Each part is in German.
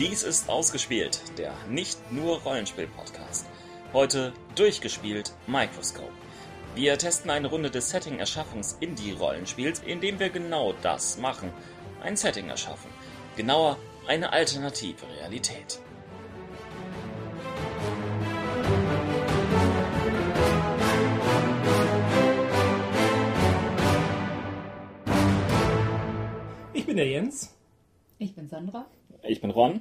Dies ist Ausgespielt, der nicht nur Rollenspiel-Podcast. Heute durchgespielt Microscope. Wir testen eine Runde des Setting-Erschaffungs-Indie-Rollenspiels, indem wir genau das machen. Ein Setting erschaffen. Genauer, eine alternative Realität. Ich bin der Jens. Ich bin Sandra. Ich bin Ron.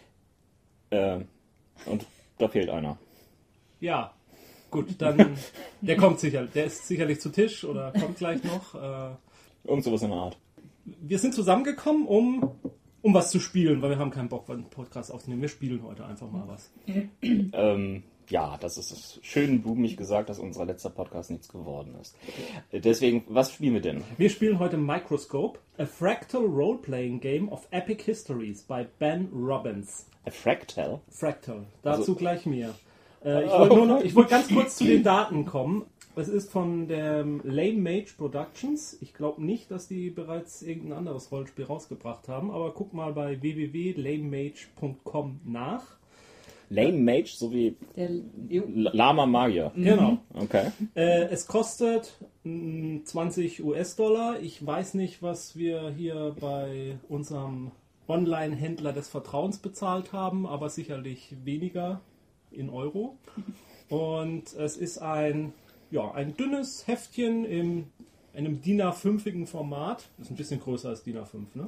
Und da fehlt einer. Ja, gut, dann der kommt sicher. Der ist sicherlich zu Tisch oder kommt gleich noch. Irgend sowas in der Art. Wir sind zusammengekommen, um was zu spielen, weil wir haben keinen Bock, einen Podcast aufzunehmen. Wir spielen heute einfach mal was. Ja, das ist schön blumig gesagt, dass unser letzter Podcast nichts geworden ist. Deswegen, was spielen wir denn? Wir spielen heute Microscope, a fractal role-playing game of epic histories by Ben Robbins. A Fractal? Fractal, dazu Also- gleich mehr. Ich wollte ganz kurz zu den Daten kommen. Es ist von der Lame Mage Productions. Ich glaube nicht, dass die bereits irgendein anderes Rollenspiel rausgebracht haben, aber guck mal bei www.lamemage.com nach. Lame Mage, so wie Lama Magier. Genau. Okay. Es kostet 20 US-Dollar. Ich weiß nicht, was wir hier bei unserem Online-Händler des Vertrauens bezahlt haben, aber sicherlich weniger in Euro. Und es ist ein dünnes Heftchen in einem DIN A5-igen Format. Das ist ein bisschen größer als DIN A5, ne?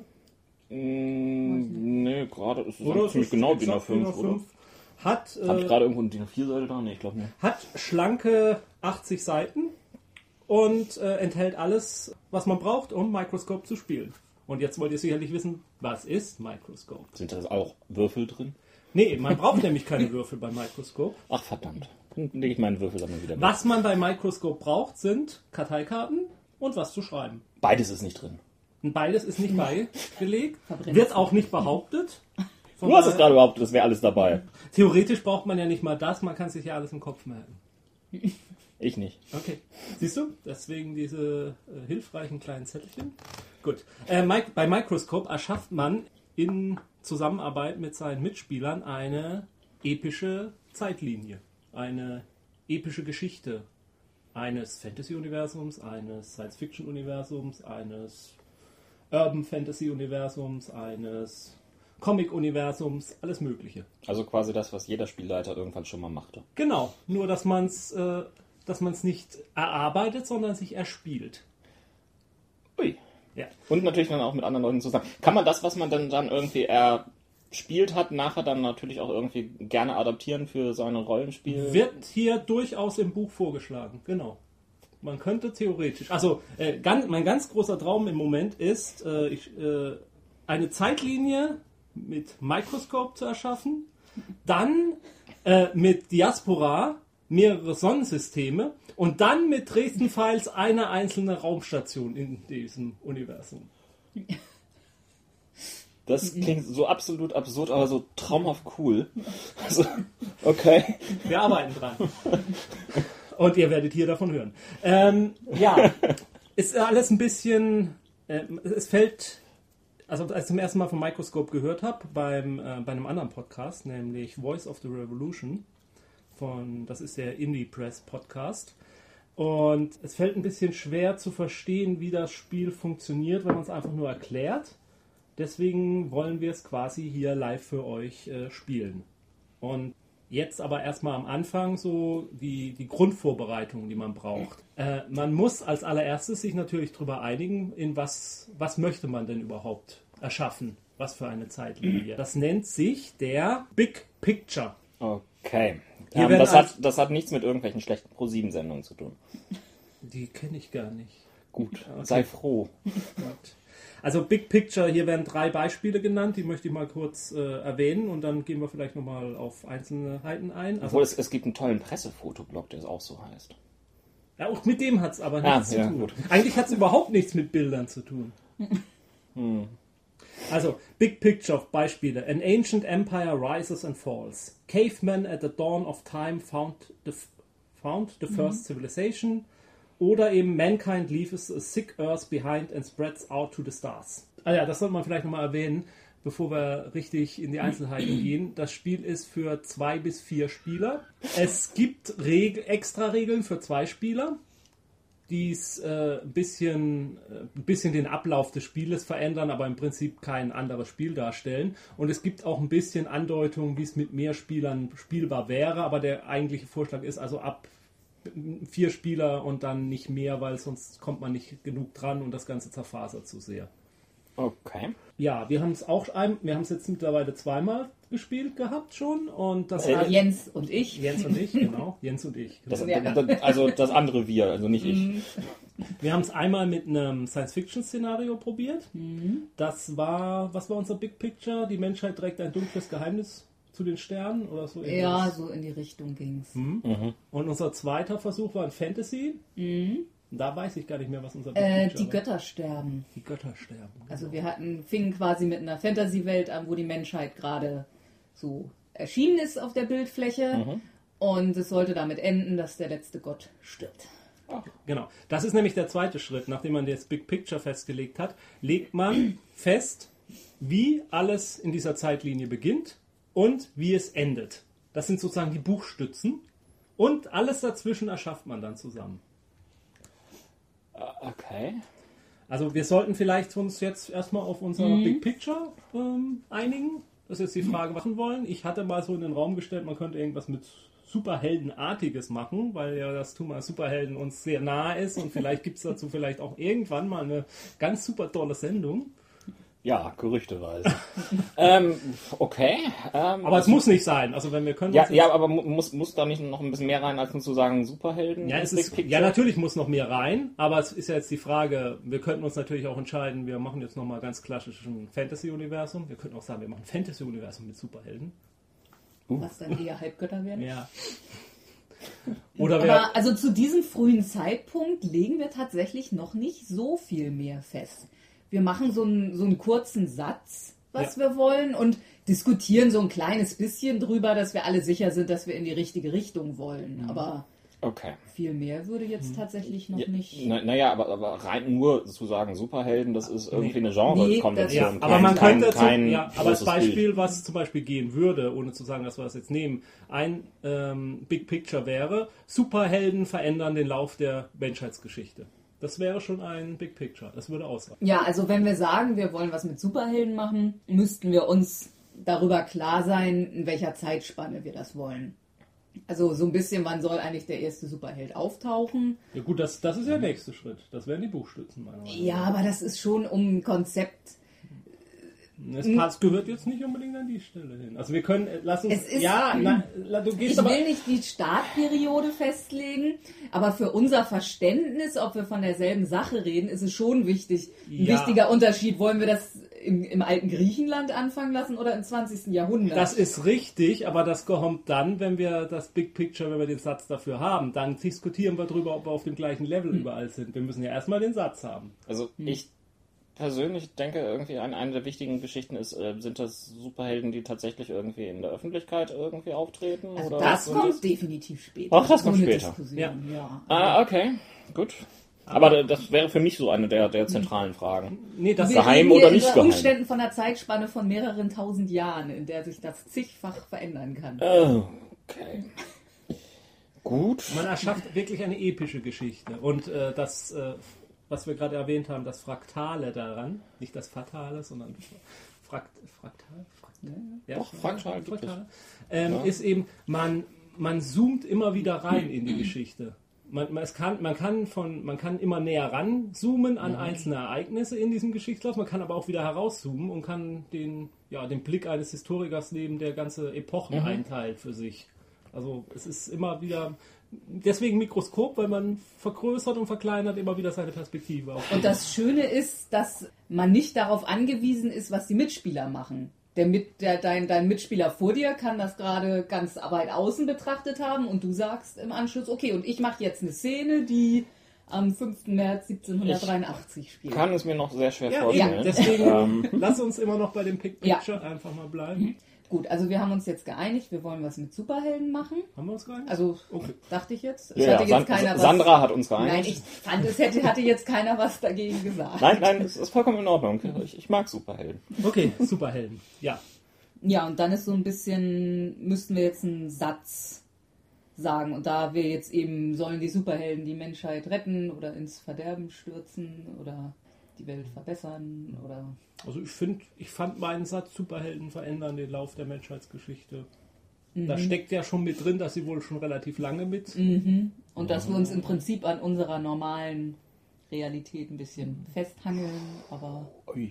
Nee, gerade ist es Oder? ziemlich genau DIN A5, oder? Hat, Habe ich gerade irgendwo eine DIN A4-Seite da? Nee, ich glaube nicht. hat schlanke 80 Seiten und enthält alles, was man braucht, um Microscope zu spielen. Und jetzt wollt ihr sicherlich wissen, was ist Microscope? Sind da auch Würfel drin? Nee, man braucht nämlich keine Würfel bei Microscope. Ach, verdammt. Dann lege ich meinen Würfel dann mal wieder weg. Was man bei Microscope braucht, sind Karteikarten und was zu schreiben. Beides ist nicht drin. Und beides ist nicht beigelegt, Verbrennt. wird auch nicht behauptet. Von Du hast es daher- gerade behauptet, das wäre alles dabei. Theoretisch braucht man ja nicht mal das, man kann sich ja alles im Kopf merken. Ich nicht. Okay, siehst du? Deswegen diese hilfreichen kleinen Zettelchen. Gut. Bei Microscope erschafft man in Zusammenarbeit mit seinen Mitspielern eine epische Zeitlinie, eine epische Geschichte eines Fantasy-Universums, eines Science-Fiction-Universums, eines Urban-Fantasy-Universums, eines Comic-Universums, alles Mögliche. Also quasi das, was jeder Spielleiter irgendwann schon mal machte. Genau, nur dass man es nicht erarbeitet, sondern sich erspielt. Ui. Ja. Und natürlich dann auch mit anderen Leuten zusammen. Kann man das, was man dann irgendwie erspielt hat, nachher dann natürlich auch irgendwie gerne adaptieren für seine Rollenspiele? Wird hier durchaus im Buch vorgeschlagen, genau. Man könnte theoretisch, mein ganz großer Traum im Moment ist, eine Zeitlinie mit Microscope zu erschaffen, dann mit Diaspora mehrere Sonnensysteme und dann mit Dresden Files eine einzelne Raumstation in diesem Universum. Das klingt so absolut absurd, aber so traumhaft cool. Also, okay. Wir arbeiten dran. Und ihr werdet hier davon hören. Ist alles ein bisschen, es fällt, also als ich zum ersten Mal von Microscope gehört habe, bei einem anderen Podcast, nämlich Voice of the Revolution, das ist der Indie Press Podcast. Und es fällt ein bisschen schwer zu verstehen, wie das Spiel funktioniert, wenn man es einfach nur erklärt. Deswegen wollen wir es quasi hier live für euch spielen. Und jetzt aber erstmal am Anfang so die Grundvorbereitung, die man braucht. Man muss als allererstes sich natürlich darüber einigen, in was möchte man denn überhaupt erschaffen? Was für eine Zeitlinie? Das nennt sich der Big Picture. Okay. Hier werden Das hat nichts mit irgendwelchen schlechten Pro-7-Sendungen zu tun. Die kenne ich gar nicht. Gut, Okay. sei froh. Gut. Also Big Picture, hier werden 3 Beispiele genannt, die möchte ich mal kurz erwähnen und dann gehen wir vielleicht nochmal auf Einzelheiten ein. Also, Obwohl es gibt einen tollen Pressefotoblog, der auch so heißt. ja, auch mit dem hat es aber nichts zu ja, tun. gut. Eigentlich hat es überhaupt nichts mit Bildern zu tun. Also, Big Picture Beispiele. An ancient empire rises and falls. Cavemen at the dawn of time found the first civilization. Oder eben Mankind leaves a sick earth behind and spreads out to the stars. Ah ja, das sollte man vielleicht nochmal erwähnen. bevor wir richtig in die Einzelheiten gehen. Das Spiel ist für 2 bis 4 Spieler. Es gibt extra Regeln für 2 Spieler, die ein bisschen den Ablauf des Spieles verändern, aber im Prinzip kein anderes Spiel darstellen. Und es gibt auch ein bisschen Andeutung, wie es mit mehr Spielern spielbar wäre, aber der eigentliche Vorschlag ist also ab 4 Spieler und dann nicht mehr, weil sonst kommt man nicht genug dran und das Ganze zerfasert zu sehr. Okay. Ja, wir haben es jetzt mittlerweile 2-mal gespielt gehabt schon und das Jens und ich. Jens und ich, genau. Jens und ich. Genau. Also das andere wir, also nicht ich. Wir haben es einmal mit einem Science-Fiction-Szenario probiert. Das war, was war unser Big Picture? Die Menschheit trägt ein dunkles Geheimnis zu den Sternen oder so? Ja, so in die Richtung ging es. Und unser zweiter Versuch war ein Fantasy. Da weiß ich gar nicht mehr, was unser Big Picture Die war. Götter sterben. Die Götter sterben. Genau. Also wir fingen quasi mit einer Fantasy-Welt an, wo die Menschheit gerade so erschienen ist auf der Bildfläche. Und es sollte damit enden, dass der letzte Gott stirbt. Genau. Das ist nämlich der zweite Schritt. Nachdem man das Big Picture festgelegt hat, legt man fest, wie alles in dieser Zeitlinie beginnt und wie es endet. Das sind sozusagen die Buchstützen. Und alles dazwischen erschafft man dann zusammen. Okay. Also wir sollten vielleicht uns jetzt erstmal auf unser Big Picture einigen. Das ist jetzt die Frage, was wir machen wollen. Ich hatte mal so in den Raum gestellt, man könnte irgendwas mit Superheldenartiges machen, weil ja das Thema Superhelden uns sehr nahe ist und vielleicht gibt es dazu vielleicht auch irgendwann mal eine ganz super tolle Sendung. Ja, gerüchteweise. Okay. Aber es muss nicht sein. Also wenn wir können. Ja, aber muss da nicht noch ein bisschen mehr rein, als nur zu sagen Superhelden? Ja, natürlich muss noch mehr rein, aber es ist ja jetzt die Frage, wir könnten uns natürlich auch entscheiden, wir machen jetzt nochmal ganz klassischen Fantasy-Universum. Wir könnten auch sagen, wir machen Fantasy-Universum mit Superhelden. Was dann eher Halbgötter werden. Ja. Oder aber also zu diesem frühen Zeitpunkt legen wir tatsächlich noch nicht so viel mehr fest. Wir machen so einen kurzen Satz, was wir wollen und diskutieren so ein kleines bisschen drüber, dass wir alle sicher sind, dass wir in die richtige Richtung wollen. Aber viel mehr würde jetzt tatsächlich noch nicht... Naja, aber rein nur zu sagen Superhelden, das ist irgendwie eine Genre-Konvention. Aber man könnte aber das Beispiel, was zum Beispiel gehen würde, ohne zu sagen, dass wir das jetzt nehmen, ein Big Picture wäre, Superhelden verändern den Lauf der Menschheitsgeschichte. Das wäre schon ein Big Picture. Das würde ausreichen. Ja, also wenn wir sagen, wir wollen was mit Superhelden machen, müssten wir uns darüber klar sein, in welcher Zeitspanne wir das wollen. Also so ein bisschen, wann soll eigentlich der erste Superheld auftauchen? Ja gut, das ist ja der nächste Schritt. Das wären die Buchstützen, meiner Meinung nach. Ja, aber das ist schon um ein Konzept... Es gehört jetzt nicht unbedingt an die Stelle hin. Also wir können, lass uns... Ich will nicht die Startperiode festlegen, aber für unser Verständnis, ob wir von derselben Sache reden, ist es schon wichtig. Ein wichtiger Unterschied, wollen wir das im alten Griechenland anfangen lassen oder im 20. Jahrhundert? Das ist richtig, aber das kommt dann, wenn wir das Big Picture, wenn wir den Satz dafür haben, dann diskutieren wir darüber, ob wir auf dem gleichen Level überall sind. Wir müssen ja erstmal den Satz haben. Also ich persönlich denke, irgendwie eine der wichtigen Geschichten ist, sind das Superhelden, die tatsächlich irgendwie in der Öffentlichkeit irgendwie auftreten? Also oder das kommt definitiv später. Ach, das kommt später. Ja. Okay, gut. Aber das wäre für mich so eine der zentralen Fragen. Nee, das geheim oder nicht geheim? Unter Umständen von einer Zeitspanne von mehreren tausend Jahren, in der sich das zigfach verändern kann. Okay. Gut. Man erschafft wirklich eine epische Geschichte. Und das, was wir gerade erwähnt haben, das Fraktale daran, nicht das Fatale, sondern Fraktal? Ja, Doch, Fraktal. Ist eben, man zoomt immer wieder rein in die Geschichte. Man kann immer näher ranzoomen an einzelne Ereignisse in diesem Geschichtslauf, man kann aber auch wieder herauszoomen und kann den Blick eines Historikers nehmen, der ganze Epochen einteilt für sich. Also es ist immer wieder, deswegen Mikroskop, weil man vergrößert und verkleinert immer wieder seine Perspektive. Und das Schöne ist, dass man nicht darauf angewiesen ist, was die Mitspieler machen. Dein Mitspieler vor dir kann das gerade ganz weit außen betrachtet haben und du sagst im Anschluss, okay, und ich mache jetzt eine Szene, die am 5. März 1783 spielt. Ich kann es mir noch sehr schwer vorstellen. Deswegen lass uns immer noch bei dem Big Picture einfach mal bleiben. Gut, also wir haben uns jetzt geeinigt, wir wollen was mit Superhelden machen. Haben wir uns geeinigt? Also, Okay. dachte ich jetzt. Ja, hatte jetzt keiner Sandra hat uns Nein, geeinigt. ich fand, hatte jetzt keiner was dagegen gesagt. Nein, es ist vollkommen in Ordnung. Ich mag Superhelden. Okay, Superhelden. Ja. Ja, und dann ist so ein bisschen, müssten wir jetzt einen Satz sagen. Und da wir jetzt eben, sollen die Superhelden die Menschheit retten oder ins Verderben stürzen oder die Welt verbessern oder... Also ich fand meinen Satz, Superhelden verändern den Lauf der Menschheitsgeschichte. Da steckt ja schon mit drin, dass sie wohl schon relativ lange mit. Und dass wir uns im Prinzip an unserer normalen Realität ein bisschen festhangeln, aber...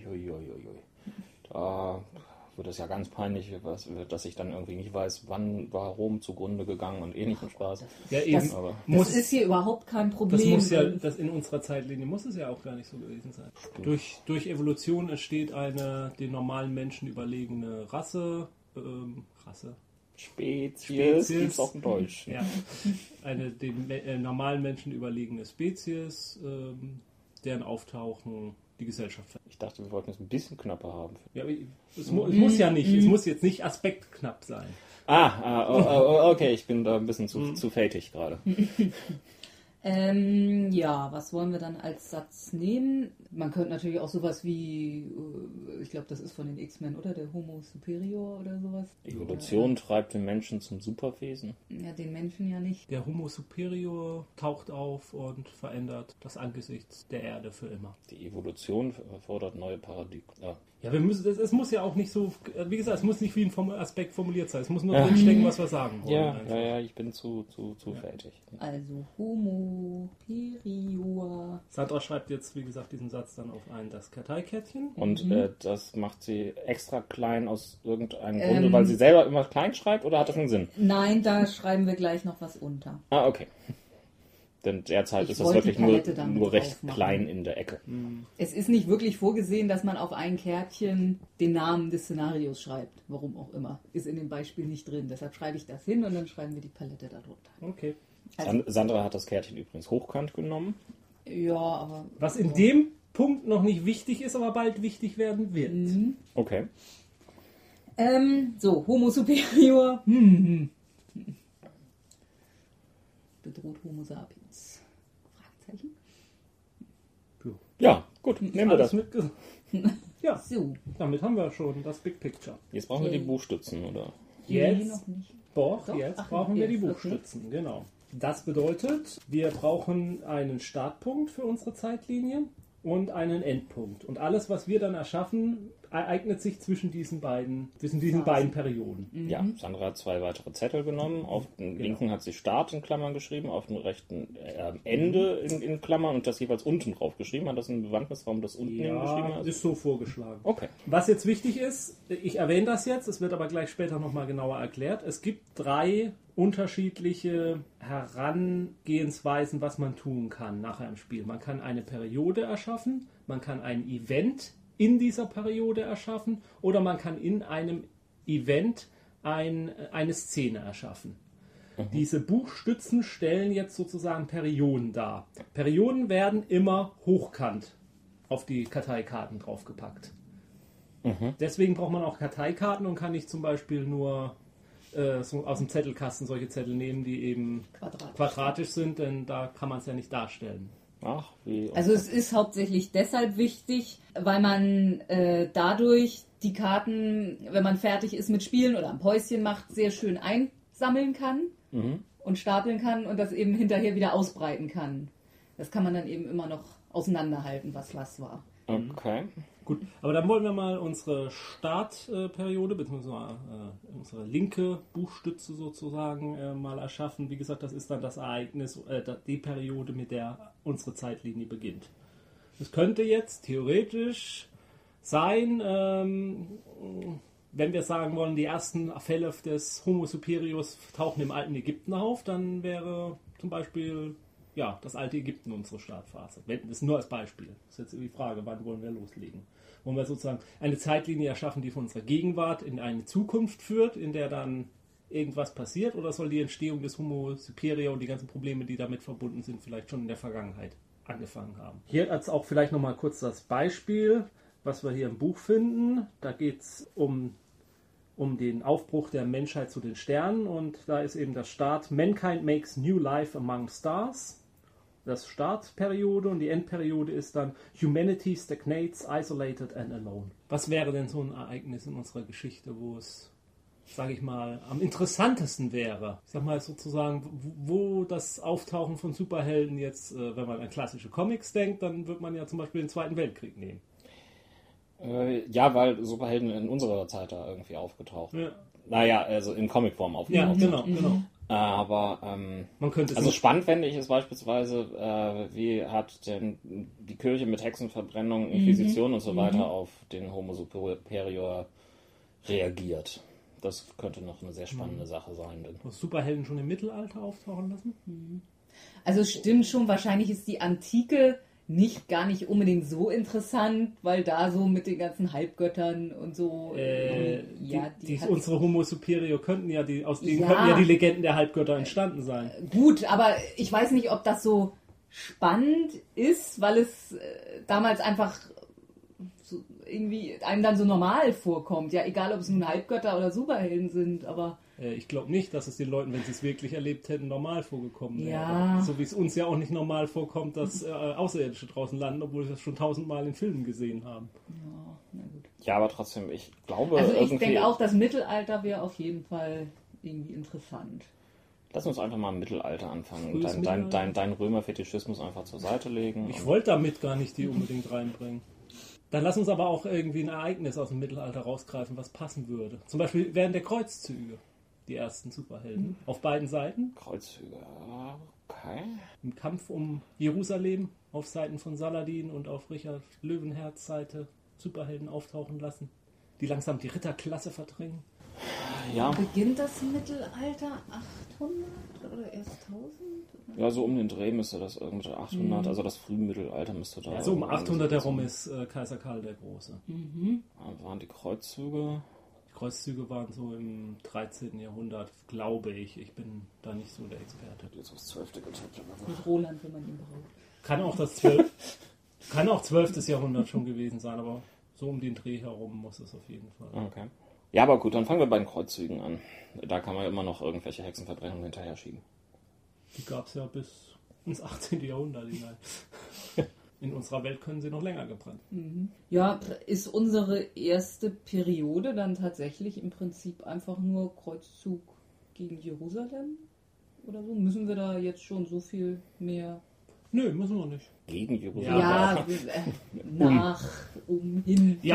Da wird es ja ganz peinlich, dass ich dann irgendwie nicht weiß, wann war Rom zugrunde gegangen und ähnlichem Spaß. Ja, eben. Aber Das ist hier überhaupt kein Problem. Das in unserer Zeitlinie muss es ja auch gar nicht so gewesen sein. Durch Evolution entsteht eine den normalen Menschen überlegene Rasse. Spezies gibt's auch in Deutsch. Ja. Eine den normalen Menschen überlegene Spezies, deren Auftauchen die Gesellschaft verändert. Ich dachte, wir wollten es ein bisschen knapper haben. Ja, es muss ja nicht. Es muss jetzt nicht aspektknapp sein. Okay, ich bin da ein bisschen zu fältig gerade. Ja, was wollen wir dann als Satz nehmen? Man könnte natürlich auch sowas wie, ich glaube, das ist von den X-Men, oder? Der Homo Superior oder sowas. Evolution treibt den Menschen zum Superwesen. Ja, den Menschen ja nicht. Der Homo Superior taucht auf und verändert das Angesicht der Erde für immer. Die Evolution erfordert neue Paradigmen. Ja, es muss ja auch nicht so, wie gesagt, es muss nicht wie ein Aspekt formuliert sein. Es muss nur drinstecken, was wir sagen wollen. Ja, ich bin zu fältig. Also Homo Superior. Sandra schreibt jetzt, wie gesagt, diesen Satz dann auf das Karteikärtchen. Und das macht sie extra klein aus irgendeinem Grunde, weil sie selber immer klein schreibt, oder hat das einen Sinn? Nein, da schreiben wir gleich noch was unter. Okay. Denn derzeit ist das wollte wirklich die Palette dann nur mit recht drauf machen. klein in der Ecke. Es ist nicht wirklich vorgesehen, dass man auf ein Kärtchen den Namen des Szenarios schreibt. Warum auch immer. Ist in dem Beispiel nicht drin. Deshalb schreibe ich das hin und dann schreiben wir die Palette darunter. Okay. Also, Sandra hat das Kärtchen übrigens hochkant genommen. ja, aber... Was in dem Punkt noch nicht wichtig ist, aber bald wichtig werden wird. Okay. So, Homo Superior. Bedroht Homo sapiens. Fragezeichen. Ja, gut, nehmen wir das. Ja, So. damit haben wir schon das Big Picture. Jetzt brauchen wir die Buchstützen, oder? Nee, Jetzt, noch nicht. doch, Doch? jetzt Ach, brauchen wir die jetzt, okay. Buchstützen, genau. Das bedeutet, wir brauchen einen Startpunkt für unsere Zeitlinie und einen Endpunkt. Und alles, was wir dann erschaffen, ereignet sich zwischen diesen beiden Perioden. Ja, Sandra hat 2 weitere Zettel genommen. Auf den linken hat sie Start in Klammern geschrieben, auf den rechten Ende in Klammern und das jeweils unten drauf geschrieben. Hat das einen Bewandtnis, warum das unten geschrieben Ja, hat? ist so vorgeschlagen. Okay. Was jetzt wichtig ist, ich erwähne das jetzt, es wird aber gleich später nochmal genauer erklärt. Es gibt 3 unterschiedliche Herangehensweisen, was man tun kann nachher im Spiel. Man kann eine Periode erschaffen, man kann ein Event in dieser Periode erschaffen oder man kann in einem Event eine Szene erschaffen. Diese Buchstützen stellen jetzt sozusagen Perioden dar. Perioden werden immer hochkant auf die Karteikarten draufgepackt. Deswegen braucht man auch Karteikarten und kann nicht zum Beispiel nur so aus dem Zettelkasten solche Zettel nehmen, die eben quadratisch sind, denn da kann man es ja nicht darstellen. Ach, wie. Also es ist hauptsächlich deshalb wichtig, weil man dadurch die Karten, wenn man fertig ist mit Spielen oder ein Päuschen macht, sehr schön einsammeln kann und stapeln kann und das eben hinterher wieder ausbreiten kann. Das kann man dann eben immer noch auseinanderhalten, was war. Okay. Gut, aber dann wollen wir mal unsere Startperiode, beziehungsweise unsere linke Buchstütze sozusagen mal erschaffen. Wie gesagt, das ist dann das Ereignis, die Periode, mit der unsere Zeitlinie beginnt. Es könnte jetzt theoretisch sein, wenn wir sagen wollen, die ersten Fälle des Homo Superiors tauchen im alten Ägypten auf, dann wäre zum Beispiel das alte Ägypten unsere Startphase. Das ist nur als Beispiel. Das ist jetzt die Frage, wann wollen wir loslegen? Wollen wir sozusagen eine Zeitlinie erschaffen, die von unserer Gegenwart in eine Zukunft führt, in der dann irgendwas passiert, oder soll die Entstehung des Homo Superior und die ganzen Probleme, die damit verbunden sind, vielleicht schon in der Vergangenheit angefangen haben? Hier als auch vielleicht nochmal kurz das Beispiel, was wir hier im Buch finden. Da geht es um um den Aufbruch der Menschheit zu den Sternen. Und da ist eben der Start: Mankind makes new life among stars. Das Startperiode, und die Endperiode ist dann Humanity stagnates, isolated and alone. Was wäre denn so ein Ereignis in unserer Geschichte, wo es, sage ich mal, am interessantesten wäre? Ich sag mal sozusagen, wo das Auftauchen von Superhelden jetzt, wenn man an klassische Comics denkt, dann wird man ja zum Beispiel den Zweiten Weltkrieg nehmen. Ja, weil Superhelden in unserer Zeit da irgendwie aufgetaucht. Ja. Naja, also in Comicform aufgetaucht. Ja, genau. Aber Man könnte es also nicht- spannend fände ich es beispielsweise, wie hat denn die Kirche mit Hexenverbrennung, Inquisition und so weiter auf den Homo Superior reagiert. Das könnte noch eine sehr spannende Sache sein. Denn Muss Superhelden schon im Mittelalter auftauchen lassen? Also es stimmt schon, wahrscheinlich ist die Antike gar nicht unbedingt so interessant, weil da so mit den ganzen Halbgöttern und so. Hat Unsere Homo Superior könnten ja aus denen Ja. könnten ja die Legenden der Halbgötter entstanden sein. gut, aber ich weiß nicht, ob das so spannend ist, weil es damals einfach so irgendwie einem dann so normal vorkommt. Ja, egal ob es nun Halbgötter oder Superhelden sind, aber Ich glaube nicht, dass es den Leuten, wenn sie es wirklich erlebt hätten, normal vorgekommen wäre. Ja. So wie es uns ja auch nicht normal vorkommt, dass Außerirdische draußen landen, obwohl wir das schon 1000-mal in Filmen gesehen haben. na gut. ja, aber trotzdem, ich glaube Also ich irgendwie... denke auch, das Mittelalter wäre auf jeden Fall irgendwie interessant. Lass uns einfach mal im Mittelalter anfangen und Frühes Mittelalter? dein Römerfetischismus einfach zur Seite legen. Ich wollte damit gar nicht die unbedingt reinbringen. Dann lass uns aber auch irgendwie ein Ereignis aus dem Mittelalter rausgreifen, was passen würde. Zum Beispiel während der Kreuzzüge, die ersten Superhelden, auf beiden Seiten. Kreuzzüge, okay. Im Kampf um Jerusalem auf Seiten von Saladin und auf Richard Löwenherz Seite Superhelden auftauchen lassen, die langsam die Ritterklasse verdrängen. Ja, Beginnt das Mittelalter 800 oder erst 1000? ja, so um den Dreh müsste das irgendwie 800, also das Frühmittelalter müsste da... Ja, so um irgendwie 800 so- herum ist Kaiser Karl der Große. waren die Kreuzzüge. Die Kreuzzüge waren so im 13. Jahrhundert, glaube ich. Ich bin da nicht so der Experte. Jetzt aufs 12. getippt. Mit Roland, wenn man ihn braucht. Kann auch 12. Jahrhundert schon gewesen sein, aber so um den Dreh herum muss es auf jeden Fall. Okay. Ja, aber gut, dann fangen wir bei den Kreuzzügen an. Da kann man immer noch irgendwelche Hexenverbrennungen hinterher schieben. Die gab es ja bis ins 18. Jahrhundert hinein. In unserer Welt können sie noch länger gebrannt. Ja, ist unsere erste Periode dann tatsächlich im Prinzip einfach nur Kreuzzug gegen Jerusalem? Oder so? Müssen wir da jetzt schon so viel mehr... Nö, müssen wir nicht. Gegen Jerusalem. Ja, hin. Ja,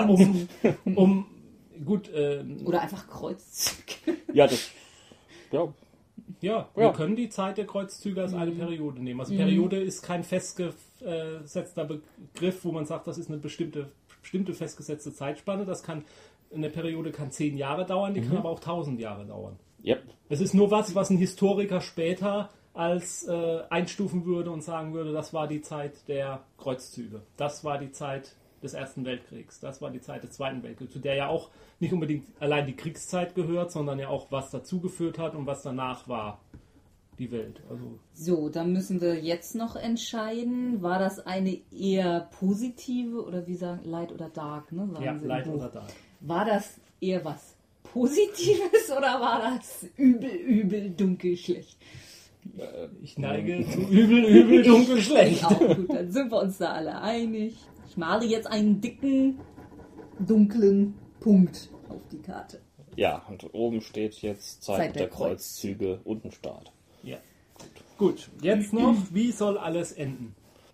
gut, Oder einfach Kreuzzug. Ja, das... Ja, ja, wir können die Zeit der Kreuzzüge als eine Periode nehmen. Also Periode ist kein festgesetzter Begriff, wo man sagt, das ist eine bestimmte festgesetzte Zeitspanne. Eine Periode kann 10 Jahre dauern, die kann aber auch 1000 Jahre dauern. yep. Es ist nur was ein Historiker später als einstufen würde und sagen würde, das war die Zeit der Kreuzzüge. Das war die Zeit des Ersten Weltkriegs. Das war die Zeit des Zweiten Weltkriegs, zu der ja auch nicht unbedingt allein die Kriegszeit gehört, sondern ja auch was dazugeführt hat und was danach war, die Welt. Also So, dann müssen wir jetzt noch entscheiden, war das eine eher positive oder wie sagen, Light oder Dark, ne? Sagen ja, sie im Light Buch. oder Dark. War das eher was Positives oder war das übel, dunkel, schlecht? Ich neige zu übel, dunkel, schlecht. Auch gut, dann sind wir uns da alle einig. Ich male jetzt einen dicken, dunklen Punkt auf die Karte. Ja, und oben steht jetzt Zeit der Kreuzzüge und ein Start. Ja. Gut, jetzt noch, wie soll alles enden?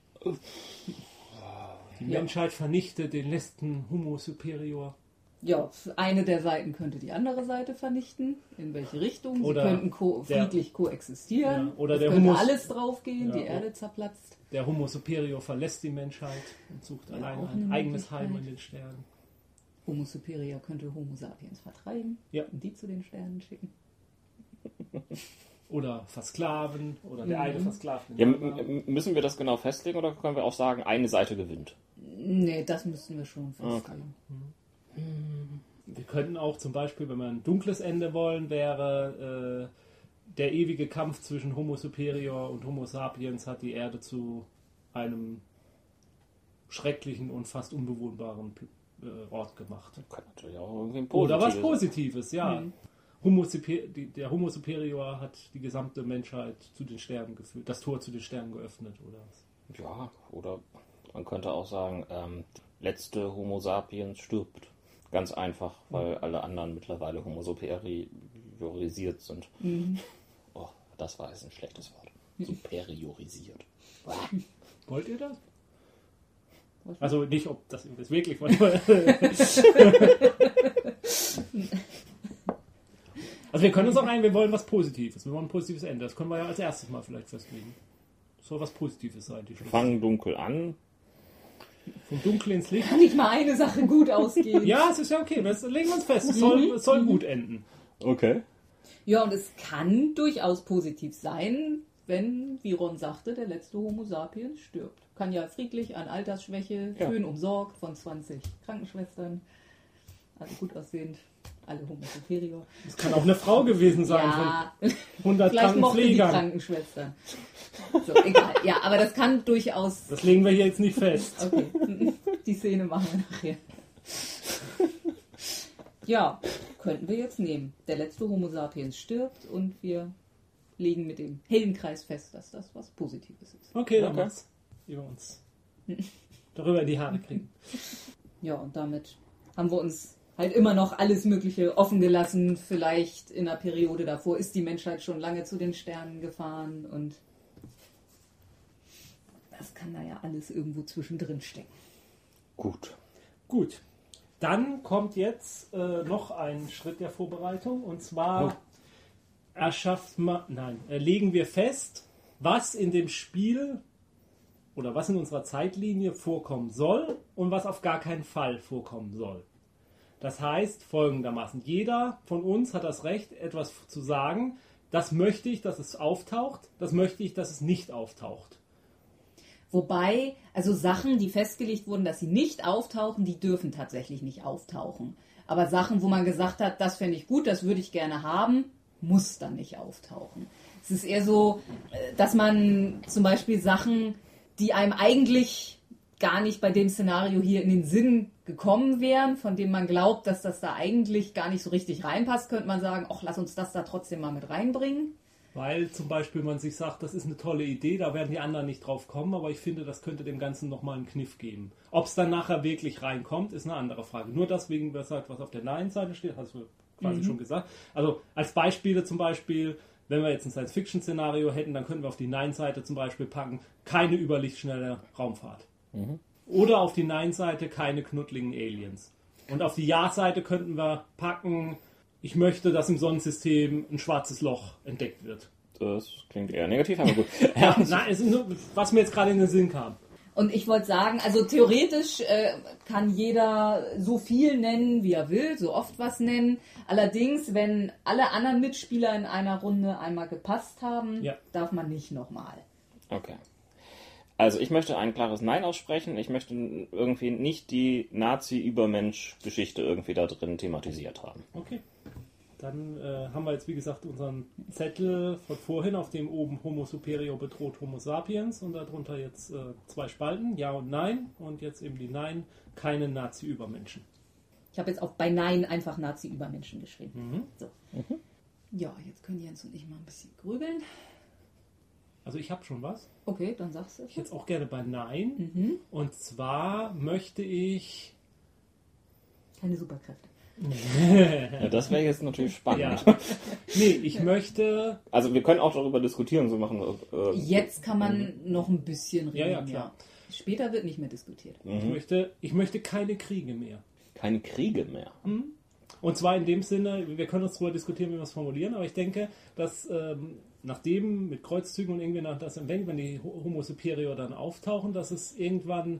Die Menschheit vernichtet den letzten Homo Superior. Ja, eine der Seiten könnte die andere Seite vernichten. In welche Richtung? Sie Oder könnten friedlich koexistieren. Ja, oder es der könnte Humus- alles draufgehen, Ja, die Erde zerplatzt. Der Homo Superior verlässt die Menschheit und sucht Ja, allein auch ein eine eigenes Möglichkeit. Heim in den Sternen. Homo Superior könnte Homo Sapiens vertreiben Ja. und die zu den Sternen schicken. Oder versklaven, oder der eine versklavt den Ja, anderen. müssen wir das genau festlegen oder können wir auch sagen, eine Seite gewinnt? Nee, das müssten wir schon festlegen. Wir könnten auch zum Beispiel, wenn wir ein dunkles Ende wollen, wäre der ewige Kampf zwischen Homo Superior und Homo Sapiens hat die Erde zu einem schrecklichen und fast unbewohnbaren Ort gemacht. Kann natürlich auch irgendwie ein Oder was Positives Positives, ja. Der Homo Superior hat die gesamte Menschheit zu den Sternen geführt, das Tor zu den Sternen geöffnet, oder was? Ja, oder man könnte auch sagen, letzte Homo sapiens stirbt. Ganz einfach, weil alle anderen mittlerweile Homo superiorisiert sind. Oh, das war jetzt ein schlechtes Wort. Superiorisiert. Wollt ihr das? Also nicht, ob das wirklich wollt. Also wir können uns auch wir wollen was Positives. Wir wollen ein positives Ende. Das können wir ja als erstes mal vielleicht festlegen. Soll was Positives sein, die Wir fangen dunkel an. Vom Dunkel ins Licht. Kann nicht mal eine Sache gut ausgehen. Ja, es ist ja okay. Das legen wir uns fest. Es soll gut enden. Okay. Ja, und es kann durchaus positiv sein, wenn, wie Ron sagte, der letzte Homo sapiens stirbt. Kann ja friedlich an Altersschwäche, schön umsorgt von 20 Krankenschwestern, also gut aussehend, alle Homo superior. Es kann auch eine Frau gewesen sein Ja, von 100 vielleicht mochte die Krankenpflegern. Krankenschwestern. So, egal. Ja, aber das kann durchaus... Das legen wir hier jetzt nicht fest. Okay, die Szene machen wir nachher. Ja, könnten wir jetzt nehmen. Der letzte Homo sapiens stirbt und wir legen mit dem Heldenkreis fest, dass das was Positives ist. Okay, dann was wir uns darüber in die Haare kriegen. Ja, und damit haben wir uns halt immer noch alles Mögliche offen gelassen. Vielleicht in der Periode davor ist die Menschheit schon lange zu den Sternen gefahren und das kann da ja alles irgendwo zwischendrin stecken. Gut. Dann kommt jetzt noch ein Schritt der Vorbereitung und zwar legen wir fest, was in dem Spiel oder was in unserer Zeitlinie vorkommen soll und was auf gar keinen Fall vorkommen soll. Das heißt folgendermaßen, jeder von uns hat das Recht, etwas zu sagen, das möchte ich, dass es auftaucht, das möchte ich, dass es nicht auftaucht. Wobei, also Sachen, die festgelegt wurden, dass sie nicht auftauchen, die dürfen tatsächlich nicht auftauchen. Aber Sachen, wo man gesagt hat, das fände ich gut, das würde ich gerne haben, muss dann nicht auftauchen. Es ist eher so, dass man zum Beispiel Sachen, die einem eigentlich gar nicht bei dem Szenario hier in den Sinn gekommen wären, von dem man glaubt, dass das da eigentlich gar nicht so richtig reinpasst, könnte man sagen, ach, lass uns das da trotzdem mal mit reinbringen. Weil zum Beispiel man sich sagt, das ist eine tolle Idee, da werden die anderen nicht drauf kommen, aber ich finde, das könnte dem Ganzen nochmal einen Kniff geben. Ob es dann nachher wirklich reinkommt, ist eine andere Frage. Nur deswegen, was auf der Nein-Seite steht, hast du quasi schon gesagt. Also als Beispiele zum Beispiel, wenn wir jetzt ein Science-Fiction-Szenario hätten, dann könnten wir auf die Nein-Seite zum Beispiel packen, keine überlichtschnelle Raumfahrt. Oder auf die Nein-Seite keine knuddeligen Aliens. Und auf die Ja-Seite könnten wir packen, ich möchte, dass im Sonnensystem ein schwarzes Loch entdeckt wird. Das klingt eher negativ, aber gut. Nein, es ist nur, was mir jetzt gerade in den Sinn kam. Und ich wollte sagen, also theoretisch kann jeder so viel nennen, wie er will, so oft was nennen. Allerdings, wenn alle anderen Mitspieler in einer Runde einmal gepasst haben, darf man nicht nochmal. Okay. Also ich möchte ein klares Nein aussprechen. Ich möchte irgendwie nicht die Nazi-Übermensch-Geschichte irgendwie da drin thematisiert haben. Okay. Dann haben wir jetzt, wie gesagt, unseren Zettel von vorhin, auf dem oben Homo Superior bedroht Homo Sapiens und darunter jetzt 2 Spalten, Ja und Nein und jetzt eben die Nein, keine Nazi-Übermenschen. Ich habe jetzt auch bei Nein einfach Nazi-Übermenschen geschrieben. So. Ja, jetzt können Jens und ich mal ein bisschen grübeln. Also ich habe schon was. Okay, dann sagst du es. Ich jetzt auch gerne bei Nein. Und zwar möchte ich... Keine Superkräfte. Ja, das wäre jetzt natürlich spannend. Ja. Nee, ich möchte... Also wir können auch darüber diskutieren, so machen. Jetzt kann man noch ein bisschen reden. Ja, klar. Später wird nicht mehr diskutiert. Ich möchte keine Kriege mehr. Keine Kriege mehr. Und zwar in dem Sinne, wir können uns darüber diskutieren, wie wir es formulieren, aber ich denke, dass nachdem mit Kreuzzügen und irgendwie wenn die Homo Superior dann auftauchen, dass es irgendwann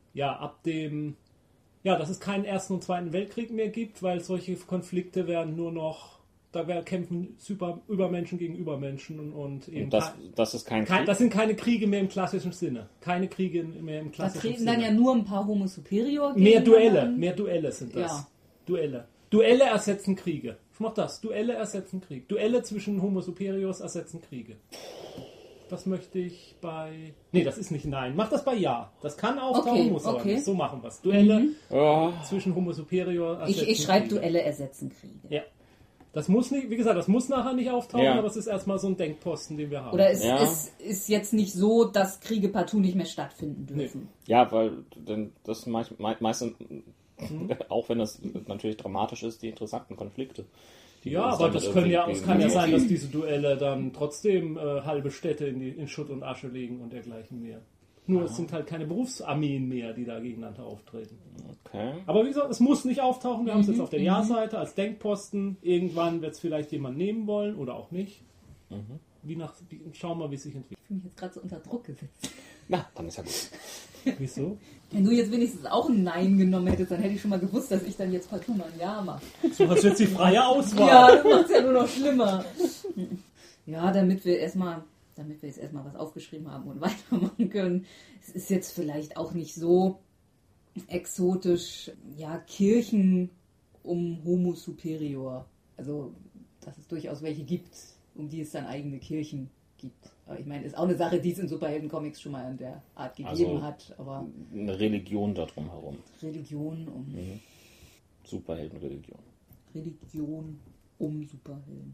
dass es keinen Ersten und Zweiten Weltkrieg mehr gibt, weil solche Konflikte werden nur noch, kämpfen Übermenschen gegen Übermenschen und eben das ist kein Krieg? Das sind keine Kriege mehr im klassischen Sinne. Keine Kriege mehr im klassischen Sinne. Da treten dann ja nur ein paar Homo Superior gegen. Mehr Duelle sind das. Ja. Duelle ersetzen Kriege. Ich mach das. Duelle ersetzen Krieg. Duelle zwischen Homo Superiors ersetzen Kriege. Das möchte ich bei... Nee, das ist nicht Nein. Mach das bei Ja. Das kann auftauchen, muss aber nicht. So machen wir es. Duelle zwischen Homo Superior... Ich schreibe Duelle ersetzen Kriege. Ja. Das muss nicht, wie gesagt, das muss nachher nicht auftauchen, aber es ist erstmal so ein Denkposten, den wir haben. Oder es ist jetzt nicht so, dass Kriege partout nicht mehr stattfinden dürfen. Nee. Ja, weil denn das meistens, auch wenn das natürlich dramatisch ist, die interessanten Konflikte. Ja, aber das kann ja sein, dass diese Duelle dann trotzdem halbe Städte in Schutt und Asche legen und dergleichen mehr. Nur es sind halt keine Berufsarmeen mehr, die da gegeneinander auftreten. Okay. Aber wie gesagt, es muss nicht auftauchen. Wir haben es jetzt auf der Ja-Seite als Denkposten. Irgendwann wird es vielleicht jemand nehmen wollen oder auch nicht. Schauen wir mal, wie es sich entwickelt. Ich fühle mich jetzt gerade so unter Druck gesetzt. Na, dann ist ja gut. Wieso? Wenn du jetzt wenigstens auch ein Nein genommen hättest, dann hätte ich schon mal gewusst, dass ich dann jetzt partout mal ein Ja mache. Du hast jetzt die freie Auswahl. Ja, das macht es ja nur noch schlimmer. Ja, damit wir jetzt erstmal was aufgeschrieben haben und weitermachen können. Es ist jetzt vielleicht auch nicht so exotisch, ja, Kirchen um Homo Superior. Also, dass es durchaus welche gibt, um die es dann eigene Kirchen gibt. Aber ich meine, ist auch eine Sache, die es in Superhelden-Comics schon mal in der Art gegeben hat. Aber eine Religion da drum herum. Religion Superheldenreligion. Religion um Superhelden.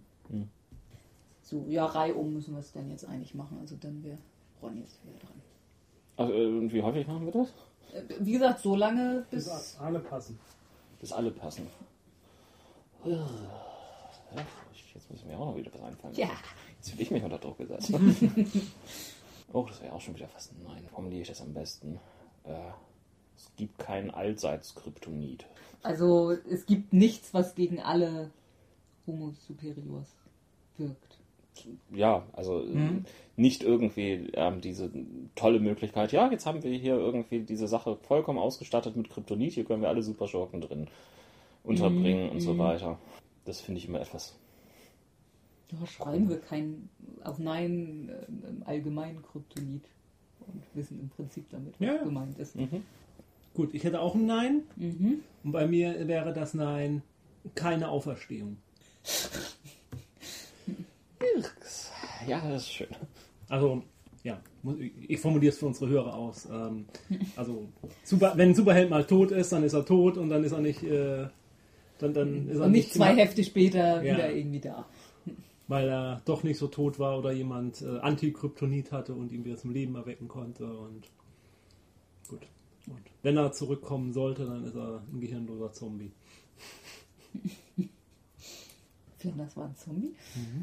So, ja, reihum müssen wir es dann jetzt eigentlich machen. Also dann wäre Ron jetzt wieder dran. Also, und wie häufig machen wir das? Wie gesagt, so lange Bis alle passen. Bis alle passen. Ja, jetzt muss ich mir auch noch wieder was einfallen. Ja. Jetzt fühle ich mich unter Druck gesetzt. Oh, das wäre auch schon wieder fast ein Nein. Formuliere ich das am besten? Es gibt kein Allseits-Kryptonit. Also es gibt nichts, was gegen alle Homo Superiors wirkt. Ja, also nicht irgendwie diese tolle Möglichkeit, ja, jetzt haben wir hier irgendwie diese Sache vollkommen ausgestattet mit Kryptonit, hier können wir alle Superschurken drin unterbringen und so weiter. Das finde ich immer etwas... Ja, schreiben wir auf Nein allgemein Kryptonit und wissen im Prinzip damit, was gemeint ist. Gut, ich hätte auch ein Nein. Und bei mir wäre das Nein keine Auferstehung. Ja, das ist schön. Also, ja, ich formuliere es für unsere Hörer aus. Also, wenn ein Superheld mal tot ist, dann ist er tot und dann ist er nicht... Dann ist er und nicht 2 Hefte später wieder irgendwie da. Weil er doch nicht so tot war oder jemand Antikryptonit hatte und ihn wieder zum Leben erwecken konnte. Und gut. Und wenn er zurückkommen sollte, dann ist er ein gehirnloser Zombie. Das war ein Zombie?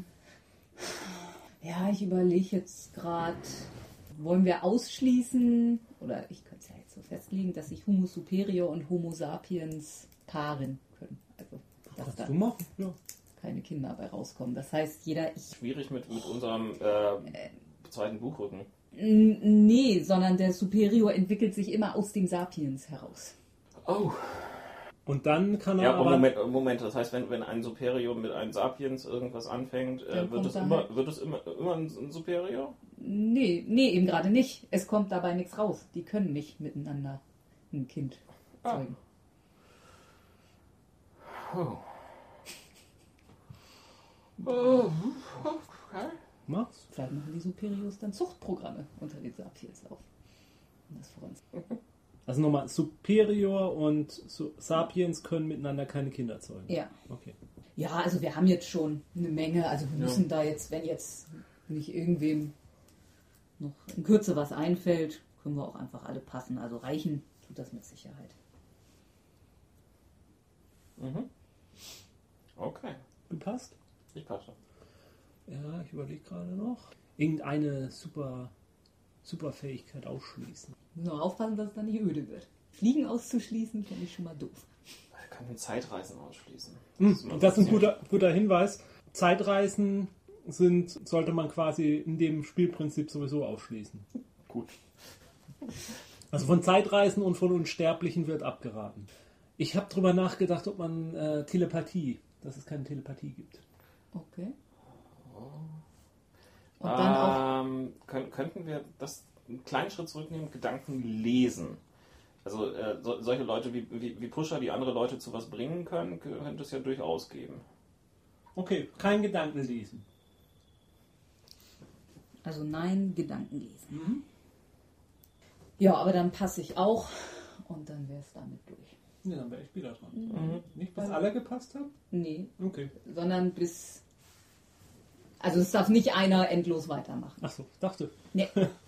Ja, ich überlege jetzt gerade, wollen wir ausschließen, oder ich könnte es ja jetzt so festlegen, dass sich Homo Superior und Homo Sapiens paaren können. Also, dass da keine Kinder dabei rauskommen. Das heißt, Schwierig mit unserem zweiten Buchrücken. Nee, sondern der Superior entwickelt sich immer aus dem Sapiens heraus. Oh. Und dann kann er ja, aber Moment, das heißt, wenn ein Superior mit einem Sapiens irgendwas anfängt, wird es immer ein Superior? Nee, eben gerade nicht. Es kommt dabei nichts raus. Die können nicht miteinander ein Kind zeugen. Okay. Mach's. Vielleicht machen die Superiors dann Zuchtprogramme unter den Sapiens auf. Das voranzubringen. Also nochmal, Superior und Sapiens können miteinander keine Kinder zeugen. Ja. Okay. Ja, also wir haben jetzt schon eine Menge. Also wir müssen da jetzt, wenn jetzt nicht irgendwem noch in Kürze was einfällt, können wir auch einfach alle passen. Also reichen tut das mit Sicherheit. Okay. Gepasst? Ich passe. Ja, ich überlege gerade noch. Irgendeine Superfähigkeit ausschließen. Müssen wir aufpassen, dass es dann nicht öde wird. Fliegen auszuschließen, finde ich schon mal doof. Ich kann den Zeitreisen ausschließen. Das ist ein guter Hinweis. Zeitreisen sollte man quasi in dem Spielprinzip sowieso ausschließen. Gut. Also von Zeitreisen und von Unsterblichen wird abgeraten. Ich habe drüber nachgedacht, ob man dass es keine Telepathie gibt. Okay. Und dann auch... Könnten wir das einen kleinen Schritt zurücknehmen, Gedanken lesen? Also solche Leute wie Pusher, die andere Leute zu was bringen können, könnte es ja durchaus geben. Okay, kein Gedanken lesen. Also nein, Gedanken lesen. Ja, aber dann passe ich auch und dann wäre es damit durch. Ja, dann wäre ich wieder dran. Nicht bis alle gepasst haben? Nee, Okay. sondern bis... Also es darf nicht einer endlos weitermachen. Ach so, dachte. Nee.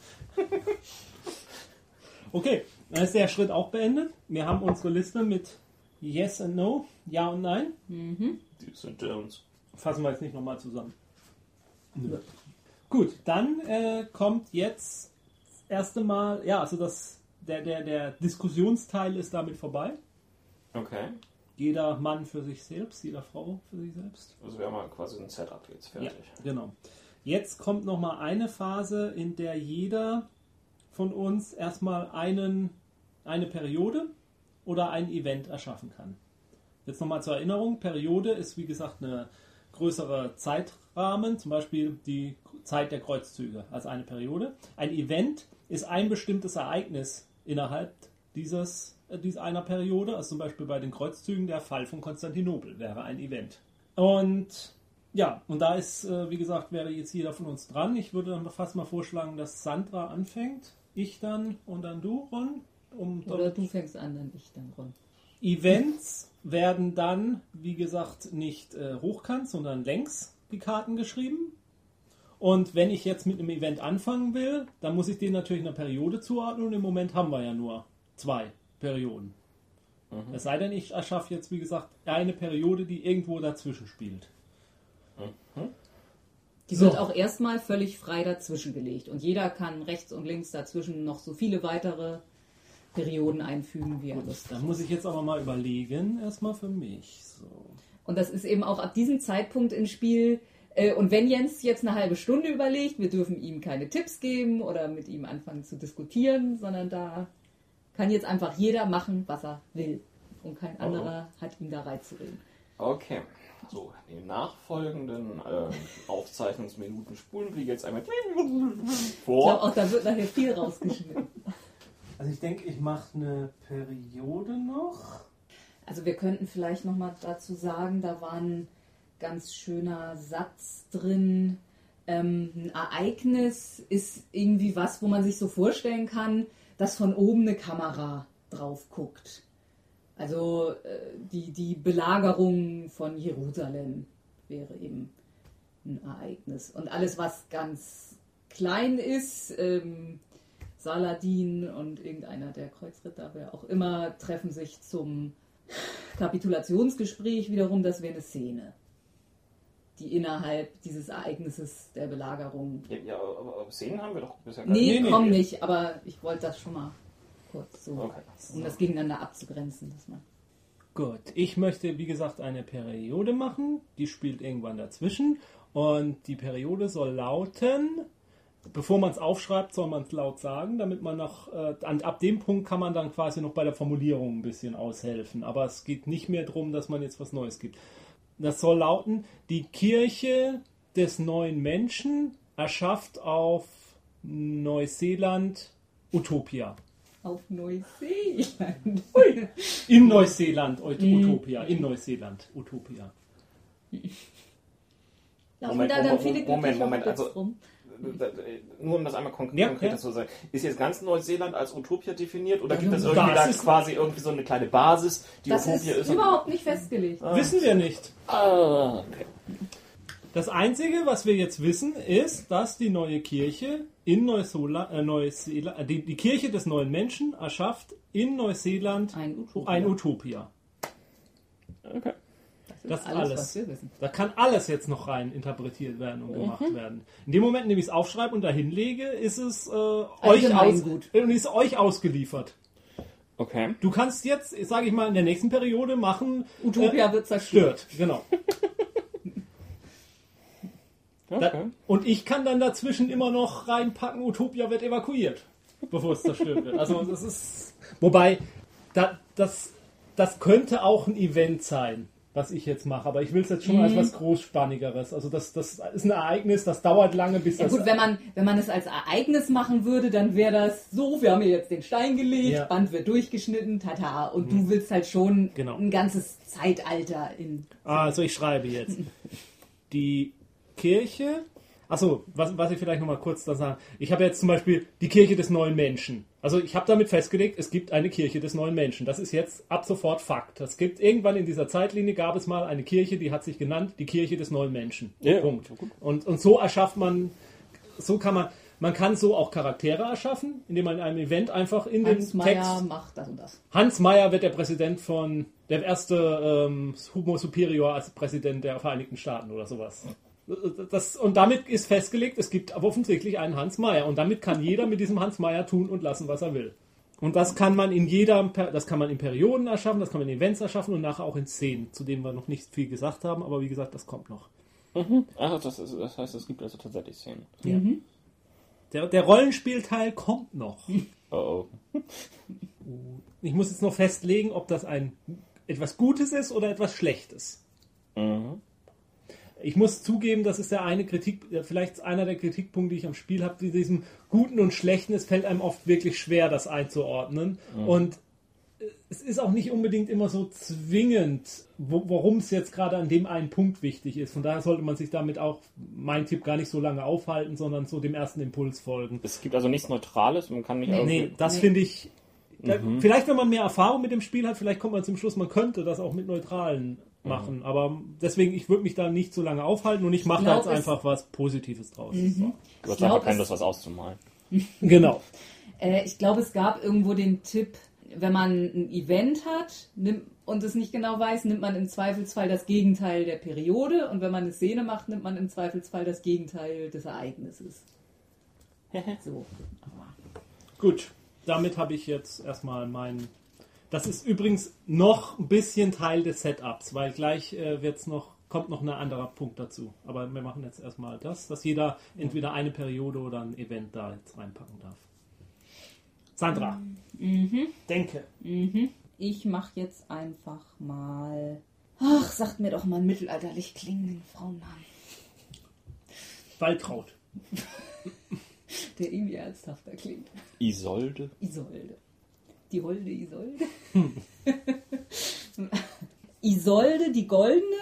Okay, dann ist der Schritt auch beendet. Wir haben unsere Liste mit Yes and No, Ja und Nein. Die sind uns. Fassen wir jetzt nicht nochmal zusammen. Nö. Gut, dann kommt jetzt das erste Mal, ja, also der Diskussionsteil ist damit vorbei. Okay. Jeder Mann für sich selbst, jeder Frau für sich selbst. Also wir haben mal quasi ein Setup jetzt fertig. Ja, genau. Jetzt kommt nochmal eine Phase, in der jeder von uns erstmal eine Periode oder ein Event erschaffen kann. Jetzt nochmal zur Erinnerung, Periode ist wie gesagt eine größere Zeitrahmen, zum Beispiel die Zeit der Kreuzzüge als eine Periode. Ein Event ist ein bestimmtes Ereignis innerhalb dieser einer Periode, also zum Beispiel bei den Kreuzzügen der Fall von Konstantinopel wäre ein Event. Und ja, und da ist, wie gesagt, wäre jetzt jeder von uns dran. Ich würde dann fast mal vorschlagen, dass Sandra anfängt, ich dann und dann du, Ron. Oder du fängst an, dann ich, dann Ron. Events werden dann, wie gesagt, nicht hochkant, sondern längs die Karten geschrieben. Und wenn ich jetzt mit einem Event anfangen will, dann muss ich den natürlich einer Periode zuordnen und im Moment haben wir ja nur 2 Perioden. Es sei denn, ich erschaffe jetzt, wie gesagt, eine Periode, die irgendwo dazwischen spielt. Die wird auch erstmal völlig frei dazwischen gelegt. Und jeder kann rechts und links dazwischen noch so viele weitere Perioden einfügen, wie er Lust Da hat. muss ich jetzt aber mal überlegen, erstmal für mich. So. Und das ist eben auch ab diesem Zeitpunkt im Spiel. Und wenn Jens jetzt eine halbe Stunde überlegt, wir dürfen ihm keine Tipps geben oder mit ihm anfangen zu diskutieren, sondern da kann jetzt einfach jeder machen, was er will. Und kein anderer hat ihm da reinzureden. Okay. So, in den nachfolgenden Aufzeichnungsminuten spulen wir jetzt einmal Ich glaube vor. auch, da wird nachher viel rausgeschnitten. Also ich denke, ich mache eine Periode noch. Also wir könnten vielleicht nochmal dazu sagen, da war ein ganz schöner Satz drin. Ein Ereignis ist irgendwie was, wo man sich so vorstellen kann, dass von oben eine Kamera drauf guckt. Also die Belagerung von Jerusalem wäre eben ein Ereignis. Und alles, was ganz klein ist, Saladin und irgendeiner der Kreuzritter, wer auch immer, treffen sich zum Kapitulationsgespräch wiederum, das wäre eine Szene, die innerhalb dieses Ereignisses der Belagerung... Ja, aber Szenen haben wir doch bisher gar Nee, Nee, komm nee. nicht, aber ich wollte das schon mal kurz so, Okay. um das gegeneinander abzugrenzen. Dass man Gut, ich möchte, wie gesagt, eine Periode machen. Die spielt irgendwann dazwischen. Und die Periode soll lauten, bevor man es aufschreibt, soll man es laut sagen, damit man noch, ab dem Punkt kann man dann quasi noch bei der Formulierung ein bisschen aushelfen. Aber es geht nicht mehr darum, dass man jetzt was Neues gibt. Das soll lauten, die Kirche des neuen Menschen erschafft auf Neuseeland Utopia. auf Neuseeland. In Neuseeland Utopia. In Neuseeland Utopia. Laufen da dann viele glückliche Moment, Hobbits also rum? nur um das einmal Ja, konkreter ja. zu sagen. Ist jetzt ganz Neuseeland als Utopia definiert oder gibt es Das irgendwie da ist- quasi irgendwie so eine kleine Basis, die Das Utopia ist überhaupt nicht festgelegt. Wissen wir nicht. Okay. Das Einzige, was wir jetzt wissen, ist, dass die neue Kirche in Neuseeland, die Kirche des neuen Menschen erschafft in Neuseeland ein Utopia. Okay. Das ist Alles, alles. was wir wissen. Da kann alles jetzt noch rein interpretiert werden und gemacht werden. In dem Moment, in dem ich es aufschreibe und dahin lege, ist es Allgemeingut. ist euch ausgeliefert. Okay. Du kannst jetzt, sage ich mal, in der nächsten Periode machen, Utopia wird zerstört. genau. Okay. Und ich kann dann dazwischen immer noch reinpacken, Utopia wird evakuiert, bevor es zerstört wird. Also das ist... Wobei, das könnte auch ein Event sein, was ich jetzt mache. Aber ich will es jetzt schon als was Großspannigeres. Also das ist ein Ereignis, das dauert lange, bis Ja das... gut, wenn man es als Ereignis machen würde, dann wäre das so, wir haben hier jetzt den Stein gelegt, Ja. Band wird durchgeschnitten, tata. Und du willst halt schon Genau. ein ganzes Zeitalter in... Also ich schreibe jetzt. Die Kirche Achso, was ich vielleicht nochmal kurz da sagen. Ich habe jetzt zum Beispiel die Kirche des neuen Menschen. Also ich habe damit festgelegt, es gibt eine Kirche des neuen Menschen. Das ist jetzt ab sofort Fakt. Es gibt irgendwann in dieser Zeitlinie gab es mal eine Kirche, die hat sich genannt, die Kirche des neuen Menschen. Ja, Punkt. gut. Und so erschafft man, man kann so auch Charaktere erschaffen, indem man in einem Event einfach in Hans den Meyer Text... macht das und das. Hans Meyer wird der Präsident der erste Homo Superior als Präsident der Vereinigten Staaten oder sowas. Und damit ist festgelegt, es gibt offensichtlich einen Hans Meyer. Und damit kann jeder mit diesem Hans Meyer tun und lassen, was er will. Und das kann man in Perioden erschaffen, das kann man in Events erschaffen und nachher auch in Szenen, zu denen wir noch nicht viel gesagt haben. Aber wie gesagt, das kommt noch. Ach, das heißt, es gibt also tatsächlich Szenen. Ja. Der Rollenspielteil kommt noch. Oh. Ich muss jetzt noch festlegen, ob das etwas Gutes ist oder etwas Schlechtes. Mhm. Ich muss zugeben, das ist vielleicht einer der Kritikpunkte, die ich am Spiel habe, diesem Guten und Schlechten. Es fällt einem oft wirklich schwer, das einzuordnen. Mhm. Und es ist auch nicht unbedingt immer so zwingend, worum es jetzt gerade an dem einen Punkt wichtig ist. Von daher sollte man sich damit auch, mein Tipp, gar nicht so lange aufhalten, sondern so dem ersten Impuls folgen. Es gibt also nichts Neutrales, man kann nicht... Finde ich... Vielleicht, wenn man mehr Erfahrung mit dem Spiel hat, vielleicht kommt man zum Schluss, man könnte das auch mit Neutralen machen. Aber deswegen, ich würde mich da nicht so lange aufhalten und ich mache da jetzt einfach was Positives draus. So. Du hast einfach keine Lust, was auszumalen. Genau. Ich glaube, es gab irgendwo den Tipp, wenn man ein Event hat und es nicht genau weiß, nimmt man im Zweifelsfall das Gegenteil der Periode und wenn man eine Szene macht, nimmt man im Zweifelsfall das Gegenteil des Ereignisses. So. Gut, damit habe ich jetzt erstmal Das ist übrigens noch ein bisschen Teil des Setups, weil gleich kommt noch ein anderer Punkt dazu. Aber wir machen jetzt erstmal dass jeder entweder eine Periode oder ein Event da jetzt reinpacken darf. Sandra, denke. Ich mache jetzt einfach mal... Ach, sagt mir doch mal einen mittelalterlich klingenden Frauennamen. Waltraud. Der irgendwie ernsthafter klingt. Isolde. Die holde Isolde. Isolde, die goldene.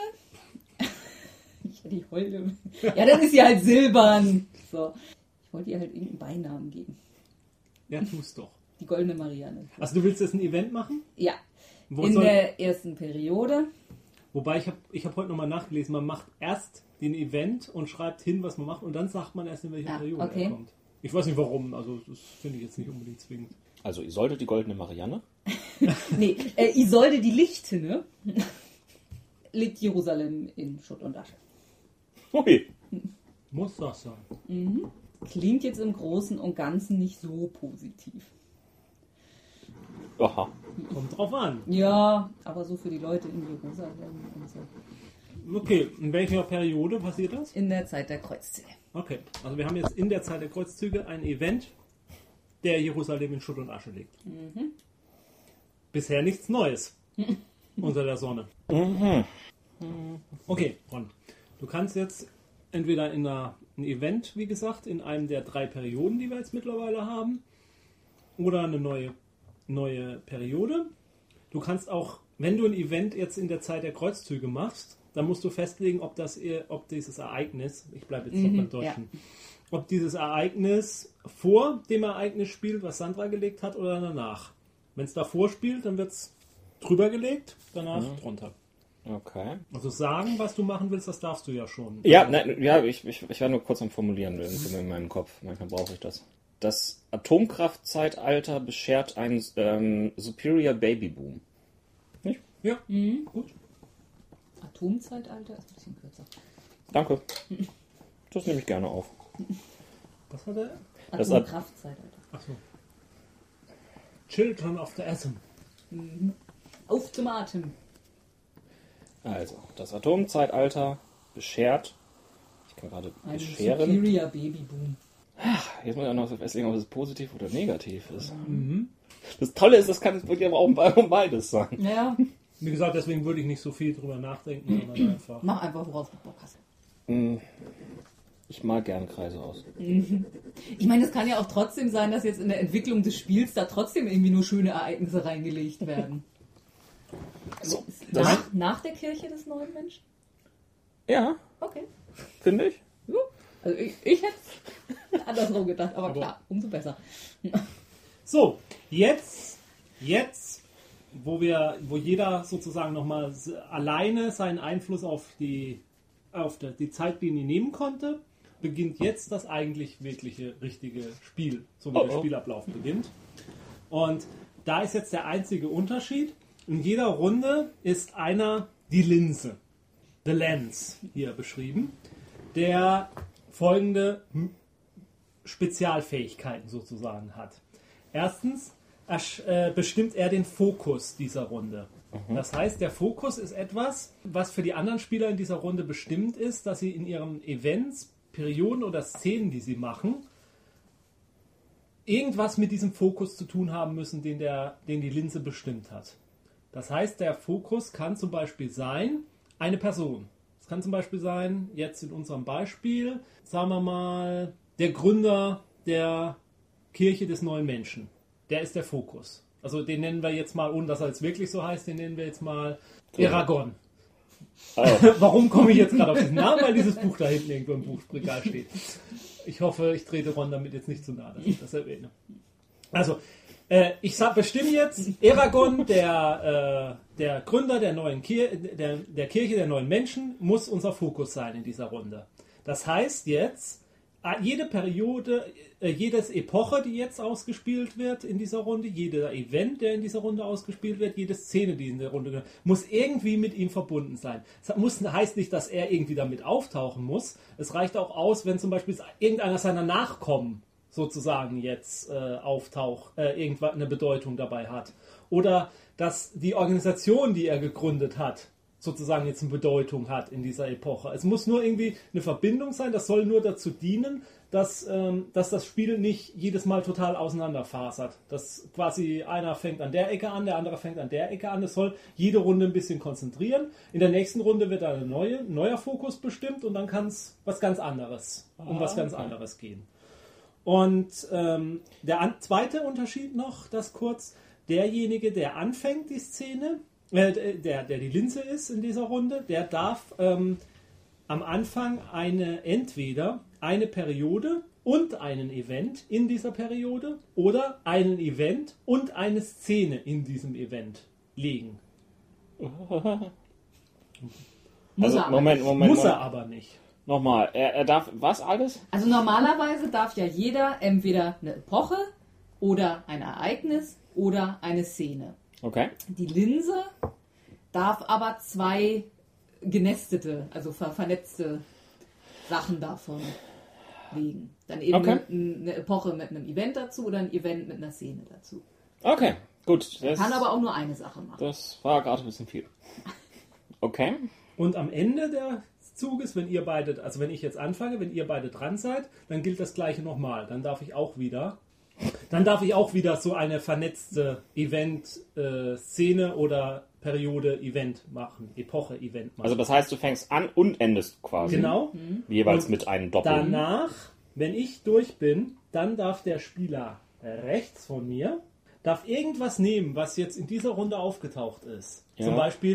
Die holde. Ja, dann ist sie halt silbern. So. Ich wollte ihr halt irgendeinen Beinamen geben. Ja, tu's doch. Die goldene Marianne. Also du willst jetzt ein Event machen? Ja. Der ersten Periode. Wobei ich hab heute nochmal nachgelesen, man macht erst den Event und schreibt hin, was man macht und dann sagt man erst, in welcher Periode er kommt. Ich weiß nicht warum, also das finde ich jetzt nicht unbedingt zwingend. Also Isolde, die goldene Marianne? Nee, Isolde, die Lichthinne, liegt Jerusalem in Schutt und Asche. Ui. Muss das sein. Klingt jetzt im Großen und Ganzen nicht so positiv. Aha. Kommt drauf an. Ja, aber so für die Leute in Jerusalem und so. Okay, in welcher Periode passiert das? In der Zeit der Kreuzzüge. Okay, also wir haben jetzt in der Zeit der Kreuzzüge ein Event, der Jerusalem in Schutt und Asche legt. Bisher nichts Neues unter der Sonne. Okay, Ron, du kannst jetzt entweder in ein Event, wie gesagt, in einem der 3 Perioden, die wir jetzt mittlerweile haben, oder eine neue Periode. Du kannst auch, wenn du ein Event jetzt in der Zeit der Kreuzzüge machst, dann musst du festlegen, ob dieses Ereignis, ich bleibe jetzt noch beim Deutschen, ob dieses Ereignis vor dem Ereignis spielt, was Sandra gelegt hat, oder danach. Wenn es davor spielt, dann wird es drüber gelegt, danach drunter. Okay. Also sagen, was du machen willst, das darfst du ja schon. Ja, ich war nur kurz am Formulieren in meinem Kopf. Manchmal brauche ich das. Das Atomkraftzeitalter beschert einen Superior Baby Boom. Nicht? Ja, gut. Atomzeitalter ist ein bisschen kürzer. Danke. Das nehme ich gerne auf. Was hat er? Atomkraftzeitalter. Achso. Children of the Atom. Auf zum Atem. Also, das Atomzeitalter beschert. Ich kann gerade bescheren. Superior Baby Boom. Jetzt muss ich auch noch festlegen, ob es positiv oder negativ ist. Das Tolle ist, das kann es wirklich aber auch um beides sein. Ja. Wie gesagt, deswegen würde ich nicht so viel drüber nachdenken, sondern einfach. Mach einfach, worauf du Bock hast. Ich mag gern Kreise aus. Ich meine, es kann ja auch trotzdem sein, dass jetzt in der Entwicklung des Spiels da trotzdem irgendwie nur schöne Ereignisse reingelegt werden. So, nach der Kirche des neuen Menschen? Ja, Okay. finde ich. Also ich hätte es andersrum gedacht, aber klar, umso besser. So, jetzt, wo jeder sozusagen nochmal alleine seinen Einfluss auf die Zeitlinie nehmen konnte, beginnt jetzt das eigentlich wirkliche, richtige Spiel, so wie der Spielablauf beginnt. Und da ist jetzt der einzige Unterschied. In jeder Runde ist einer die Linse, the lens, hier beschrieben, der folgende Spezialfähigkeiten sozusagen hat. Erstens bestimmt er den Fokus dieser Runde. Das heißt, der Fokus ist etwas, was für die anderen Spieler in dieser Runde bestimmt ist, dass sie in ihren Events, Perioden oder Szenen, die sie machen, irgendwas mit diesem Fokus zu tun haben müssen, den die Linse bestimmt hat. Das heißt, der Fokus kann zum Beispiel sein, eine Person. Es kann zum Beispiel sein, jetzt in unserem Beispiel, sagen wir mal, der Gründer der Kirche des neuen Menschen. Der ist der Fokus. Also den nennen wir jetzt mal, ohne dass er jetzt wirklich so heißt, den nennen wir jetzt mal Eragon. Oh. Warum komme ich jetzt gerade auf diesen Namen? Weil dieses Buch da hinten irgendwo im Buchregal steht. Ich hoffe, ich trete Ron damit jetzt nicht zu nahe, dass ich das erwähne. Also, ich bestimme jetzt, Eragon, der Gründer der neuen der Kirche der neuen Menschen, muss unser Fokus sein in dieser Runde. Das heißt jetzt, jede Periode, jede Epoche, die jetzt ausgespielt wird in dieser Runde, jeder Event, der in dieser Runde ausgespielt wird, jede Szene, die in der Runde muss irgendwie mit ihm verbunden sein. Das heißt nicht, dass er irgendwie damit auftauchen muss. Es reicht auch aus, wenn zum Beispiel irgendeiner seiner Nachkommen sozusagen jetzt irgendwann eine Bedeutung dabei hat. Oder dass die Organisation, die er gegründet hat, sozusagen jetzt eine Bedeutung hat in dieser Epoche. Es muss nur irgendwie eine Verbindung sein, das soll nur dazu dienen, dass das Spiel nicht jedes Mal total auseinanderfasert. Dass quasi einer fängt an der Ecke an, der andere fängt an der Ecke an. Das soll jede Runde ein bisschen konzentrieren. In der nächsten Runde wird dann ein neuer Fokus bestimmt und dann kann es was ganz anderes gehen. Und der zweite Unterschied noch, das kurz, derjenige, der anfängt die Szene, der die Linse ist in dieser Runde, der darf am Anfang entweder eine Periode und einen Event in dieser Periode oder einen Event und eine Szene in diesem Event legen. Muss er aber nicht. Nochmal, er darf was alles? Also normalerweise darf ja jeder entweder eine Epoche oder ein Ereignis oder eine Szene. Okay. Die Linse darf aber zwei genestete, also vernetzte Sachen davon legen. Dann eben eine Epoche mit einem Event dazu oder ein Event mit einer Szene dazu. Okay, gut. Er kann aber auch nur eine Sache machen. Das war gerade ein bisschen viel. Okay. Und am Ende des Zuges, wenn ich jetzt anfange, wenn ihr beide dran seid, dann gilt das Gleiche nochmal. Dann darf ich auch wieder so eine vernetzte Event-Szene oder Periode-Event machen, Epoche-Event machen. Also das heißt, du fängst an und endest quasi. Genau. Jeweils und mit einem Doppel. Danach, wenn ich durch bin, dann darf der Spieler rechts von mir irgendwas nehmen, was jetzt in dieser Runde aufgetaucht ist. Ja. Zum Beispiel,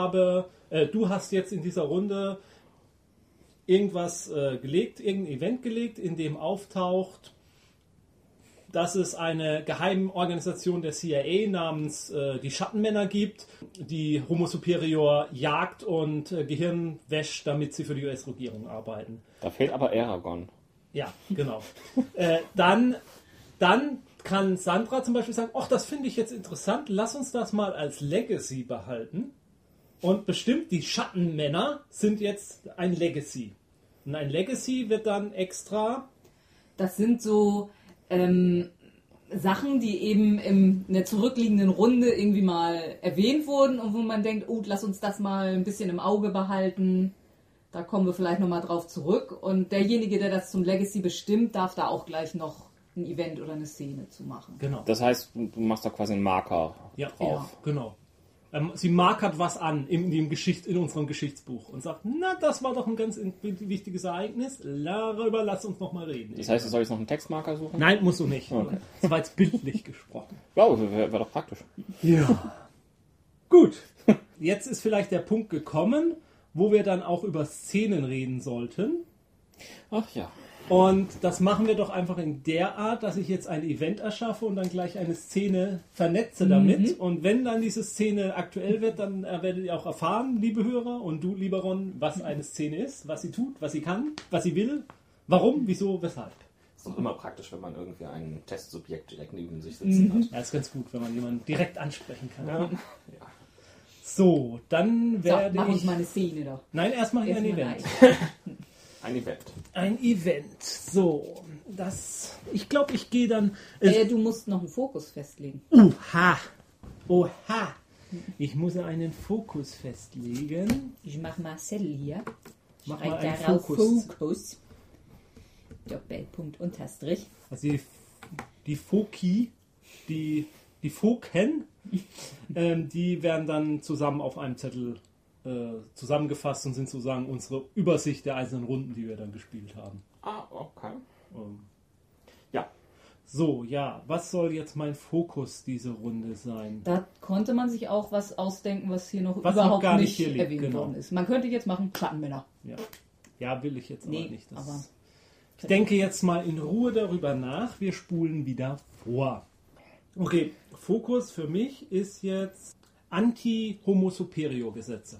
du hast jetzt in dieser Runde irgendwas gelegt, irgendein Event gelegt, in dem auftaucht, dass es eine geheime Organisation der CIA namens die Schattenmänner gibt, die Homo Superior jagt und Gehirn wäscht, damit sie für die US-Regierung arbeiten. Da fehlt aber Eragon. Ja, genau. Dann kann Sandra zum Beispiel sagen, ach, das finde ich jetzt interessant, lass uns das mal als Legacy behalten. Und bestimmt, die Schattenmänner sind jetzt ein Legacy. Und ein Legacy wird dann extra... Das sind so... Sachen, die eben in der zurückliegenden Runde irgendwie mal erwähnt wurden und wo man denkt, lass uns das mal ein bisschen im Auge behalten, da kommen wir vielleicht nochmal drauf zurück. Und derjenige, der das zum Legacy bestimmt, darf da auch gleich noch ein Event oder eine Szene zu machen. Genau. Das heißt, du machst da quasi einen Marker drauf. Ja, genau. Sie markert was an in unserem Geschichtsbuch und sagt, na, das war doch ein ganz wichtiges Ereignis, darüber lass uns noch mal reden. Das heißt, soll ich jetzt noch einen Textmarker suchen? Nein, musst du nicht. Okay. Das war jetzt bildlich gesprochen. Ja, wäre doch praktisch. Ja. Gut. Jetzt ist vielleicht der Punkt gekommen, wo wir dann auch über Szenen reden sollten. Ach ja. Und das machen wir doch einfach in der Art, dass ich jetzt ein Event erschaffe und dann gleich eine Szene vernetze damit. Und wenn dann diese Szene aktuell wird, dann werdet ihr auch erfahren, liebe Hörer und du, lieber Ron, was eine Szene ist, was sie tut, was sie kann, was sie will, warum, wieso, weshalb. Ist doch immer praktisch, wenn man irgendwie ein Testsubjekt direkt neben sich sitzen hat. Ja, ist ganz gut, wenn man jemanden direkt ansprechen kann. Ja. So, dann So, werde mach uns ich... mal eine Szene doch. Nein, erst mache ich ein Jetzt mal Event. Ein Event. Ein Event. So, das... Ich glaube, ich gehe dann... Du musst noch einen Fokus festlegen. Oha! Oha! Ich muss einen Fokus festlegen. Ich mach Marcel hier. Mach Schreib mal einen darauf Fokus. Fokus. Doppelpunkt Unterstrich. Also die Foki, die Foken, die werden dann zusammen auf einem Zettel zusammengefasst und sind sozusagen unsere Übersicht der einzelnen Runden, die wir dann gespielt haben. Ah, okay. Ja. So, ja, was soll jetzt mein Fokus diese Runde sein? Da konnte man sich auch was ausdenken, was hier noch Was noch überhaupt gar nicht nicht hier liegt, erwähnt genau. worden ist. Man könnte jetzt machen Schattenmänner. Ja, ja, will ich jetzt aber Nee, nicht. aber Ich denke jetzt mal in Ruhe darüber nach. Wir spulen wieder vor. Okay, Fokus für mich ist jetzt Anti-Homo Superior-Gesetze.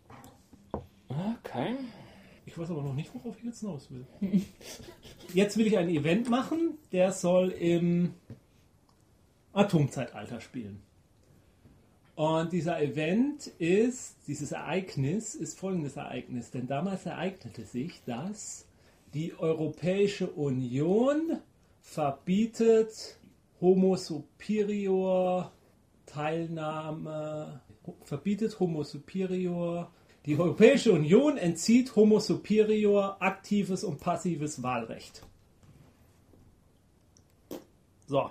Okay. Ich weiß aber noch nicht, worauf ich jetzt hinaus will. Jetzt will ich ein Event machen, der soll im Atomzeitalter spielen. Und dieses Ereignis ist folgendes Ereignis, denn damals ereignete sich, dass die Europäische Union verbietet Homo Superior Teilnahme, die Europäische Union entzieht Homo Superior aktives und passives Wahlrecht. So.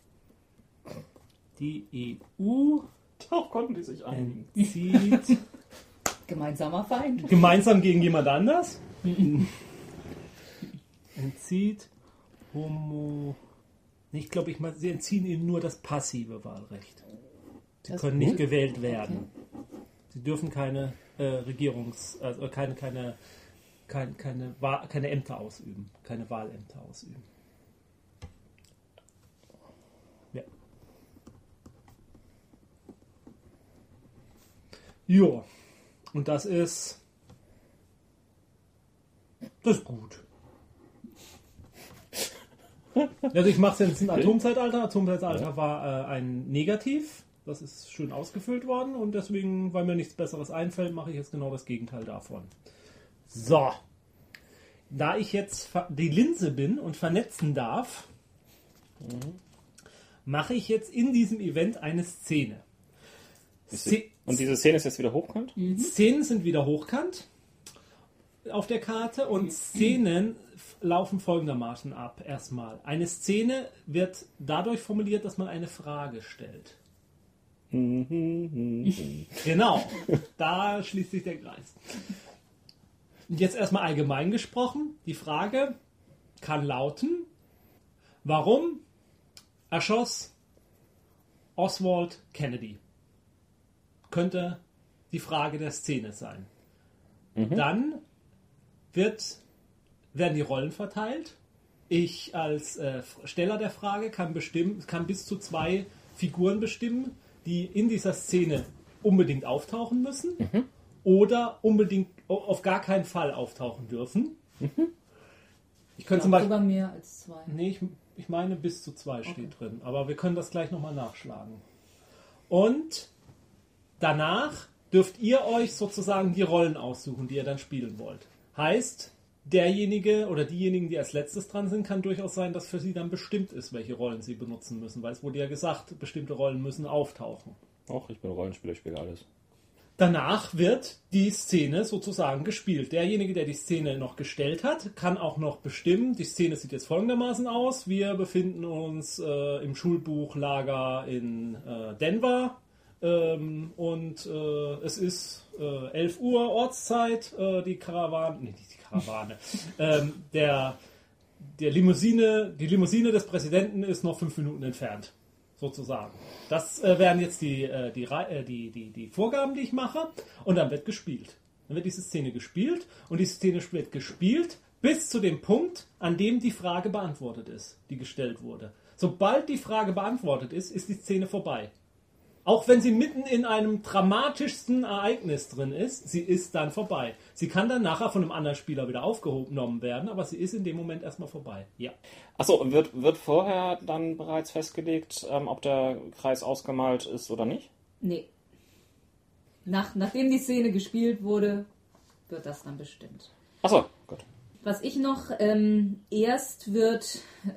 Die EU Darauf konnten die sich einigen. entzieht gemeinsamer Feind. gemeinsam gegen jemand anders. Entzieht Homo. Ich glaube, sie entziehen ihnen nur das passive Wahlrecht. Sie können nicht gewählt werden. Sie dürfen keine keine Ämter ausüben, keine Wahlämter ausüben. Ja. Jo. Und das ist gut. Also ich mache es jetzt im Atomzeitalter. Atomzeitalter war ein Negativ. Das ist schön ausgefüllt worden und deswegen, weil mir nichts Besseres einfällt, mache ich jetzt genau das Gegenteil davon. So. Da ich jetzt die Linse bin und vernetzen darf, mache ich jetzt in diesem Event eine Szene. Und diese Szene ist jetzt wieder hochkant? Szenen sind wieder hochkant auf der Karte und Szenen laufen folgendermaßen ab. Erstmal. Eine Szene wird dadurch formuliert, dass man eine Frage stellt. Genau, da schließt sich der Kreis. Und jetzt erstmal allgemein gesprochen. Die Frage kann lauten, warum erschoss Oswald Kennedy? Könnte die Frage der Szene sein. Dann werden die Rollen verteilt. Ich als Steller der Frage kann bis zu 2 Figuren bestimmen, die in dieser Szene unbedingt auftauchen müssen oder unbedingt auf gar keinen Fall auftauchen dürfen. Ich könnte zum Beispiel sogar mehr als 2. Nee, ich meine bis zu 2 steht drin, aber wir können das gleich nochmal nachschlagen. Und danach dürft ihr euch sozusagen die Rollen aussuchen, die ihr dann spielen wollt. Heißt, derjenige oder diejenigen, die als letztes dran sind, kann durchaus sein, dass für sie dann bestimmt ist, welche Rollen sie benutzen müssen, weil es wurde ja gesagt, bestimmte Rollen müssen auftauchen. Ach, ich bin Rollenspieler, ich spiele alles. Danach wird die Szene sozusagen gespielt. Derjenige, der die Szene noch gestellt hat, kann auch noch bestimmen. Die Szene sieht jetzt folgendermaßen aus. Wir befinden uns im Schulbuchlager in Denver. Und es ist 11 Uhr Ortszeit, die Limousine des Präsidenten ist noch 5 Minuten entfernt, sozusagen. Das wären jetzt die Vorgaben, die ich mache, und dann wird gespielt. Dann wird diese Szene gespielt und die Szene wird gespielt, bis zu dem Punkt, an dem die Frage beantwortet ist, die gestellt wurde. Sobald die Frage beantwortet ist, ist die Szene vorbei. Auch wenn sie mitten in einem dramatischsten Ereignis drin ist, sie ist dann vorbei. Sie kann dann nachher von einem anderen Spieler wieder aufgenommen werden, aber sie ist in dem Moment erstmal vorbei. Ja. Achso, wird vorher dann bereits festgelegt, ob der Kreis ausgemalt ist oder nicht? Nee. Nachdem die Szene gespielt wurde, wird das dann bestimmt. Achso, gut. Was ich noch, erst wird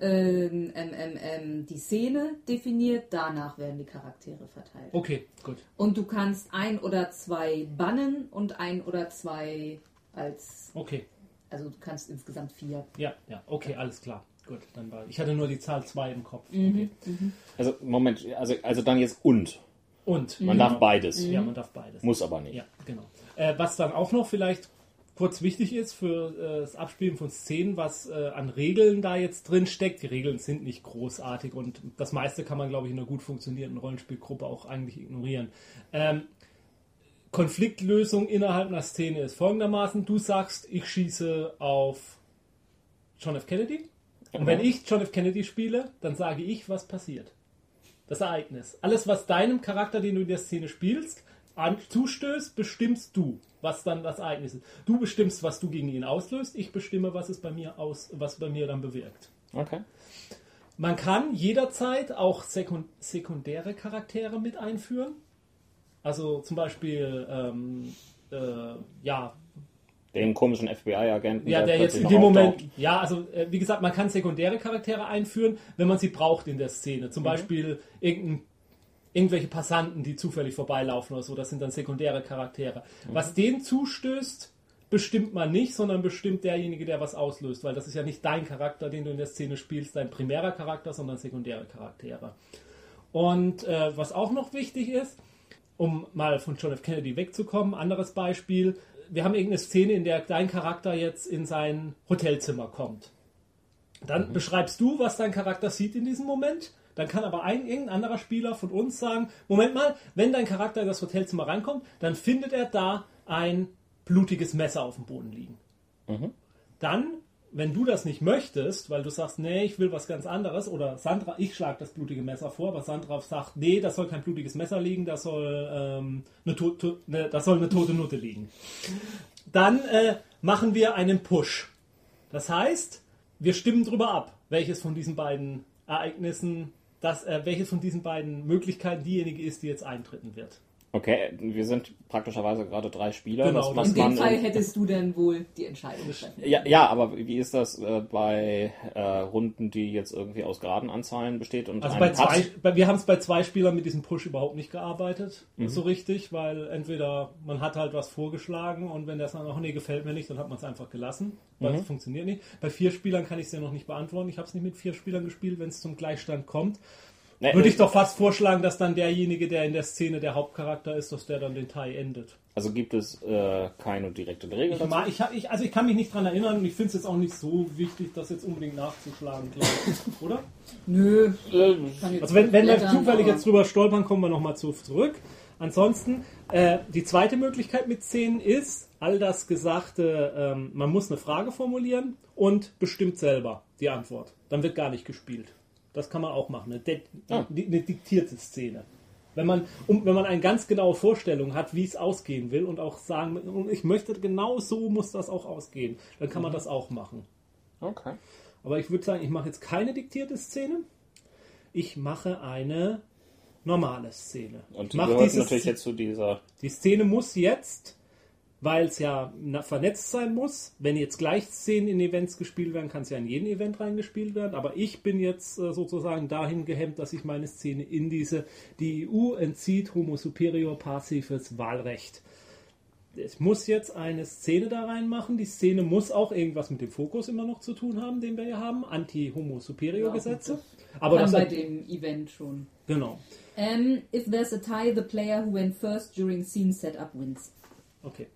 die Szene definiert, danach werden die Charaktere verteilt. Okay, gut. Und du kannst 1 oder 2 bannen und 1 oder 2 als... Okay. Also du kannst insgesamt 4. Ja, okay, alles klar. Gut, dann war ich hatte nur die Zahl 2 im Kopf. Okay. Also, Moment, also dann jetzt und. Und? Man darf beides. Ja, man darf beides. Muss aber nicht. Ja, genau. Was dann auch noch vielleicht kurz wichtig ist für das Abspielen von Szenen, was an Regeln da jetzt drin steckt. Die Regeln sind nicht großartig und das meiste kann man, glaube ich, in einer gut funktionierenden Rollenspielgruppe auch eigentlich ignorieren. Konfliktlösung innerhalb einer Szene ist folgendermaßen: Du sagst, ich schieße auf John F. Kennedy und wenn ich John F. Kennedy spiele, dann sage ich, was passiert. Das Ereignis. Alles, was deinem Charakter, den du in der Szene spielst, zustößt, bestimmst du, was dann das Ereignis ist. Du bestimmst, was du gegen ihn auslöst, ich bestimme, was bei mir dann bewirkt. Okay. Man kann jederzeit auch sekundäre Charaktere mit einführen. Also zum Beispiel, Den komischen FBI-Agenten. ja, der jetzt in dem Moment, ja, also wie gesagt, man kann sekundäre Charaktere einführen, wenn man sie braucht in der Szene. Zum Beispiel irgendwelche Passanten, die zufällig vorbeilaufen oder so, das sind dann sekundäre Charaktere. Was denen zustößt, bestimmt man nicht, sondern bestimmt derjenige, der was auslöst, weil das ist ja nicht dein Charakter, den du in der Szene spielst, dein primärer Charakter, sondern sekundäre Charaktere. Und was auch noch wichtig ist, um mal von John F. Kennedy wegzukommen, anderes Beispiel: Wir haben irgendeine Szene, in der dein Charakter jetzt in sein Hotelzimmer kommt. Dann beschreibst du, was dein Charakter sieht in diesem Moment. Dann kann aber irgendein anderer Spieler von uns sagen: Moment mal, wenn dein Charakter in das Hotelzimmer reinkommt, dann findet er da ein blutiges Messer auf dem Boden liegen. Dann, wenn du das nicht möchtest, weil du sagst, nee, ich will was ganz anderes, oder Sandra, ich schlage das blutige Messer vor, aber Sandra sagt, nee, das soll kein blutiges Messer liegen, das soll eine tote Nutte liegen. Dann machen wir einen Push. Das heißt, wir stimmen drüber ab, welches von diesen beiden Ereignissen, welches von diesen beiden Möglichkeiten diejenige ist, die jetzt eintreten wird. Okay, wir sind praktischerweise gerade 3 Spieler. Genau, In dem Fall hättest du dann wohl die Entscheidung treffen. Ja, aber wie ist das bei Runden, die jetzt irgendwie aus geraden Anzahlen besteht? Und also wir haben es bei 2 Spielern mit diesem Push überhaupt nicht gearbeitet, so richtig, weil entweder man hat halt was vorgeschlagen und wenn das dann auch, nee, gefällt mir nicht, dann hat man es einfach gelassen, weil es funktioniert nicht. Bei 4 Spielern kann ich es ja noch nicht beantworten. Ich habe es nicht mit 4 Spielern gespielt, wenn es zum Gleichstand kommt. Würde ich doch fast vorschlagen, dass dann derjenige, der in der Szene der Hauptcharakter ist, dass der dann den Teil endet. Also gibt es keine direkte Regel dazu? Ich kann mich nicht dran erinnern und ich finde es jetzt auch nicht so wichtig, das jetzt unbedingt nachzuschlagen, glaube ich. Oder? Nö. Also wenn wir zufällig jetzt drüber stolpern, kommen wir nochmal zurück. Ansonsten, die zweite Möglichkeit mit Szenen ist, all das Gesagte, man muss eine Frage formulieren und bestimmt selber die Antwort. Dann wird gar nicht gespielt. Das kann man auch machen, eine diktierte Szene. Wenn man eine ganz genaue Vorstellung hat, wie es ausgehen will und auch sagen, ich möchte, genau so muss das auch ausgehen, dann kann man das auch machen. Okay. Aber ich würde sagen, ich mache jetzt keine diktierte Szene. Ich mache eine normale Szene. Und die gehört natürlich jetzt zu dieser... Die Szene muss jetzt, weil es ja vernetzt sein muss, wenn jetzt gleich Szenen in Events gespielt werden, kann es ja in jeden Event reingespielt werden, aber ich bin jetzt sozusagen dahin gehemmt, dass ich meine Szene in die EU entzieht Homo Superior passives Wahlrecht. Ich muss jetzt eine Szene da reinmachen, die Szene muss auch irgendwas mit dem Fokus immer noch zu tun haben, den wir hier haben, Anti-Homo Superior Gesetze. Aber das bei dem Event schon. Genau. If there's a tie, the player who went first during scene setup wins. Okay.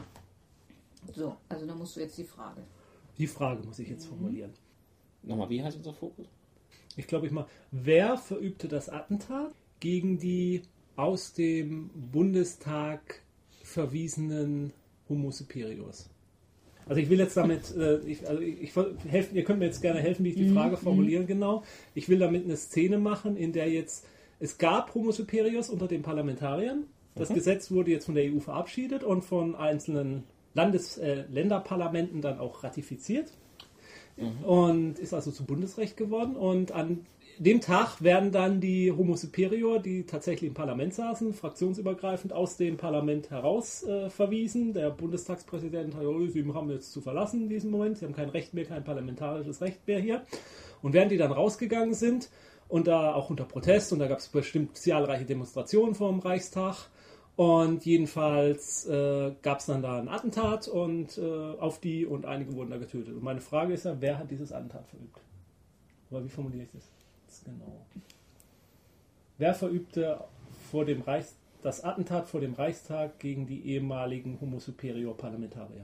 So, also da musst du jetzt die Frage. Die Frage muss ich jetzt formulieren. Nochmal, wie heißt unser Fokus? Ich glaube, wer verübte das Attentat gegen die aus dem Bundestag verwiesenen Homo Superiors? Also ich will jetzt damit, ihr könnt mir jetzt gerne helfen, wie ich die Frage formuliere genau. Ich will damit eine Szene machen, in der es gab Homo superiors unter den Parlamentariern. Das Gesetz wurde jetzt von der EU verabschiedet und von einzelnen Länderparlamenten dann auch ratifiziert und ist also zu Bundesrecht geworden. Und an dem Tag werden dann die Homo superior, die tatsächlich im Parlament saßen, fraktionsübergreifend aus dem Parlament heraus verwiesen. Der Bundestagspräsident hat gesagt, sie haben jetzt zu verlassen in diesem Moment, sie haben kein Recht mehr, kein parlamentarisches Recht mehr hier. Und während die dann rausgegangen sind, und da auch unter Protest, und da gab es bestimmt zahlreiche Demonstrationen vor dem Reichstag, und jedenfalls gab es dann da ein Attentat und auf die, und einige wurden da getötet. Und meine Frage ist ja, wer hat dieses Attentat verübt? Oder wie formuliere ich das? Genau. Wer verübte das Attentat vor dem Reichstag gegen die ehemaligen Homo superior Parlamentarier?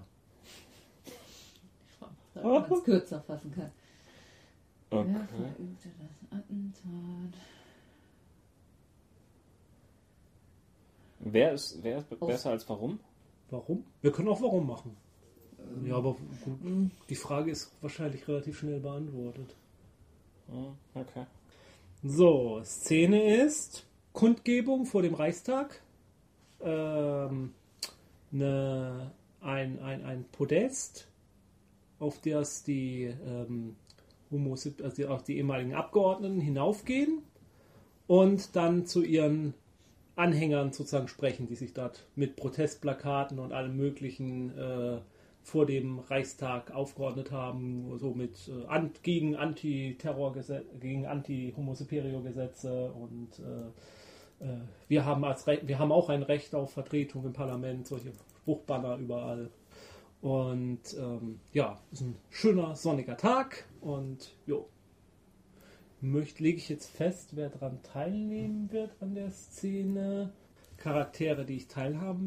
Wenn man es kürzer fassen kann. Okay. Wer verübte das Attentat? Wer ist besser als warum? Warum? Wir können auch warum machen. Ja, aber gut, die Frage ist wahrscheinlich relativ schnell beantwortet. Okay. So, Szene ist Kundgebung vor dem Reichstag. Ein Podest, auf das die auch die ehemaligen Abgeordneten hinaufgehen und dann zu ihren Anhängern sozusagen sprechen, die sich dort mit Protestplakaten und allem möglichen vor dem Reichstag aufgeordnet haben, so mit gegen Antiterrorgesetze, gegen Anti-Homo superior-Gesetze und wir haben auch ein Recht auf Vertretung im Parlament, solche Spruchbanner überall. Und ist ein schöner sonniger Tag und lege ich jetzt fest, wer daran teilnehmen wird an der Szene. Charaktere, die ich teilhaben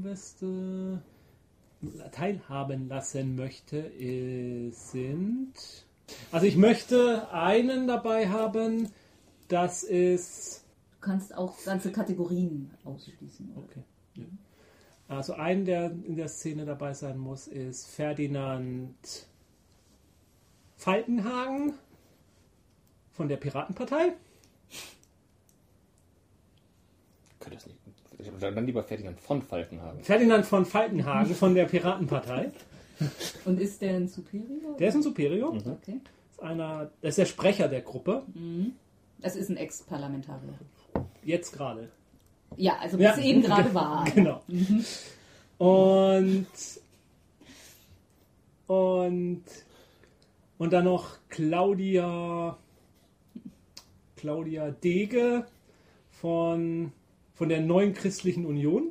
lassen möchte, sind... Also ich möchte einen dabei haben, das ist... Du kannst auch ganze Kategorien ausschließen. Oder? Okay. Ja. Also einen, der in der Szene dabei sein muss, ist Ferdinand Falkenhagen von der Piratenpartei. Könnte das nicht. Dann lieber Ferdinand von Falkenhagen. Ferdinand von Falkenhagen von der Piratenpartei. Und ist der ein Superior? Der ist ein Superior. Okay. Das ist der Sprecher der Gruppe. Das ist ein Ex-Parlamentarier. Jetzt gerade. Ja, also bis eben gerade war. Genau. Und dann noch Claudia Dege von der Neuen Christlichen Union.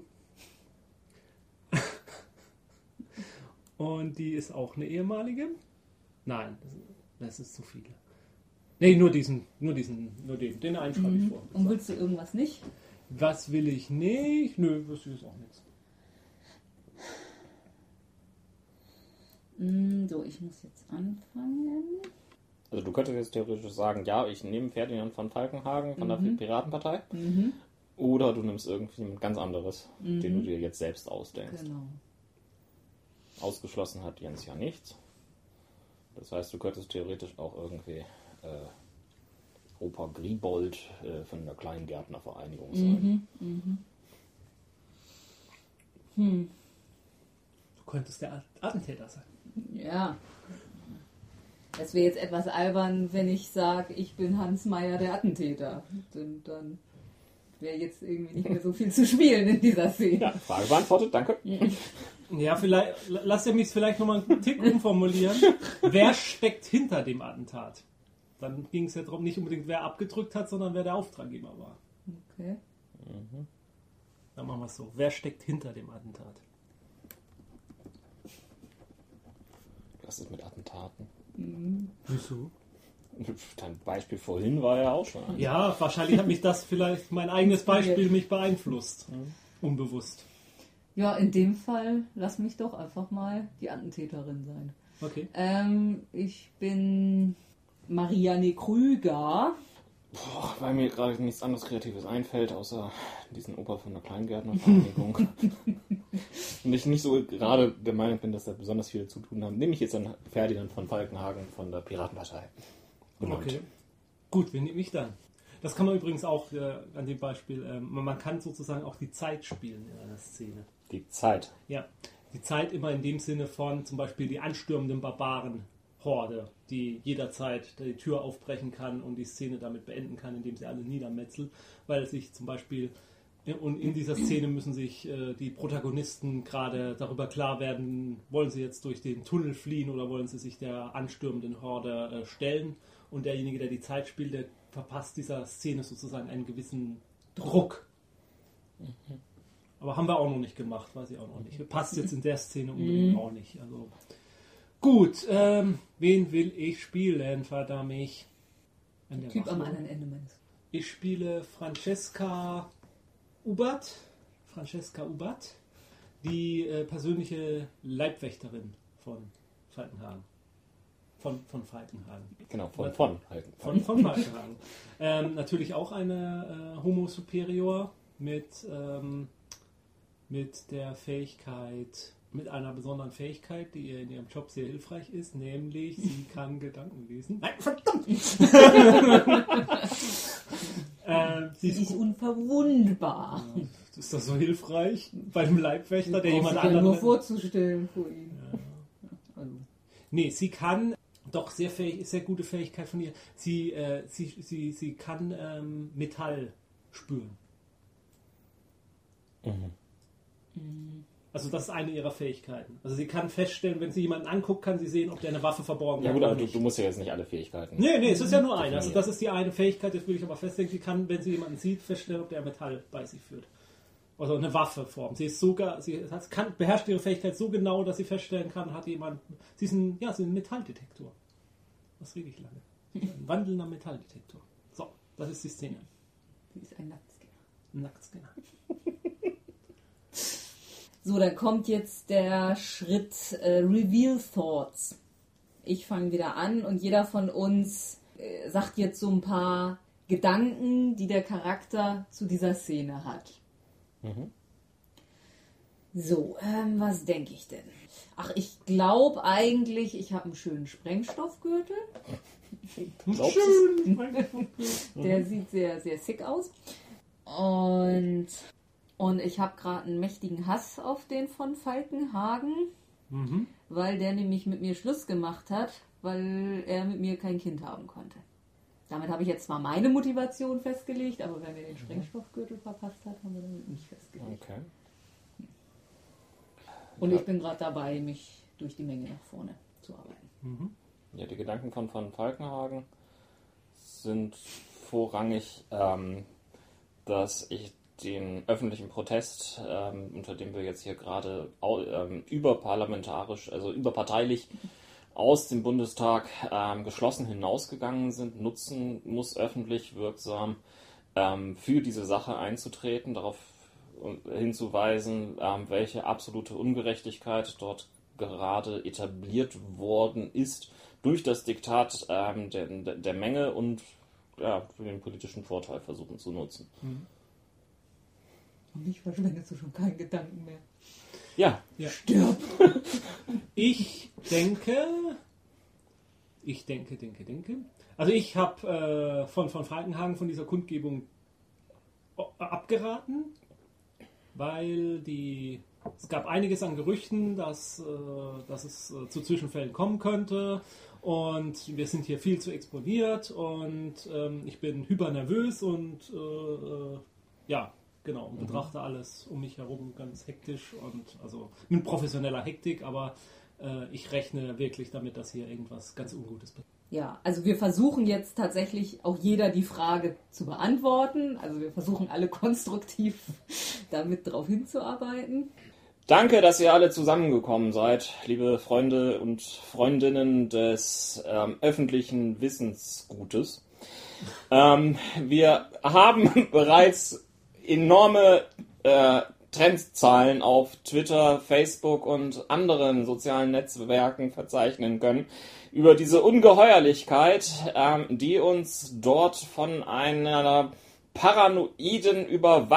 Und die ist auch eine ehemalige. Nein, das ist zu viele. Nee, nur den einen schreibe ich vor. Und willst du irgendwas nicht? Was will ich nicht? Nö, das ist auch nichts. So, ich muss jetzt anfangen. Also du könntest jetzt theoretisch sagen, ja, ich nehme Ferdinand von Falkenhagen von der Piratenpartei. Oder du nimmst irgendwie jemand ganz anderes, den du dir jetzt selbst ausdenkst. Genau. Ausgeschlossen hat Jens ja nichts. Das heißt, du könntest theoretisch auch irgendwie Opa Griebold von der Kleingärtnervereinigung sein. Du könntest der Attentäter sein. Ja. Es wäre jetzt etwas albern, wenn ich sage, ich bin Hans Meyer, der Attentäter. Dann wäre jetzt irgendwie nicht mehr so viel zu spielen in dieser Szene. Ja, Frage beantwortet, danke. Ja, lasst ihr mich vielleicht nochmal einen Tick umformulieren. Wer steckt hinter dem Attentat? Dann ging es ja darum, nicht unbedingt wer abgedrückt hat, sondern wer der Auftraggeber war. Okay. Dann machen wir es so. Wer steckt hinter dem Attentat? Was ist mit Attentaten? Wieso? Dein Beispiel vorhin war ja auch schon. Ja, wahrscheinlich hat mich mein eigenes Beispiel mich beeinflusst. Unbewusst. Ja, in dem Fall lass mich doch einfach mal die Attentäterin sein. Okay. Ich bin Marianne Krüger. Weil mir gerade nichts anderes Kreatives einfällt, außer diesen Opa von der Kleingärtnervereinigung. Und ich nicht so gerade der Meinung bin, dass da besonders viel zu tun haben, nehme ich jetzt dann Ferdinand von Falkenhagen von der Piratenpartei. Okay. Gut, wen nehme ich dann? Das kann man übrigens auch an dem Beispiel, man kann sozusagen auch die Zeit spielen in einer Szene. Die Zeit. Ja, die Zeit immer in dem Sinne von zum Beispiel die anstürmenden Barbarenhorde, die jederzeit die Tür aufbrechen kann und die Szene damit beenden kann, indem sie alle niedermetzeln, weil sich zum Beispiel, und in dieser Szene müssen sich die Protagonisten gerade darüber klar werden, wollen sie jetzt durch den Tunnel fliehen oder wollen sie sich der anstürmenden Horde stellen, und derjenige, der die Zeit spielt, der verpasst dieser Szene sozusagen einen gewissen Druck. Aber haben wir auch noch nicht gemacht, weiß ich auch noch nicht. Passt jetzt in der Szene unbedingt auch nicht. Also gut, wen will ich spielen, verdammt mich? Der Typ am anderen Ende meines. Ich spiele Francesca Ubat, die persönliche Leibwächterin von Falkenhagen. Von Falkenhagen. Genau, von Falkenhagen. Natürlich auch eine Homo Superior mit der Fähigkeit, mit einer besonderen Fähigkeit, die ihr in ihrem Job sehr hilfreich ist, nämlich sie kann Gedanken lesen. Nein, verdammt! Sie ist unverwundbar. Ja, ist das so hilfreich bei einem Leibwächter, der jemand anderen... nur vorzustellen vor ihm. Ja. Also. Nee, sie kann... Doch, sehr gute Fähigkeit von ihr. Sie kann Metall spüren. Also das ist eine ihrer Fähigkeiten. Also sie kann feststellen, wenn sie jemanden anguckt, kann sie sehen, ob der eine Waffe verborgen hat. Ja gut, aber du musst ja jetzt nicht alle Fähigkeiten. Nee, es ist ja nur eine. Also das ist die eine Fähigkeit, das will ich aber festlegen. Sie kann, wenn sie jemanden sieht, feststellen, ob der Metall bei sich führt. Also eine Waffe formt. Sie beherrscht ihre Fähigkeit so genau, dass sie feststellen kann, hat jemand... Sie ist ein Metalldetektor. Was rede ich lange? Ein wandelnder Metalldetektor. So, das ist die Szene. Sie ist ein Nacktscanner. Nacktscanner. So, dann kommt jetzt der Schritt Reveal Thoughts. Ich fange wieder an und jeder von uns sagt jetzt so ein paar Gedanken, die der Charakter zu dieser Szene hat. So, was denke ich denn? Ach, ich glaube eigentlich, ich habe einen schönen Sprengstoffgürtel. Der sieht sehr, sehr sick aus. Und ich habe gerade einen mächtigen Hass auf den von Falkenhagen, weil der nämlich mit mir Schluss gemacht hat, weil er mit mir kein Kind haben konnte. Damit habe ich jetzt zwar meine Motivation festgelegt, aber wenn er den Sprengstoffgürtel verpasst hat, haben wir damit nicht festgelegt. Okay. Und ich bin gerade dabei, mich durch die Menge nach vorne zu arbeiten. Ja, die Gedanken von Falkenhagen sind vorrangig, dass ich den öffentlichen Protest, unter dem wir jetzt hier gerade überparteilich aus dem Bundestag geschlossen hinausgegangen sind, nutzen muss, öffentlich wirksam für diese Sache einzutreten, darauf hinzuweisen, welche absolute Ungerechtigkeit dort gerade etabliert worden ist durch das Diktat der Menge und für den politischen Vorteil versuchen zu nutzen. Und mich verschwendest du schon keinen Gedanken mehr. Ja. Stirb! Ich denke. Also ich habe von Falkenhagen von dieser Kundgebung abgeraten, weil es gab einiges an Gerüchten, dass es zu Zwischenfällen kommen könnte und wir sind hier viel zu exponiert und ich bin hypernervös und und betrachte alles um mich herum ganz hektisch und also mit professioneller Hektik, aber ich rechne wirklich damit, dass hier irgendwas ganz Ungutes passiert. Ja, also wir versuchen jetzt tatsächlich auch jeder die Frage zu beantworten. Also wir versuchen alle konstruktiv damit drauf hinzuarbeiten. Danke, dass ihr alle zusammengekommen seid, liebe Freunde und Freundinnen des öffentlichen Wissensgutes. Wir haben bereits enorme Trendzahlen auf Twitter, Facebook und anderen sozialen Netzwerken verzeichnen können. über diese Ungeheuerlichkeit, die uns dort von einer paranoiden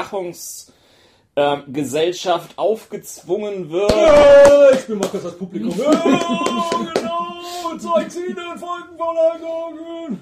Überwachungsgesellschaft aufgezwungen wird. Ich bin mal kurz das Publikum. Genau, zeigt sie den Folgenverleihungen.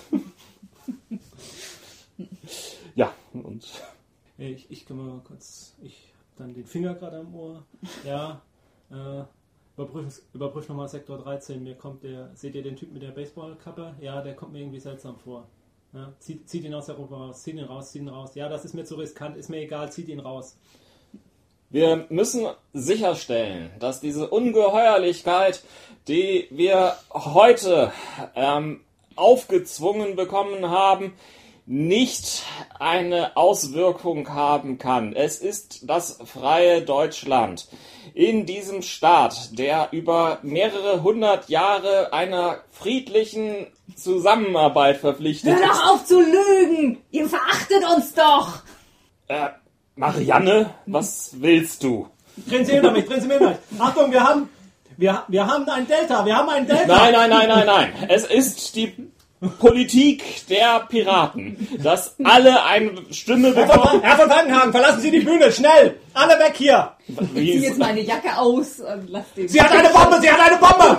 Ja, und Ich kann mal kurz, ich hab dann den Finger gerade am Ohr. Ja, überprüf nochmal Sektor 13. Mir kommt seht ihr den Typ mit der Baseballkappe? Ja, der kommt mir irgendwie seltsam vor. Ja, zieht ihn aus der Gruppe raus, zieht ihn raus. Ja, das ist mir zu riskant, ist mir egal, zieht ihn raus. wir müssen sicherstellen, dass diese Ungeheuerlichkeit, die wir heute aufgezwungen bekommen haben, nicht eine Auswirkung haben kann. Es ist das freie Deutschland. In diesem Staat, der über mehrere hundert Jahre einer friedlichen Zusammenarbeit verpflichtet Hör doch auf zu lügen! Ihr verachtet uns doch! Marianne, was willst du? Drehen Sie hinter mich. Achtung, wir haben ein Delta, Nein. Es ist die Politik der Piraten, dass alle eine Stimme bekommen. Herr von Falkenhagen, verlassen Sie die Bühne, schnell! Alle weg hier! Ich zieh jetzt meine Jacke aus und lass den... Sie hat eine Bombe!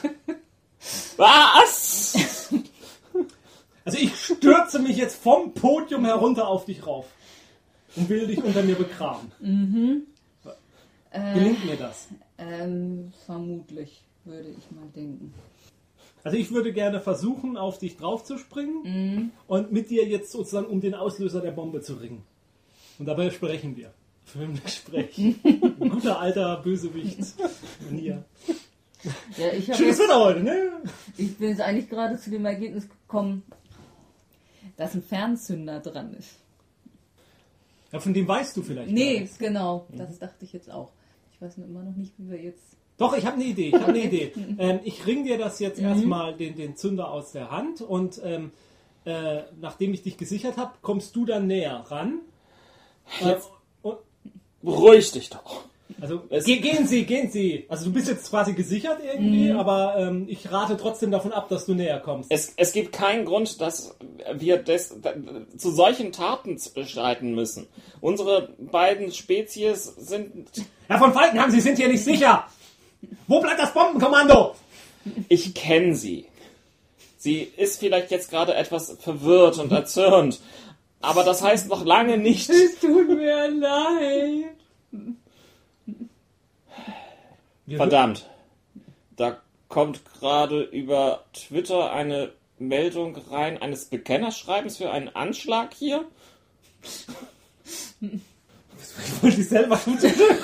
Was? Also ich stürze mich jetzt vom Podium herunter auf dich rauf und will dich unter mir begraben. Gelingt mir das? Vermutlich, würde ich mal denken. Also ich würde gerne versuchen, auf dich draufzuspringen und mit dir jetzt sozusagen um den Auslöser der Bombe zu ringen. Und dabei sprechen wir. Filmgespräch. Ein guter alter Bösewicht. Nia. Ja, Schönes Wetter heute, ne? Ich bin jetzt eigentlich gerade zu dem Ergebnis gekommen, dass ein Fernzünder dran ist. Ja, von dem weißt du vielleicht. Nee, gar nichts. genau. Das dachte ich jetzt auch. Ich weiß nur immer noch nicht, wie wir jetzt... Doch, ich habe eine Idee. Ich ring dir das jetzt erstmal den Zünder aus der Hand und nachdem ich dich gesichert habe, kommst du dann näher ran. Jetzt beruhig dich doch. Also gehen Sie. Also du bist jetzt quasi gesichert irgendwie, aber ich rate trotzdem davon ab, dass du näher kommst. Es gibt keinen Grund, dass wir zu solchen Taten schreiten müssen. Unsere beiden Spezies sind... Herr von Falkenhagen, Sie sind hier nicht sicher! Wo bleibt das Bombenkommando? Ich kenne sie. Sie ist vielleicht jetzt gerade etwas verwirrt und erzürnt, aber das heißt noch lange nicht... Es tut mir leid. Verdammt. Da kommt gerade über Twitter eine Meldung rein eines Bekennerschreibens für einen Anschlag hier. Ich wollte dich selber gut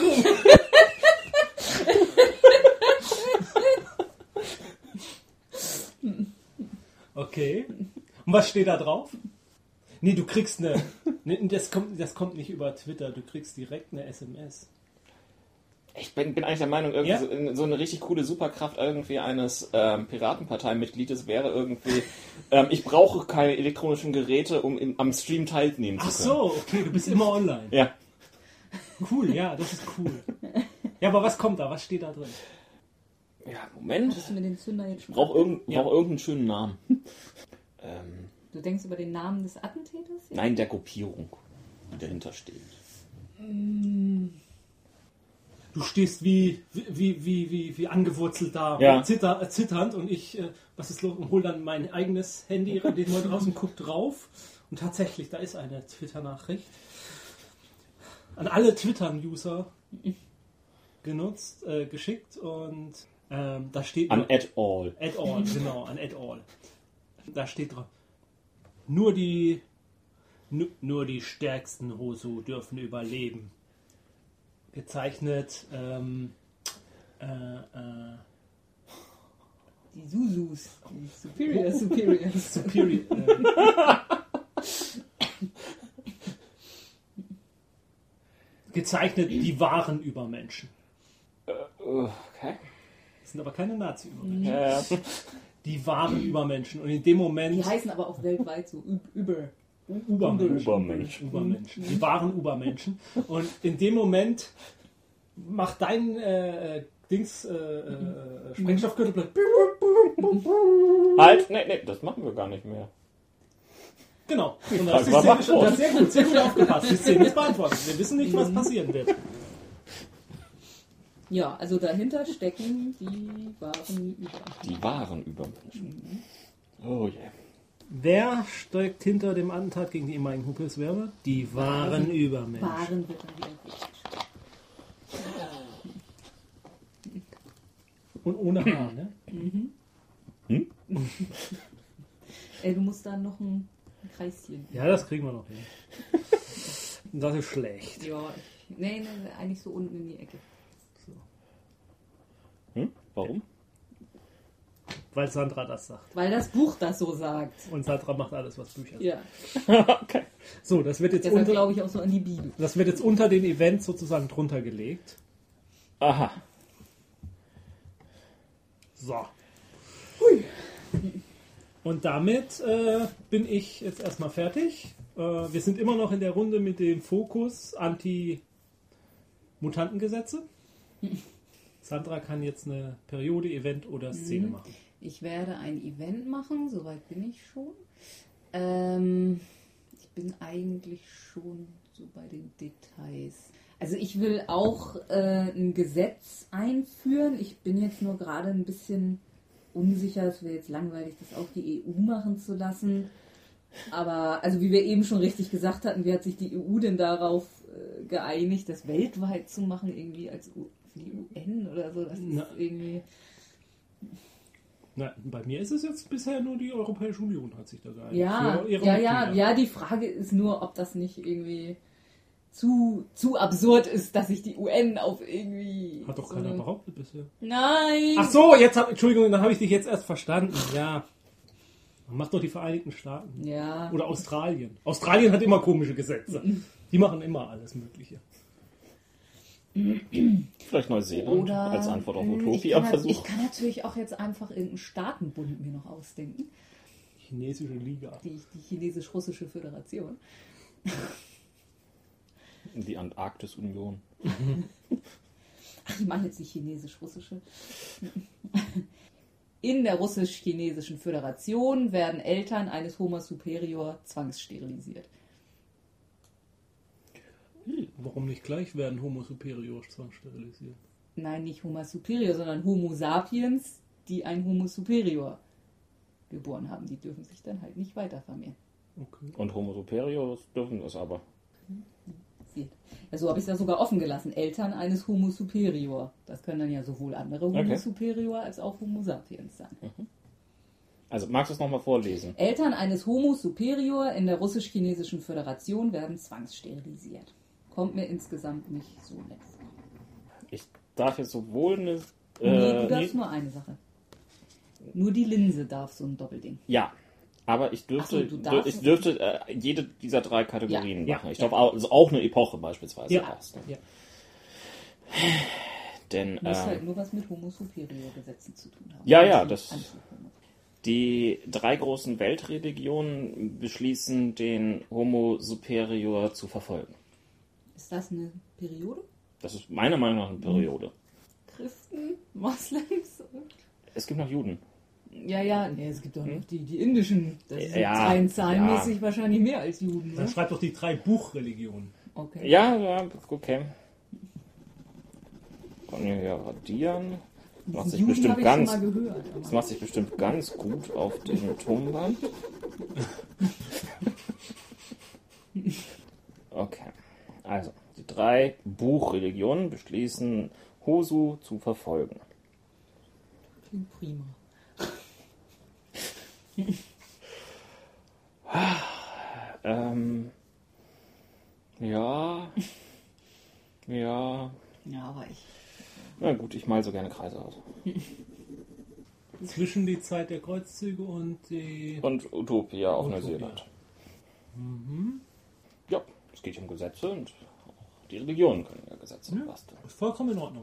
Okay. Und was steht da drauf? Nee, du kriegst das kommt nicht über Twitter, du kriegst direkt eine SMS. Ich bin eigentlich der Meinung, irgendwie so eine richtig coole Superkraft irgendwie eines Piratenparteimitgliedes wäre irgendwie, ich brauche keine elektronischen Geräte, um am Stream teilnehmen zu können. Ach so, okay, du bist immer online. Ja. Cool, ja, das ist cool. Ja, aber was kommt da? Was steht da drin? Ja, Moment. Hast du mir den Zünder jetzt schon... Ich brauche irgendeinen schönen Namen. Du denkst über den Namen des Attentäters? Ja? Nein, der Gruppierung, die dahinter steht. Du stehst wie angewurzelt da, Ja. zitternd und ich, was ist los? Und hol dann mein eigenes Handy, den mal draußen, guck drauf und tatsächlich, da ist eine Twitter-Nachricht. An alle Twitter-User geschickt und da steht... An at all. At all, genau, an at all. Da steht drauf, nur die stärksten Hosu dürfen überleben. Gezeichnet, Die Susus. Die Superiors. Gezeichnet die wahren Übermenschen. Okay. Das sind aber keine Nazi-Übermenschen. Ja. Die wahren Übermenschen. Und in dem Moment... Die heißen aber auch weltweit so Übermenschen. Die wahren Übermenschen. Und in dem Moment macht dein Dings, Sprengstoffgürtel bleibt. Halt, nee, das machen wir gar nicht mehr. Genau. Und das ist ja sehr gut aufgepasst. Die Szene ist beantwortet. Wir wissen nicht, was passieren wird. Ja, also dahinter stecken die wahren Übermenschen. Die wahren Übermenschen. Oh je. Yeah. Wer steckt hinter dem Attentat gegen die ehemaligen Hupelswerber? Die wahren Übermenschen. Waren wird dann wieder richtig. Und ohne Haar, ne? Du musst da noch ein Kreischen. Ja, das kriegen wir noch hin. Das ist schlecht. Ja, nee, eigentlich so unten in die Ecke. Warum? Weil Sandra das sagt. Weil das Buch das so sagt. Und Sandra macht alles, was Bücher sagen. Ja, Okay. So, das wird jetzt deshalb glaube ich auch so an die Bibel. das wird jetzt unter den Events sozusagen drunter gelegt. Aha. So. Hui. Und damit bin ich jetzt erstmal fertig. Wir sind immer noch in der Runde mit dem Fokus Anti-Mutantengesetze. Sandra kann jetzt eine Periode, Event oder Szene machen. Ich werde ein Event machen, soweit bin ich schon. Ich bin eigentlich schon so bei den Details. Also ich will auch ein Gesetz einführen. Ich bin jetzt nur gerade ein bisschen unsicher, es wäre jetzt langweilig, das auf die EU machen zu lassen. Aber, also wie wir eben schon richtig gesagt hatten, wie hat sich die EU denn darauf geeinigt, das weltweit zu machen, irgendwie als für die UN oder so? Das ist irgendwie... Na, bei mir ist es jetzt bisher nur die Europäische Union hat sich da geeinigt. Ja, Für ihre ja, Mitglieder. die Frage ist nur, ob das nicht irgendwie zu absurd ist, dass sich die UN auf irgendwie... Hat doch so keiner eine- behauptet bisher. Nein! Ach so, Entschuldigung, dann habe ich dich jetzt erst verstanden. Ja. Macht doch die Vereinigten Staaten. Ja. Oder Australien. Australien hat immer komische Gesetze. Die machen immer alles Mögliche. Vielleicht Neuseeland Oder als Antwort auf ich Utopia-Versuch. kann natürlich auch jetzt einfach irgendeinen Staatenbund mir noch ausdenken. Chinesische Liga. Die Chinesisch-Russische Föderation. Die Antarktis-Union. Ach, ich meine jetzt die Chinesisch-Russische. In der Russisch-Chinesischen Föderation werden Eltern eines Homo superior zwangssterilisiert. Warum nicht gleich werden Homo superior zwangssterilisiert? Nein, nicht Homo superior, sondern Homo sapiens, die ein Homo superior geboren haben. Die dürfen sich dann halt nicht weiter vermehren. Okay. Und Homo superior dürfen das aber. Ja, so habe ich es ja sogar offen gelassen. Eltern eines Homo superior. Das können dann ja sowohl andere Homo Okay. superior als auch Homo sapiens sein. Also magst du es nochmal vorlesen? Eltern eines Homo superior in der Russisch-Chinesischen Föderation werden zwangssterilisiert. Kommt mir insgesamt nicht so nett vor. Ich darf jetzt sowohl eine... Nee, du darfst nur eine Sache. Nur die Linse darf so ein Doppelding. Ja, aber ich dürfte, Ach so, du darfst ich es dürfte jede dieser drei Kategorien Ja. machen. Ja. Ich darf auch eine Epoche beispielsweise Ja. erst. Ja. Denn Muss halt nur was mit Homo superior Gesetzen zu tun haben. Ja, ja, Anti- das- Anti-Homo. die drei großen Weltreligionen beschließen, den Homo superior zu verfolgen. Ist das eine Periode? Das ist meiner Meinung nach eine Periode. Christen? Moslems? Es gibt noch Juden. Ja, nee, es gibt doch noch die indischen. Das sind Ja, zahlenmäßig wahrscheinlich mehr als Juden. Dann Ne? schreibt doch die 3 Buchreligionen. Okay. Ja, okay. Kann ich hier radieren. Macht sich Juden bestimmt habe ich ganz, schon mal gehört. das macht sich bestimmt ganz gut auf dem Tonband. Okay. Also, die 3 Buchreligionen beschließen, Hosu zu verfolgen. Klingt prima. Ja. Ja. Ja, aber ich. Na gut, ich mal so gerne Kreise aus. Zwischen die Zeit der Kreuzzüge und die... Und Utopia auf Utopia. Neuseeland. Ja, es geht um Gesetze und auch die Religionen können ja Gesetze basteln. Ist vollkommen in Ordnung.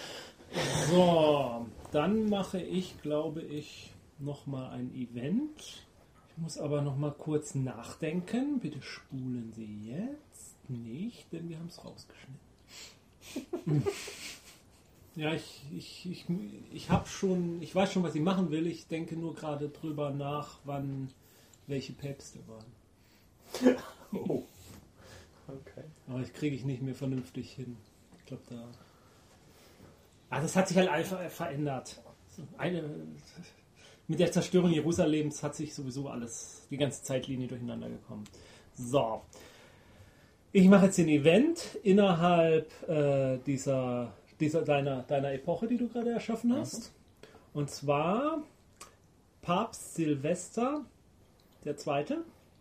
So, dann mache ich, glaube ich, nochmal ein Event. Ich muss aber nochmal kurz nachdenken. Bitte spulen Sie jetzt nicht, denn wir haben es rausgeschnitten. Ja, ich weiß schon, was ich machen will. Ich denke nur gerade drüber nach, wann welche Päpste waren. Oh. Okay. Aber ich kriege ich nicht mehr vernünftig hin. Ich glaube, das hat sich halt einfach verändert. Mit der Zerstörung Jerusalems hat sich sowieso alles, die ganze Zeitlinie durcheinander gekommen. So. Ich mache jetzt den Event innerhalb deiner Epoche, die du gerade erschaffen hast. Und zwar Papst Silvester II.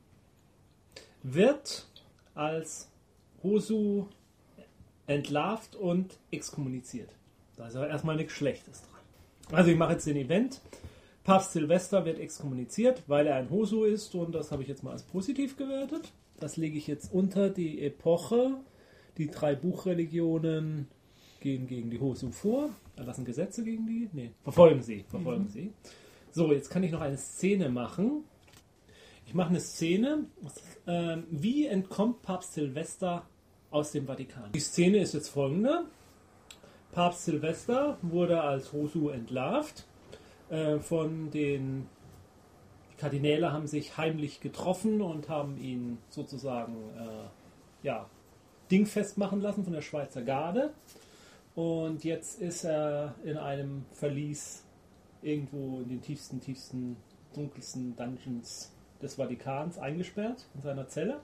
Wird als Hosu entlarvt und exkommuniziert. Da ist aber erstmal nichts Schlechtes dran. Also ich mache jetzt den Event. Papst Silvester wird exkommuniziert, weil er ein Hosu ist, und das habe ich jetzt mal als positiv gewertet. Das lege ich jetzt unter die Epoche. Die 3 Buchreligionen gehen gegen die Hosu vor. Erlassen Gesetze gegen die? Nee, verfolgen sie. Sie. So, jetzt kann ich noch eine Szene machen. Ich mache eine Szene. Wie entkommt Papst Silvester aus dem Vatikan? Die Szene ist jetzt folgende. Papst Silvester wurde als Hosu entlarvt. Die Kardinäle haben sich heimlich getroffen und haben ihn sozusagen dingfest machen lassen von der Schweizer Garde. Und jetzt ist er in einem Verlies irgendwo in den tiefsten, dunkelsten Dungeons des Vatikans eingesperrt, in seiner Zelle.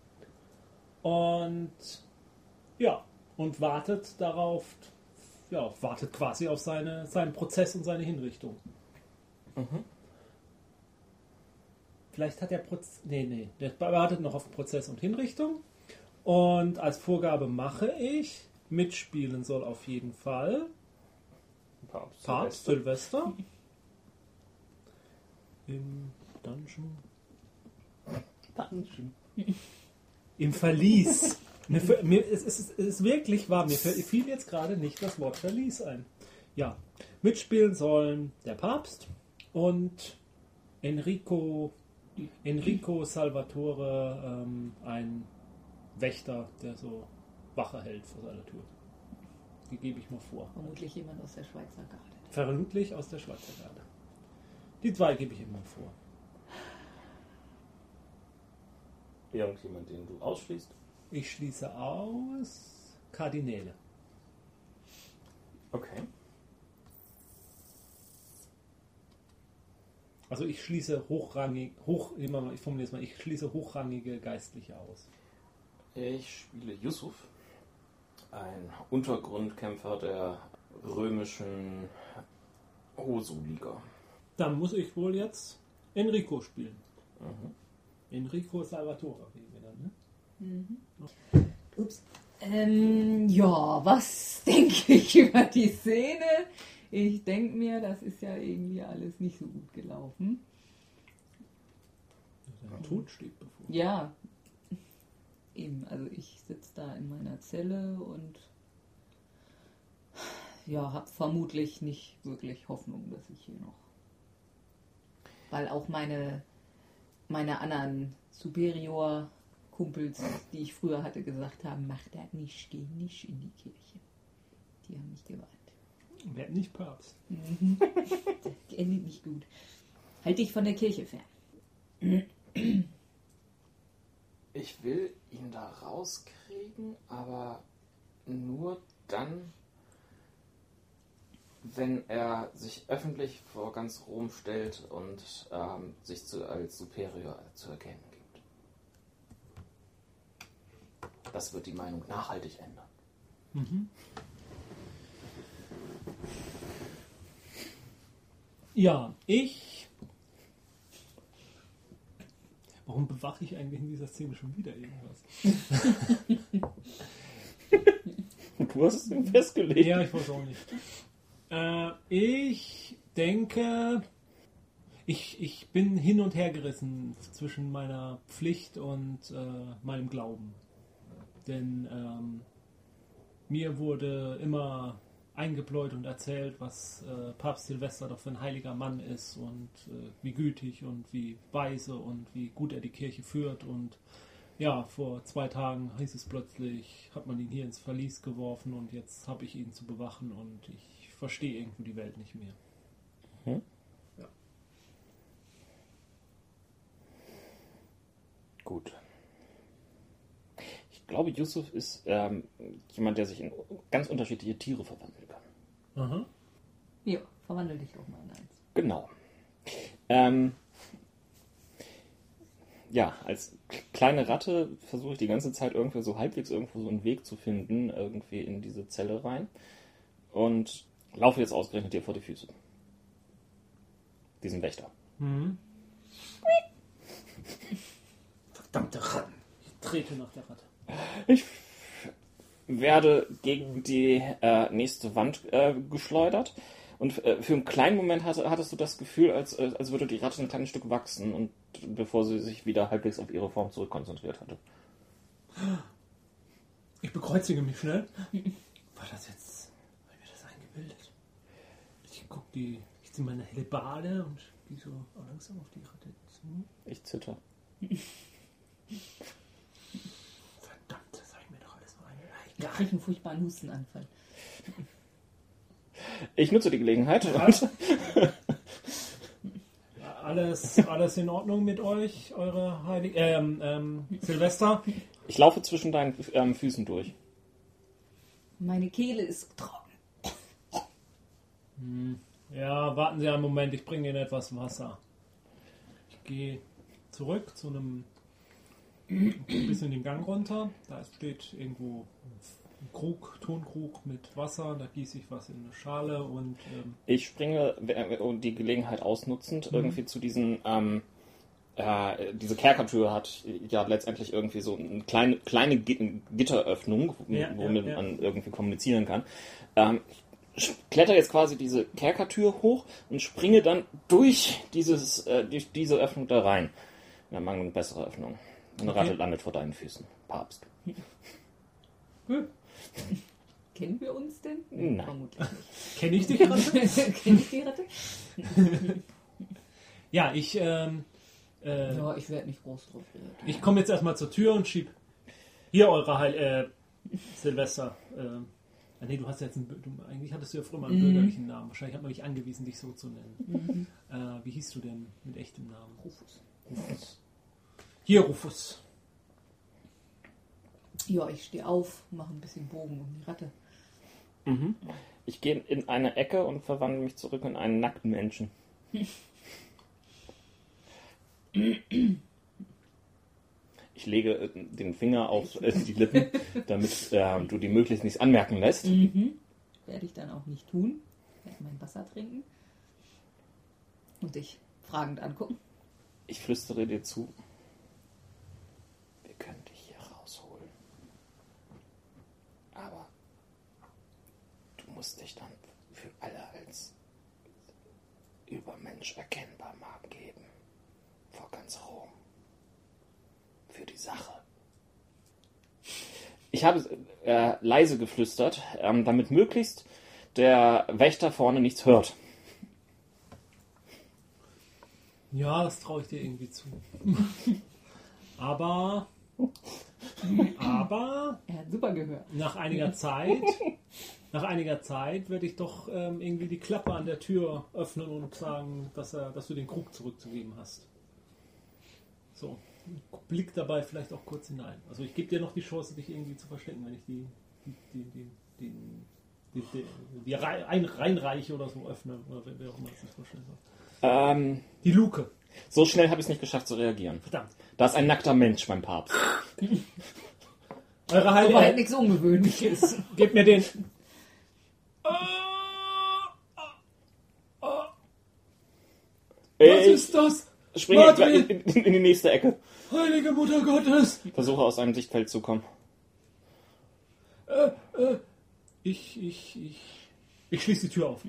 Und wartet darauf, wartet quasi auf seinen Prozess und seine Hinrichtung. Mhm. Vielleicht hat der Prozess... Nee, der wartet noch auf Prozess und Hinrichtung. Und als Vorgabe mache ich, mitspielen soll auf jeden Fall Papst Silvester im Dungeon. Im Verlies. Es ist wirklich wahr, mir fiel jetzt gerade nicht das Wort Verlies ein. Ja, mitspielen sollen der Papst und Enrico Salvatore, ein Wächter, der so Wache hält vor seiner Tür. Die gebe ich mal vor. Vermutlich jemand aus der Schweizer Garde. Vermutlich aus der Schweizer Garde. Die 2 gebe ich immer vor. Irgendjemand, den du ausschließt? Ich schließe aus Kardinäle. Okay. Also ich schließe ich schließe hochrangige Geistliche aus. Ich spiele Yusuf, ein Untergrundkämpfer der römischen Hosu-Liga. Dann muss ich wohl jetzt Enrico spielen. Mhm. Enrico Salvatore. Ups. Was denke ich über die Szene? Ich denke mir, das ist ja irgendwie alles nicht so gut gelaufen. Der Tod steht bevor. Ja, eben. Also ich sitze da in meiner Zelle und habe vermutlich nicht wirklich Hoffnung, dass ich hier noch... Weil auch meine anderen Superior-Kumpels, die ich früher hatte, gesagt haben, mach das nicht, geh nicht in die Kirche. Die haben mich gewarnt. Werd nicht Papst. Das endet nicht gut. Halt dich von der Kirche fern. Ich will ihn da rauskriegen, aber nur dann, wenn er sich öffentlich vor ganz Rom stellt und sich als Superior zu erkennen gibt. Das wird die Meinung nachhaltig ändern. Mhm. Ja, Warum bewache ich eigentlich in dieser Szene schon wieder irgendwas? Du hast es festgelegt. Ja, ich weiß auch nicht. Ich denke, ich bin hin und her gerissen zwischen meiner Pflicht und meinem Glauben. Denn mir wurde immer eingebläut und erzählt, was Papst Silvester doch für ein heiliger Mann ist und wie gütig und wie weise und wie gut er die Kirche führt und ja, vor 2 Tagen hieß es plötzlich, hat man ihn hier ins Verlies geworfen und jetzt habe ich ihn zu bewachen und ich verstehe irgendwo die Welt nicht mehr. Mhm. Ja. Gut. Ich glaube, Yusuf ist jemand, der sich in ganz unterschiedliche Tiere verwandeln kann. Aha. Ja, verwandel dich doch mal in eins. Genau. Ja, als kleine Ratte versuche ich die ganze Zeit irgendwie so halbwegs irgendwo so einen Weg zu finden, irgendwie in diese Zelle rein. Und laufe jetzt ausgerechnet dir vor die Füße. Diesen Wächter. Mhm. Verdammte Ratten. Ich trete nach der Ratte. Ich werde gegen die nächste Wand geschleudert. Und für einen kleinen Moment hattest du das Gefühl, als würde die Ratte ein kleines Stück wachsen, und bevor sie sich wieder halbwegs auf ihre Form zurückkonzentriert hatte. Ich bekreuzige mich schnell. War das jetzt... Habe ich mir das eingebildet? Ich ziehe meine helle Bade und gehe so langsam auf die Ratte zu. Ich zitter. Verdammt, das habe ich mir doch alles mal eingebildet. Ich kriege einen furchtbaren Hustenanfall. Ich nutze die Gelegenheit. Alles in Ordnung mit euch, eure Heilige... Silvester? Ich laufe zwischen deinen Füßen durch. Meine Kehle ist trocken. Ja, warten Sie einen Moment, ich bringe Ihnen etwas Wasser. Ich gehe zurück zu einem... ein bisschen den Gang runter. Da steht irgendwo ein Krug, Tonkrug mit Wasser. Da gieße ich was in eine Schale und... Ich springe, die Gelegenheit ausnutzend, irgendwie zu diesen... diese Kerkertür hat ja letztendlich irgendwie so eine kleine Gitteröffnung, womit man irgendwie kommunizieren kann. Ich kletter jetzt quasi diese Kerkertür hoch und springe dann durch diese Öffnung da rein. In der Mangel besserer Öffnung. Eine Ratte landet vor deinen Füßen. Papst. Kennen wir uns denn? Nein. Vermutlich nicht. Kenne ich dich, Ratte? Kenn ich die Ratte? Ja, ich... Ja, ich werde nicht groß drauf reagieren. Ich komme jetzt erstmal zur Tür und schieb hier eure Silvester. Nee, du hast jetzt eigentlich hattest du ja früher mal einen bürgerlichen Namen. Wahrscheinlich hat man dich angewiesen, dich so zu nennen. Wie hieß du denn mit echtem Namen? Rufus. Hier, Rufus. Ja, ich stehe auf, mache ein bisschen Bogen um die Ratte. Ich gehe in eine Ecke und verwandle mich zurück in einen nackten Menschen. Ich lege den Finger auf die Lippen, damit du die möglichst nichts anmerken lässt. Werde ich dann auch nicht tun. Werde mein Wasser trinken. Und dich fragend angucken. Ich flüstere dir zu. Wir können dich hier rausholen. Aber du musst dich dann für alle als Übermensch erkennbar geben. Vor ganz Rom. Für die Sache. Ich habe leise geflüstert, damit möglichst der Wächter vorne nichts hört. Ja, das traue ich dir irgendwie zu. Aber Er hat super gehört. nach einiger Zeit werde ich doch irgendwie die Klappe an der Tür öffnen und sagen, dass du den Krug zurückzugeben hast. So, blick dabei vielleicht auch kurz hinein. Also ich gebe dir noch die Chance, dich irgendwie zu verstecken, wenn ich die reinreiche oder so öffne, oder wer auch immer das nicht vorstellen soll. Die Luke. So schnell habe ich es nicht geschafft zu reagieren. Verdammt. Da ist ein nackter Mensch beim Papst. Eure Aber halt Heilige, nichts Ungewöhnliches. gebt mir den... Was ist das? Springe Madrid! in die nächste Ecke. Heilige Mutter Gottes! Versuche aus einem Sichtfeld zu kommen. Ich schließe die Tür auf.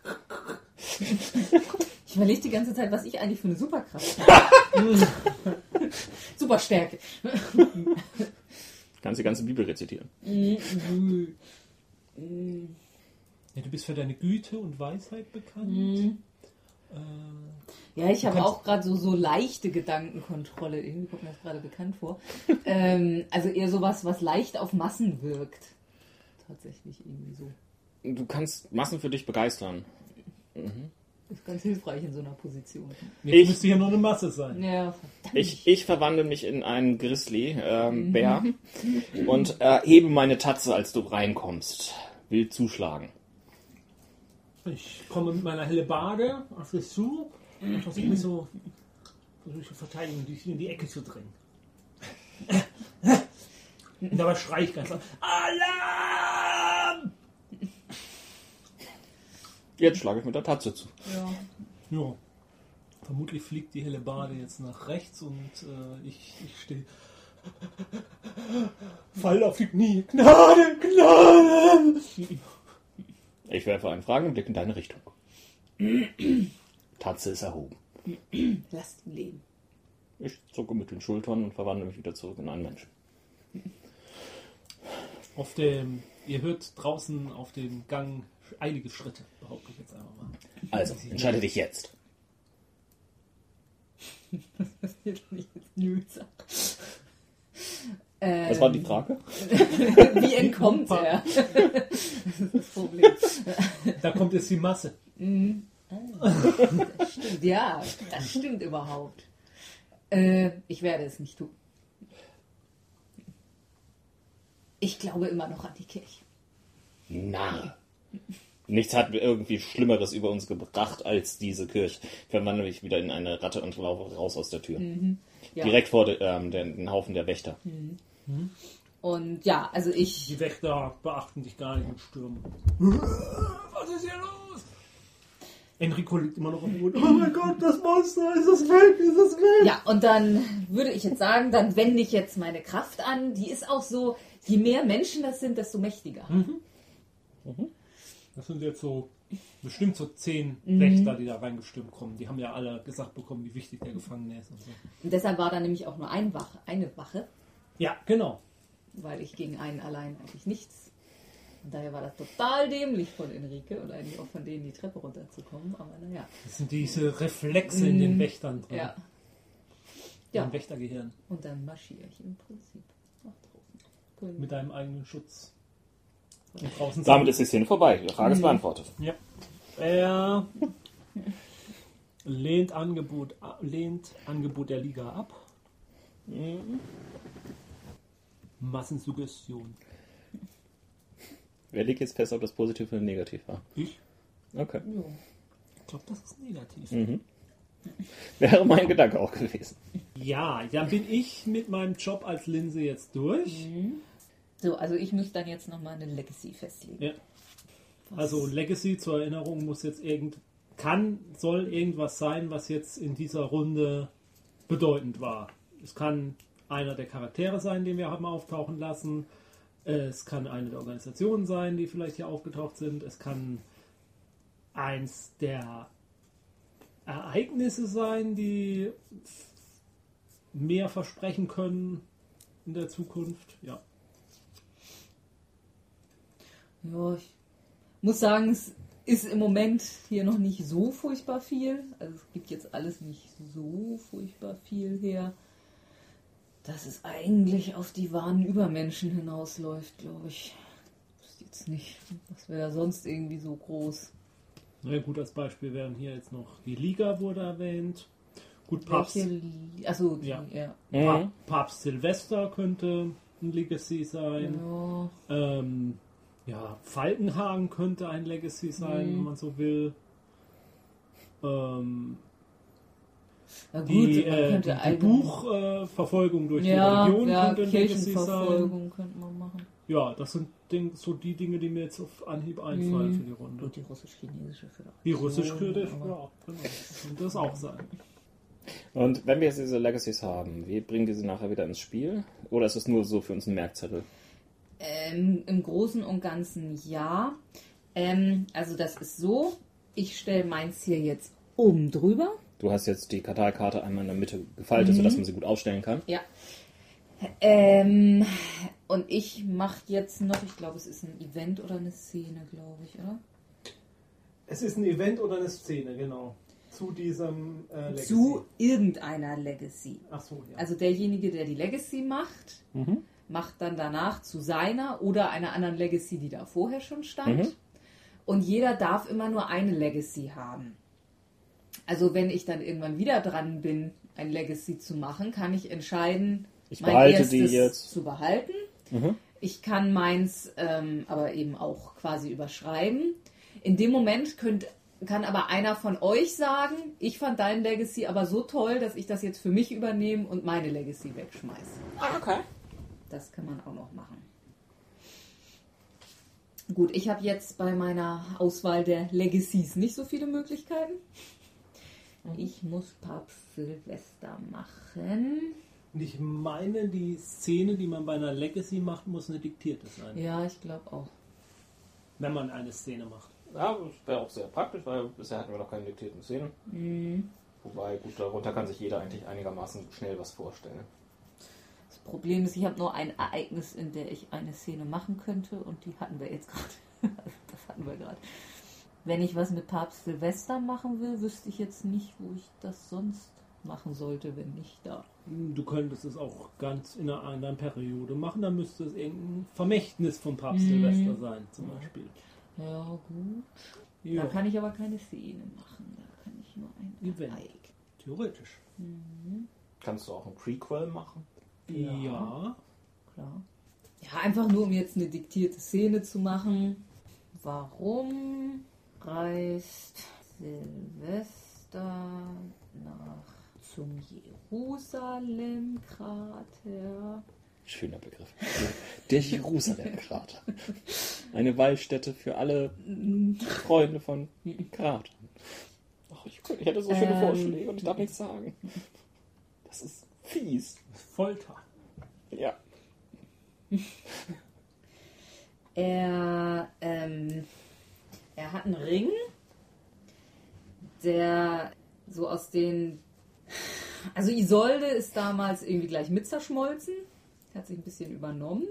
Ich überlege die ganze Zeit, was ich eigentlich für eine Superkraft habe. Superstärke. Kannst die ganze Bibel rezitieren. Ja, du bist für deine Güte und Weisheit bekannt. Ja, ich habe auch gerade so leichte Gedankenkontrolle. Irgendwie kommt mir das gerade bekannt vor. Also eher sowas, was leicht auf Massen wirkt. Tatsächlich irgendwie so. Du kannst Massen für dich begeistern. Ist ganz hilfreich in so einer Position. Jetzt müsste hier nur eine Masse sein. Ja, verdammt. Ich verwandle mich in einen Grizzly-Bär und hebe meine Tatze, als du reinkommst. Will zuschlagen. Ich komme mit meiner Hellebarde auf dich zu und versuche mich so zu verteidigen, dich in die Ecke zu drängen. Und dabei schreie ich ganz laut: Alarm! Jetzt schlage ich mit der Tatze zu. Ja. Ja. Vermutlich fliegt die Hellebarde jetzt nach rechts und ich stehe. Fall auf die Knie. Gnade, Gnade! Ich werfe einen fragenden Blick in deine Richtung. Tatze ist erhoben. Lasst ihn leben. Ich zucke mit den Schultern und verwandle mich wieder zurück in einen Menschen. Ihr hört draußen auf dem Gang einige Schritte, behaupte ich jetzt einfach mal. Also, entscheide dich jetzt. Das wird nicht News. Was war die Frage? Wie entkommt er? Das ist das Problem. Da kommt jetzt die Masse. Das stimmt, ja, das stimmt überhaupt. Ich werde es nicht tun. Ich glaube immer noch an die Kirche. Narr. Nichts hat mir irgendwie Schlimmeres über uns gebracht als diese Kirche. Ich verwandle mich wieder in eine Ratte und laufe raus aus der Tür. Ja. Direkt vor den Haufen der Wächter. Und ja, also ich... Die Wächter beachten dich gar nicht und stürmen. Was ist hier los? Enrico liegt immer noch am Boden. Oh mein Gott, das Monster, ist es weg, ist es weg? Ja, und dann würde ich jetzt sagen, dann wende ich jetzt meine Kraft an. Die ist auch so, je mehr Menschen das sind, desto mächtiger. Das sind jetzt so bestimmt so 10 Wächter, die da reingestürmt kommen. Die haben ja alle gesagt bekommen, wie wichtig der Gefangene ist und so. Und deshalb war da nämlich auch nur eine Wache, Ja, genau. weil ich gegen einen allein eigentlich nichts. Und daher war das total dämlich von Enrique und eigentlich auch von denen die Treppe runterzukommen. Aber naja. Das sind diese Reflexe in den Wächtern drin. Ja. Im Wächtergehirn. Und dann marschiere ich im Prinzip nach draußen. Mit deinem eigenen Schutz. Und draußen Damit ist die Szene vorbei. Die Frage ist beantwortet. Ja. Er lehnt Angebot der Liga ab. Massensuggestion. Wer legt jetzt fest, ob das positiv oder negativ war? Ich? Okay. Ja. Ich glaube, das ist negativ. Wäre mein Gedanke auch gewesen. Ja, dann bin ich mit meinem Job als Linse jetzt durch. So, also ich muss dann jetzt nochmal eine Legacy festlegen. Ja. Also Legacy zur Erinnerung muss jetzt soll irgendwas sein, was jetzt in dieser Runde bedeutend war. Es kann einer der Charaktere sein, den wir haben auftauchen lassen. Es kann eine der Organisationen sein, die vielleicht hier aufgetaucht sind. Es kann eins der Ereignisse sein, die mehr versprechen können in der Zukunft. Ja. Ja, ich muss sagen, es ist im Moment hier noch nicht so furchtbar viel. Also es gibt jetzt alles nicht so furchtbar viel her, dass es eigentlich auf die wahren Übermenschen hinausläuft, glaube ich. Ich wüsste jetzt nicht, was wäre da sonst irgendwie so groß. Na ja, gut, als Beispiel wären hier jetzt noch die Liga wurde erwähnt. Gut, Papst, Achso, Ja. ja. Papst Silvester könnte ein Legacy sein. Ja. Falkenhagen könnte ein Legacy sein, wenn man so will. Na gut, Die man könnte Buchverfolgung durch die Religion könnte ein Legacy sein. Kirchenverfolgung könnte man machen. Ja, das sind so die Dinge, die mir jetzt auf Anhieb einfallen für die Runde. Und die russisch-chinesische Föderation. Die russisch-chinesische, ja, genau. Könnte das auch sein. Und wenn wir jetzt diese Legacies haben, wie bringen wir sie nachher wieder ins Spiel? Oder ist es nur so für uns ein Merkzettel? Im Großen und Ganzen ja. Also das ist so, ich stelle meins hier jetzt oben drüber. Du hast jetzt die Karteikarte einmal in der Mitte gefaltet, sodass man sie gut aufstellen kann. Ja. Und ich mache jetzt noch, ich glaube, es ist ein Event oder eine Szene, glaube ich, oder? Es ist ein Event oder eine Szene, genau. Zu diesem Legacy. Zu irgendeiner Legacy. Ach so, ja. Also derjenige, der die Legacy macht, macht dann danach zu seiner oder einer anderen Legacy, die da vorher schon stand. Und jeder darf immer nur eine Legacy haben. Also wenn ich dann irgendwann wieder dran bin, ein Legacy zu machen, kann ich entscheiden, Ich mein behalte erstes die jetzt. zu behalten. Ich kann meins aber eben auch quasi überschreiben. In dem Moment kann aber einer von euch sagen, ich fand dein Legacy aber so toll, dass ich das jetzt für mich übernehme und meine Legacy wegschmeiße. Ah, okay. Das kann man auch noch machen. Gut, ich habe jetzt bei meiner Auswahl der Legacies nicht so viele Möglichkeiten. Ich muss Papst Silvester machen. Und ich meine, die Szene, die man bei einer Legacy macht, muss eine diktierte sein. Ja, ich glaube auch. Wenn man eine Szene macht. Ja, das wäre auch sehr praktisch, weil bisher hatten wir noch keine diktierten Szenen. Wobei, gut, darunter kann sich jeder eigentlich einigermaßen schnell was vorstellen. Das Problem ist, ich habe nur ein Ereignis, in der ich eine Szene machen könnte und die hatten wir jetzt gerade. Das hatten wir gerade. Wenn ich was mit Papst Silvester machen will, wüsste ich jetzt nicht, wo ich das sonst machen sollte, wenn nicht da. Du könntest es auch ganz in einer anderen Periode machen, dann müsste es irgendein Vermächtnis von Papst Silvester sein, zum Beispiel. Ja, gut. Ja, Da kann ich aber keine Szene machen. Da kann ich nur ein Event. Ereignis. theoretisch. Kannst du auch ein Prequel machen? Ja. Klar. Ja, einfach nur, um jetzt eine diktierte Szene zu machen. Warum reist Silvester zum Jerusalem-Krater? Schöner Begriff. Der Jerusalem-Krater. Eine Wallstätte für alle Freunde von Kratern. Ach, ich hätte so schöne Vorschläge und ich darf nichts sagen. Das ist fies. Folter. Ja. Er hat einen Ring, der so aus den... Also Isolde ist damals irgendwie gleich mit zerschmolzen. Hat sich ein bisschen übernommen.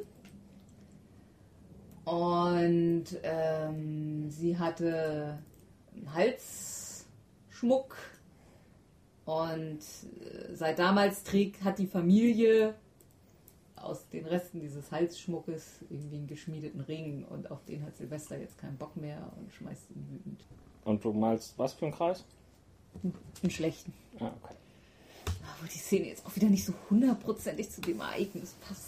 Und sie hatte einen Halsschmuck. Und seit damals hat die Familie aus den Resten dieses Halsschmuckes irgendwie einen geschmiedeten Ring. Und auf den hat Silvester jetzt keinen Bock mehr und schmeißt ihn wütend. Und du malst was für einen Kreis? Einen schlechten. Ah, okay. Wo die Szene jetzt auch wieder nicht so hundertprozentig zu dem Ereignis passt.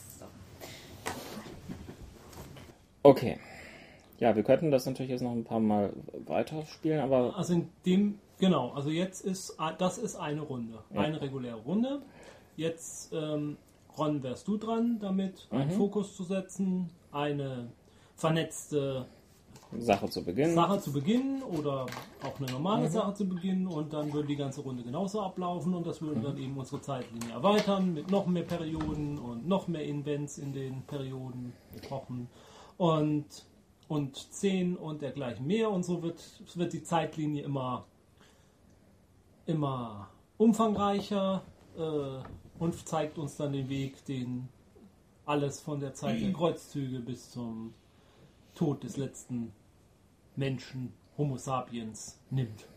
Okay. Ja, wir könnten das natürlich jetzt noch ein paar Mal weiterspielen, aber... Also in dem, genau, also jetzt das ist eine Runde. Ja. Eine reguläre Runde. Jetzt, Ron, wärst du dran, damit einen Fokus zu setzen, eine vernetzte Sache zu beginnen. Sache zu beginnen oder auch eine normale Sache zu beginnen und dann würde die ganze Runde genauso ablaufen und das würde dann eben unsere Zeitlinie erweitern mit noch mehr Perioden und noch mehr Events in den Perioden, Wochen und 10 und dergleichen mehr und so wird die Zeitlinie immer umfangreicher und zeigt uns dann den Weg, den alles von der Zeit der Kreuzzüge bis zum Tod des letzten Menschen, Homo sapiens, nimmt.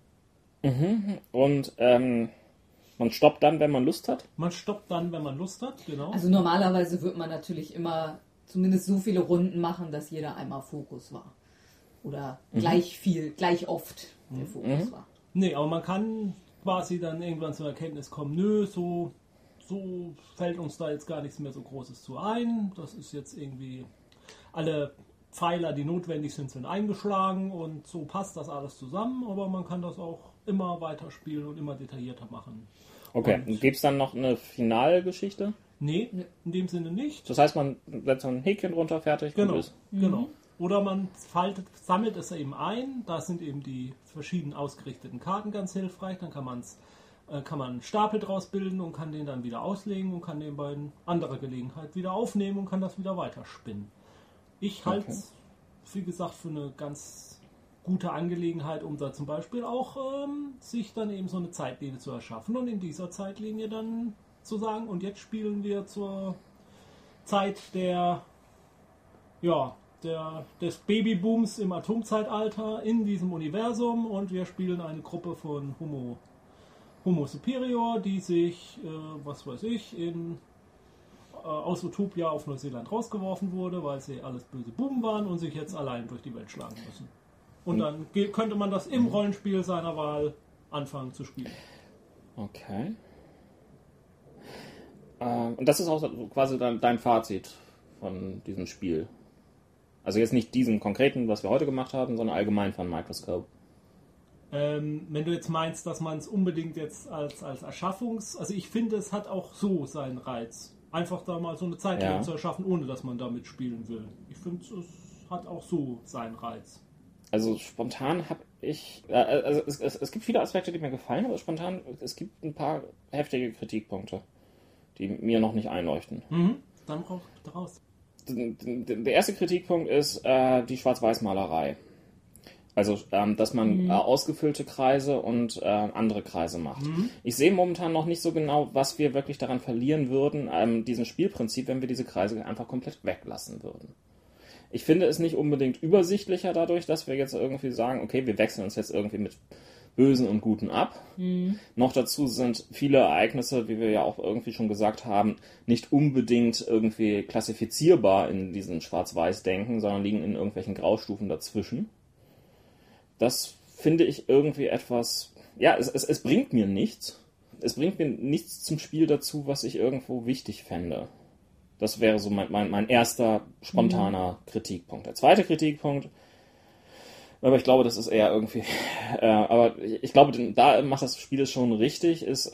Und man stoppt dann, wenn man Lust hat. Man stoppt dann, wenn man Lust hat, genau. Also normalerweise wird man natürlich immer zumindest so viele Runden machen, dass jeder einmal Fokus war. Oder gleich oft der Fokus war. Nee, aber man kann quasi dann irgendwann zur Erkenntnis kommen, nö, so fällt uns da jetzt gar nichts mehr so Großes zu ein. Das ist jetzt irgendwie, alle Pfeiler, die notwendig sind eingeschlagen und so passt das alles zusammen, aber man kann das auch immer weiterspielen und immer detaillierter machen. Okay, und gibt es dann noch eine Finalgeschichte? Nee, in dem Sinne nicht. Das heißt, man setzt so ein Häkchen runter, fertig, gut Genau, ist. genau. Oder man sammelt es eben ein, da sind eben die verschieden ausgerichteten Karten ganz hilfreich, dann kann man einen Stapel draus bilden und kann den dann wieder auslegen und kann den bei anderer Gelegenheit wieder aufnehmen und kann das wieder weiterspinnen. Ich halte es, wie gesagt, für eine ganz gute Angelegenheit, um da zum Beispiel auch sich dann eben so eine Zeitlinie zu erschaffen und in dieser Zeitlinie dann zu sagen, und jetzt spielen wir zur Zeit der des Babybooms im Atomzeitalter in diesem Universum und wir spielen eine Gruppe von Homo Superior, die sich, aus Utopia auf Neuseeland rausgeworfen wurde, weil sie alles böse Buben waren und sich jetzt allein durch die Welt schlagen müssen. Und dann könnte man das im Rollenspiel seiner Wahl anfangen zu spielen. Okay. Und das ist auch quasi dein Fazit von diesem Spiel. Also jetzt nicht diesen konkreten, was wir heute gemacht haben, sondern allgemein von Microscope. Wenn du jetzt meinst, dass man es unbedingt jetzt als also ich finde, es hat auch so seinen Reiz. Einfach da mal so eine Zeit zu erschaffen, ohne dass man damit spielen will. Ich finde, es hat auch so seinen Reiz. Also spontan habe ich... Also es gibt viele Aspekte, die mir gefallen, aber spontan, es gibt ein paar heftige Kritikpunkte, die mir noch nicht einleuchten. Dann raus. Der erste Kritikpunkt ist die Schwarz-Weiß-Malerei. Also, dass man ausgefüllte Kreise und andere Kreise macht. Ich sehe momentan noch nicht so genau, was wir wirklich daran verlieren würden, diesem Spielprinzip, wenn wir diese Kreise einfach komplett weglassen würden. Ich finde es nicht unbedingt übersichtlicher dadurch, dass wir jetzt irgendwie sagen, okay, wir wechseln uns jetzt irgendwie mit Bösen und Guten ab. Noch dazu sind viele Ereignisse, wie wir ja auch irgendwie schon gesagt haben, nicht unbedingt irgendwie klassifizierbar in diesem Schwarz-Weiß-Denken, sondern liegen in irgendwelchen Graustufen dazwischen. Das finde ich irgendwie etwas... Ja, es bringt mir nichts. Es bringt mir nichts zum Spiel dazu, was ich irgendwo wichtig fände. Das wäre so mein erster spontaner Kritikpunkt. Der zweite Kritikpunkt, aber ich glaube, das ist eher irgendwie... aber ich glaube, da macht das Spiel es schon richtig, ist...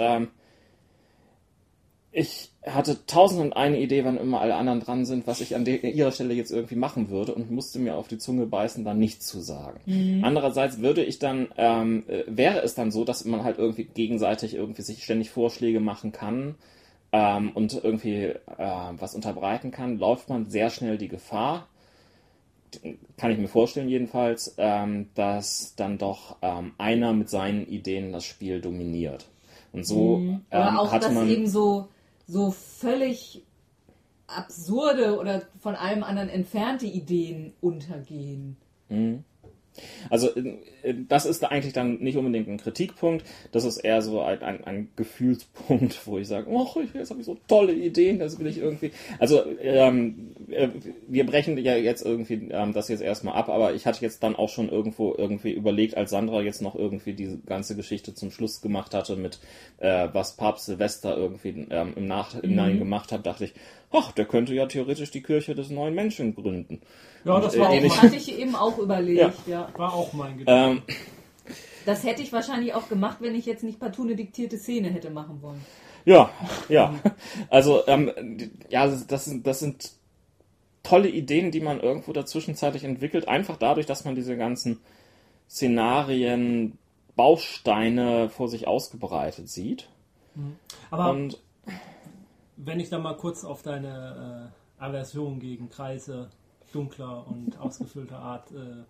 ich hatte 1001 Idee, wann immer alle anderen dran sind, was ich an ihrer Stelle jetzt irgendwie machen würde und musste mir auf die Zunge beißen, da nichts zu sagen. Andererseits wäre es dann so, dass man halt irgendwie gegenseitig irgendwie sich ständig Vorschläge machen kann und irgendwie was unterbreiten kann, läuft man sehr schnell die Gefahr, kann ich mir vorstellen jedenfalls, dass dann doch einer mit seinen Ideen das Spiel dominiert. Und so oder auch, hatte man... eben so völlig absurde oder von allem anderen entfernte Ideen untergehen. Also das ist eigentlich dann nicht unbedingt ein Kritikpunkt, das ist eher so ein Gefühlspunkt, wo ich sage, jetzt habe ich so tolle Ideen, das will ich irgendwie... Also wir brechen ja jetzt irgendwie das jetzt erstmal ab, aber ich hatte jetzt dann auch schon irgendwie überlegt, als Sandra jetzt noch irgendwie diese ganze Geschichte zum Schluss gemacht hatte mit was Papst Silvester irgendwie im Nachhinein gemacht hat, dachte ich, der könnte ja theoretisch die Kirche des neuen Menschen gründen. Ja, das war hatte ich eben auch überlegt. Ja. War auch mein Gedanke. Das hätte ich wahrscheinlich auch gemacht, wenn ich jetzt nicht partout eine diktierte Szene hätte machen wollen. Ja. Also, das sind tolle Ideen, die man irgendwo dazwischenzeitlich entwickelt, einfach dadurch, dass man diese ganzen Szenarien, Bausteine vor sich ausgebreitet sieht. Aber wenn ich da mal kurz auf deine Aversion gegen Kreise dunkler und ausgefüllter Art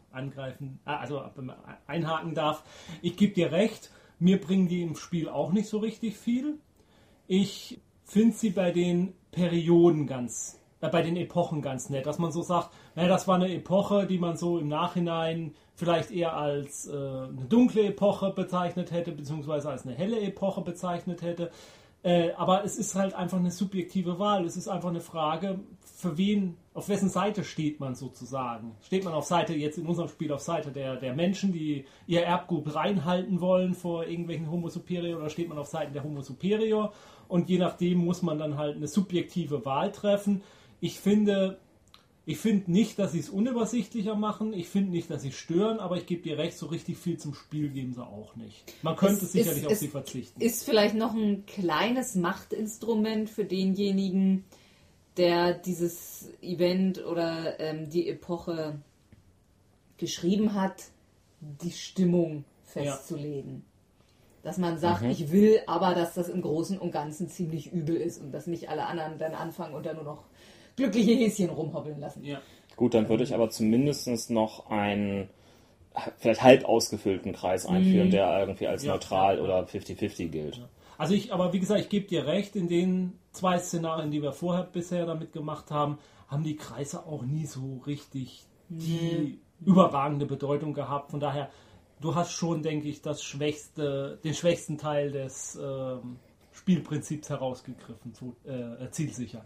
einhaken darf. Ich gebe dir recht, mir bringen die im Spiel auch nicht so richtig viel. Ich finde sie bei den Perioden bei den Epochen ganz nett, dass man so sagt, das war eine Epoche, die man so im Nachhinein vielleicht eher als eine dunkle Epoche bezeichnet hätte, beziehungsweise als eine helle Epoche bezeichnet hätte. Aber es ist halt einfach eine subjektive Wahl. Es ist einfach eine Frage, auf wessen Seite steht man sozusagen. Steht man auf Seite, jetzt in unserem Spiel, auf Seite der Menschen, die ihr Erbgut reinhalten wollen vor irgendwelchen Homo Superior, oder steht man auf Seiten der Homo Superior? Und je nachdem muss man dann halt eine subjektive Wahl treffen. Ich finde nicht, dass sie es unübersichtlicher machen. Ich finde nicht, dass sie stören, aber ich gebe dir recht, so richtig viel zum Spiel geben sie auch nicht. Man könnte sicherlich auf sie verzichten. Ist vielleicht noch ein kleines Machtinstrument für denjenigen, der dieses Event oder die Epoche geschrieben hat, die Stimmung festzulegen. Dass man sagt, ich will aber, dass das im Großen und Ganzen ziemlich übel ist und dass nicht alle anderen dann anfangen und dann nur noch glückliche Häschen rumhoppeln lassen. Ja. Gut, dann würde ich aber zumindest noch einen vielleicht halb ausgefüllten Kreis einführen, der irgendwie als neutral oder 50-50 gilt. Ja. Also aber wie gesagt, ich gebe dir recht, in den 2 Szenarien, die wir vorher bisher damit gemacht haben, haben die Kreise auch nie so richtig die überragende Bedeutung gehabt. Von daher, du hast schon, denke ich, den schwächsten Teil des Spielprinzips herausgegriffen, zielsicher.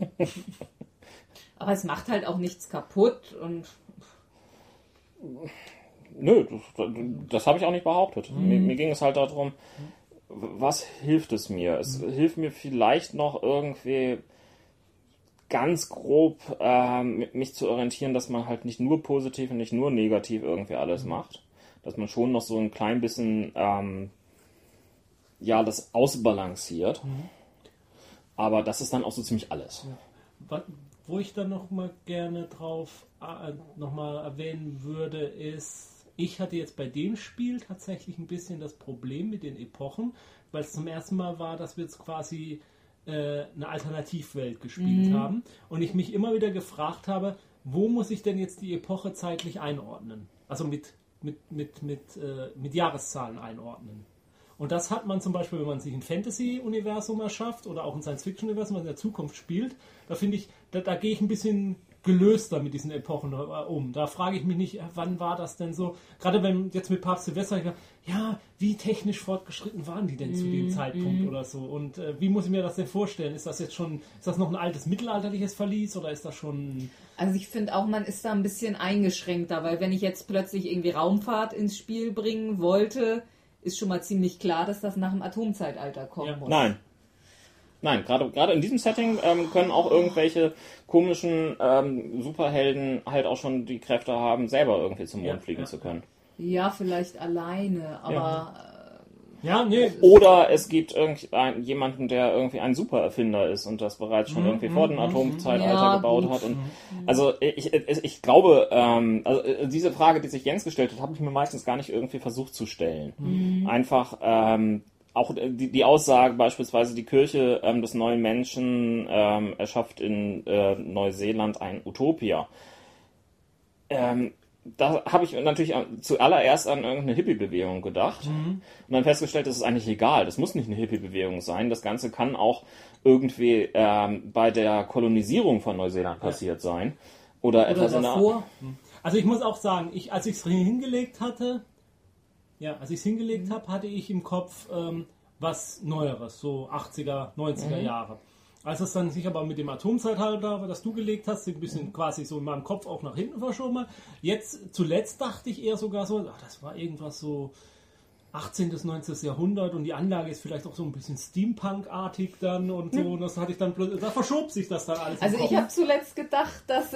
Aber es macht halt auch nichts kaputt und... Nö, das habe ich auch nicht behauptet. Mir ging es halt darum, was hilft es mir? Es hilft mir vielleicht noch irgendwie ganz grob mich zu orientieren, dass man halt nicht nur positiv und nicht nur negativ irgendwie alles macht. Dass man schon noch so ein klein bisschen das ausbalanciert. Aber das ist dann auch so ziemlich alles. Ja. Wo ich dann noch mal gerne drauf noch mal erwähnen würde, ist, ich hatte jetzt bei dem Spiel tatsächlich ein bisschen das Problem mit den Epochen, weil es zum ersten Mal war, dass wir jetzt quasi eine Alternativwelt gespielt haben und ich mich immer wieder gefragt habe, wo muss ich denn jetzt die Epoche zeitlich einordnen? Also mit Jahreszahlen einordnen. Und das hat man zum Beispiel, wenn man sich ein Fantasy-Universum erschafft oder auch ein Science-Fiction-Universum, was in der Zukunft spielt, da finde ich, da gehe ich ein bisschen gelöster mit diesen Epochen um. Da frage ich mich nicht, wann war das denn so? Gerade wenn jetzt mit Papst Silvester, ja, wie technisch fortgeschritten waren die denn zu dem Zeitpunkt oder so? Und wie muss ich mir das denn vorstellen? Ist das noch ein altes mittelalterliches Verlies oder ist das schon... Also ich finde auch, man ist da ein bisschen eingeschränkter, weil wenn ich jetzt plötzlich irgendwie Raumfahrt ins Spiel bringen wollte, ist schon mal ziemlich klar, dass das nach dem Atomzeitalter kommen muss. Nein, gerade in diesem Setting können auch irgendwelche komischen Superhelden halt auch schon die Kräfte haben, selber irgendwie zum Mond fliegen zu können. Ja, vielleicht alleine, aber... Oder es gibt jemanden, der irgendwie ein Supererfinder ist und das bereits schon irgendwie vor dem Atomzeitalter gebaut hat. Und also ich glaube, also diese Frage, die sich Jens gestellt hat, habe ich mir meistens gar nicht irgendwie versucht zu stellen. Einfach auch die Aussage beispielsweise, die Kirche des neuen Menschen erschafft in Neuseeland ein Utopia. Da habe ich natürlich zuallererst an irgendeine Hippie-Bewegung gedacht und dann festgestellt, das ist eigentlich egal. Das muss nicht eine Hippie-Bewegung sein. Das Ganze kann auch irgendwie bei der Kolonisierung von Neuseeland passiert sein. Oder etwas davor. Also ich muss auch sagen, als ich es hingelegt habe, hatte ich im Kopf was Neueres, so 80er, 90er Jahre. Als es dann sich aber mit dem Atomzeitalter, das du gelegt hast, ein bisschen quasi so in meinem Kopf auch nach hinten verschoben. Jetzt, zuletzt dachte ich eher sogar so, das war irgendwas so 18. bis 19. Jahrhundert und die Anlage ist vielleicht auch so ein bisschen Steampunk-artig dann und so. Und das hatte ich dann plötzlich, da verschob sich das dann alles. Also ich habe zuletzt gedacht, dass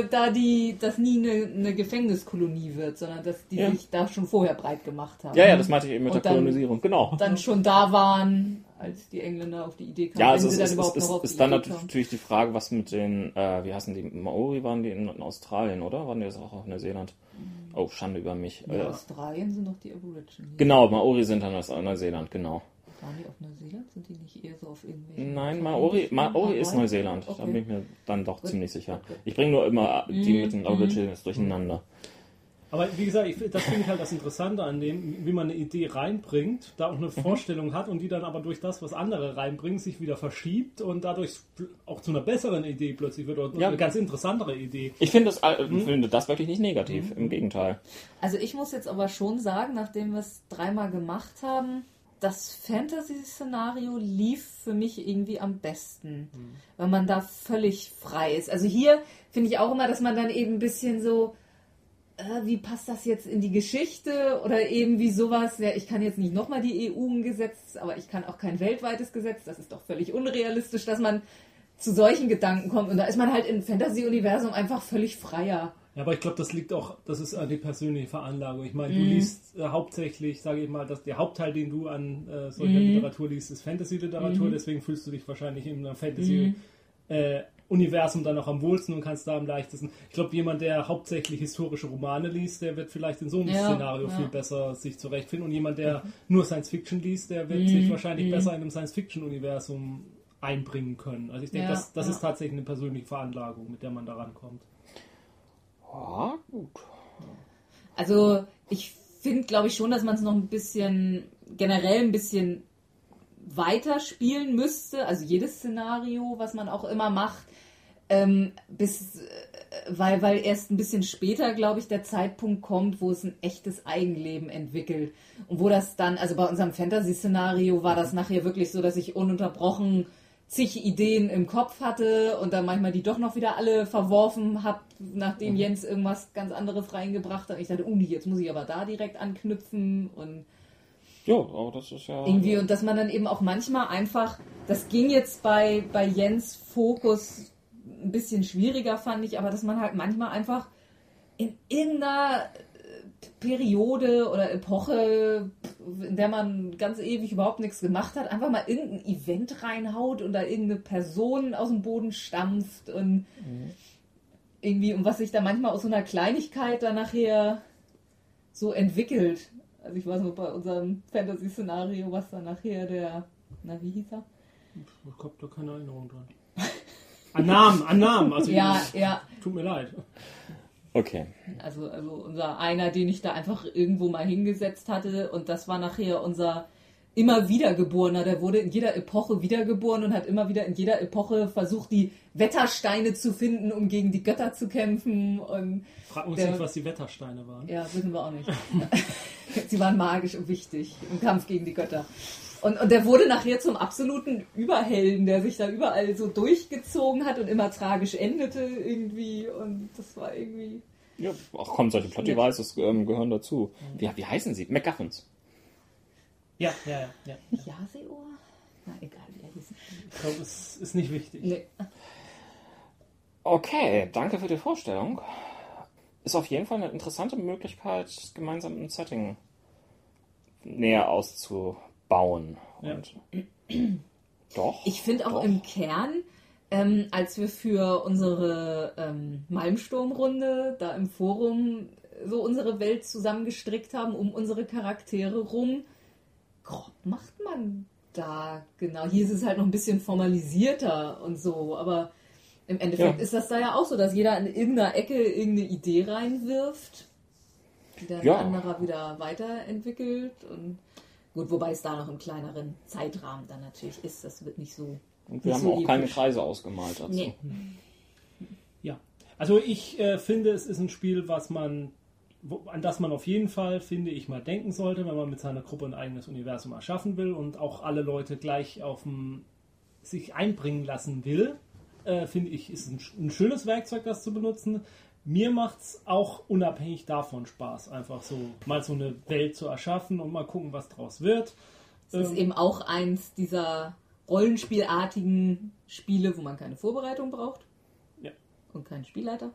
das nie eine Gefängniskolonie wird, sondern dass die sich da schon vorher breit gemacht haben. Ja, das meinte ich eben mit der Kolonisierung, genau. Dann schon da waren, als die Engländer auf die Idee kamen. Ja, also es ist dann natürlich die Frage, was mit den, wie heißen die, Maori waren die in Australien, oder? Waren die das auch auf Neuseeland? Oh, Schande über mich. Ja, Australien sind doch die Aborigines. Genau, Maori sind dann aus Neuseeland, genau. Waren die auf Neuseeland? Sind die nicht eher so auf irgendwelchen... Nein, Maori ist Neuseeland. Okay. Da bin ich mir dann doch ziemlich sicher. Ich bringe nur immer die mit den Aborigines durcheinander. Aber wie gesagt, das finde ich halt das Interessante an dem, wie man eine Idee reinbringt, da auch eine Vorstellung hat und die dann aber durch das, was andere reinbringen, sich wieder verschiebt und dadurch auch zu einer besseren Idee plötzlich wird oder eine ganz interessantere Idee. Ich finde das wirklich nicht negativ, im Gegenteil. Also ich muss jetzt aber schon sagen, nachdem wir es 3-mal gemacht haben, das Fantasy-Szenario lief für mich irgendwie am besten, weil man da völlig frei ist. Also hier finde ich auch immer, dass man dann eben ein bisschen so... wie passt das jetzt in die Geschichte oder eben wie sowas, ja, ich kann jetzt nicht nochmal die EU-Gesetz, aber ich kann auch kein weltweites Gesetz, das ist doch völlig unrealistisch, dass man zu solchen Gedanken kommt und da ist man halt im Fantasy-Universum einfach völlig freier. Ja, aber ich glaube, das ist die persönliche Veranlagung. Ich meine, du liest hauptsächlich, sage ich mal, dass der Hauptteil, den du an solcher Literatur liest, ist Fantasy-Literatur, deswegen fühlst du dich wahrscheinlich in einer Fantasy- Universum dann auch am wohlsten und kannst da am leichtesten. Ich glaube, jemand, der hauptsächlich historische Romane liest, der wird vielleicht in so einem Szenario viel besser sich zurechtfinden. Und jemand, der nur Science-Fiction liest, der wird sich wahrscheinlich besser in einem Science-Fiction-Universum einbringen können. Also ich denke, das ist tatsächlich eine persönliche Veranlagung, mit der man da rankommt. Ja, gut. Also ich finde, glaube ich schon, dass man es noch generell ein bisschen weiterspielen müsste, also jedes Szenario, was man auch immer macht, weil erst ein bisschen später, glaube ich, der Zeitpunkt kommt, wo es ein echtes Eigenleben entwickelt. Und wo das dann, also bei unserem Fantasy-Szenario war das nachher wirklich so, dass ich ununterbrochen zig Ideen im Kopf hatte und dann manchmal die doch noch wieder alle verworfen habe, nachdem Jens irgendwas ganz anderes reingebracht hat. Ich dachte, jetzt muss ich aber da direkt anknüpfen und ja, aber das ist ja... irgendwie, und dass man dann eben auch manchmal einfach, das ging jetzt bei Jens Fokus ein bisschen schwieriger, fand ich, aber dass man halt manchmal einfach in irgendeiner Periode oder Epoche, in der man ganz ewig überhaupt nichts gemacht hat, einfach mal irgendein Event reinhaut und da irgendeine Person aus dem Boden stampft und irgendwie, und was sich da manchmal aus so einer Kleinigkeit dann nachher so entwickelt. Also ich weiß noch, bei unserem Fantasy-Szenario, was dann nachher wie hieß er? Ich habe da keine Erinnerung dran. An Namen. Also ja. Tut mir leid. Okay. Also unser einer, den ich da einfach irgendwo mal hingesetzt hatte, und das war nachher unser immer Wiedergeborener. Der wurde in jeder Epoche wiedergeboren und hat immer wieder in jeder Epoche versucht, die Wettersteine zu finden, um gegen die Götter zu kämpfen. Und frag uns nicht, was die Wettersteine waren. Ja, wissen wir auch nicht. Sie waren magisch und wichtig im Kampf gegen die Götter. Und der wurde nachher zum absoluten Überhelden, der sich da überall so durchgezogen hat und immer tragisch endete irgendwie. Und das war irgendwie... Ja, ach komm, solche Plot-Devices gehören dazu. Wie heißen sie? MacGuffins. Ja. Jaseohr? Na, egal, wie er hieß. Ich glaube, es ist nicht wichtig. Nee. Okay, danke für die Vorstellung. Ist auf jeden Fall eine interessante Möglichkeit, gemeinsam ein Setting näher auszubauen. Ja. Und doch. Ich finde auch im Kern, als wir für unsere Malmsturm-Runde da im Forum so unsere Welt zusammengestrickt haben, um unsere Charaktere rum, grob macht man da genau. Hier ist es halt noch ein bisschen formalisierter und so, aber im Endeffekt ist das da ja auch so, dass jeder in irgendeiner Ecke irgendeine Idee reinwirft, die dann ein anderer wieder weiterentwickelt. Und gut, wobei es da noch im kleineren Zeitrahmen dann natürlich ist, das wird nicht so. Und wir haben auch keine Kreise ausgemalt dazu. Nee. Ja, also ich finde, es ist ein Spiel, an das man auf jeden Fall, finde ich, mal denken sollte, wenn man mit seiner Gruppe ein eigenes Universum erschaffen will und auch alle Leute gleich sich einbringen lassen will. Finde ich, ist ein schönes Werkzeug, das zu benutzen. Mir macht es auch unabhängig davon Spaß, einfach so mal so eine Welt zu erschaffen und mal gucken, was draus wird. Es ist eben auch eins dieser rollenspielartigen Spiele, wo man keine Vorbereitung braucht. Ja. Und keinen Spielleiter.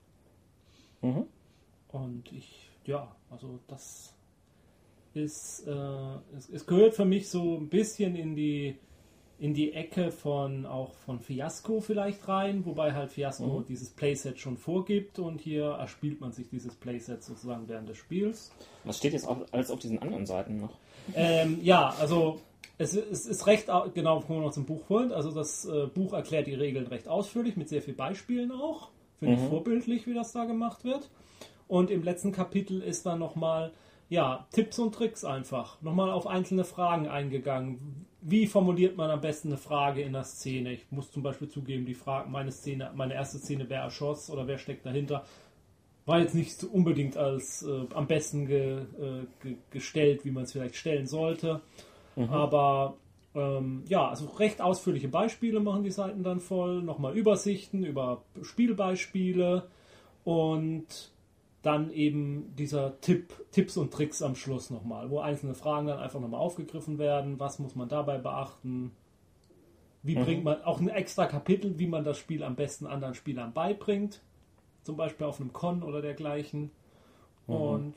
Mhm. Und also das ist, es gehört für mich so ein bisschen in die Ecke von Fiasco vielleicht rein, wobei halt Fiasco dieses Playset schon vorgibt und hier erspielt man sich dieses Playset sozusagen während des Spiels. Was steht jetzt alles auf diesen anderen Seiten noch? Also es ist recht, genau, kommen wir noch zum Buch wollen. Also das Buch erklärt die Regeln recht ausführlich, mit sehr viel Beispielen auch. Finde ich vorbildlich, wie das da gemacht wird. Und im letzten Kapitel ist dann nochmal, Tipps und Tricks einfach. Nochmal auf einzelne Fragen eingegangen. Wie formuliert man am besten eine Frage in der Szene? Ich muss zum Beispiel zugeben, meine erste Szene, wer erschoss oder wer steckt dahinter, war jetzt nicht so unbedingt als am besten gestellt, wie man es vielleicht stellen sollte. Aber also recht ausführliche Beispiele machen die Seiten dann voll. Nochmal Übersichten über Spielbeispiele und dann eben dieser Tipps und Tricks am Schluss nochmal, wo einzelne Fragen dann einfach nochmal aufgegriffen werden. Was muss man dabei beachten? Wie bringt man auch ein extra Kapitel, wie man das Spiel am besten anderen Spielern beibringt? Zum Beispiel auf einem Con oder dergleichen. Und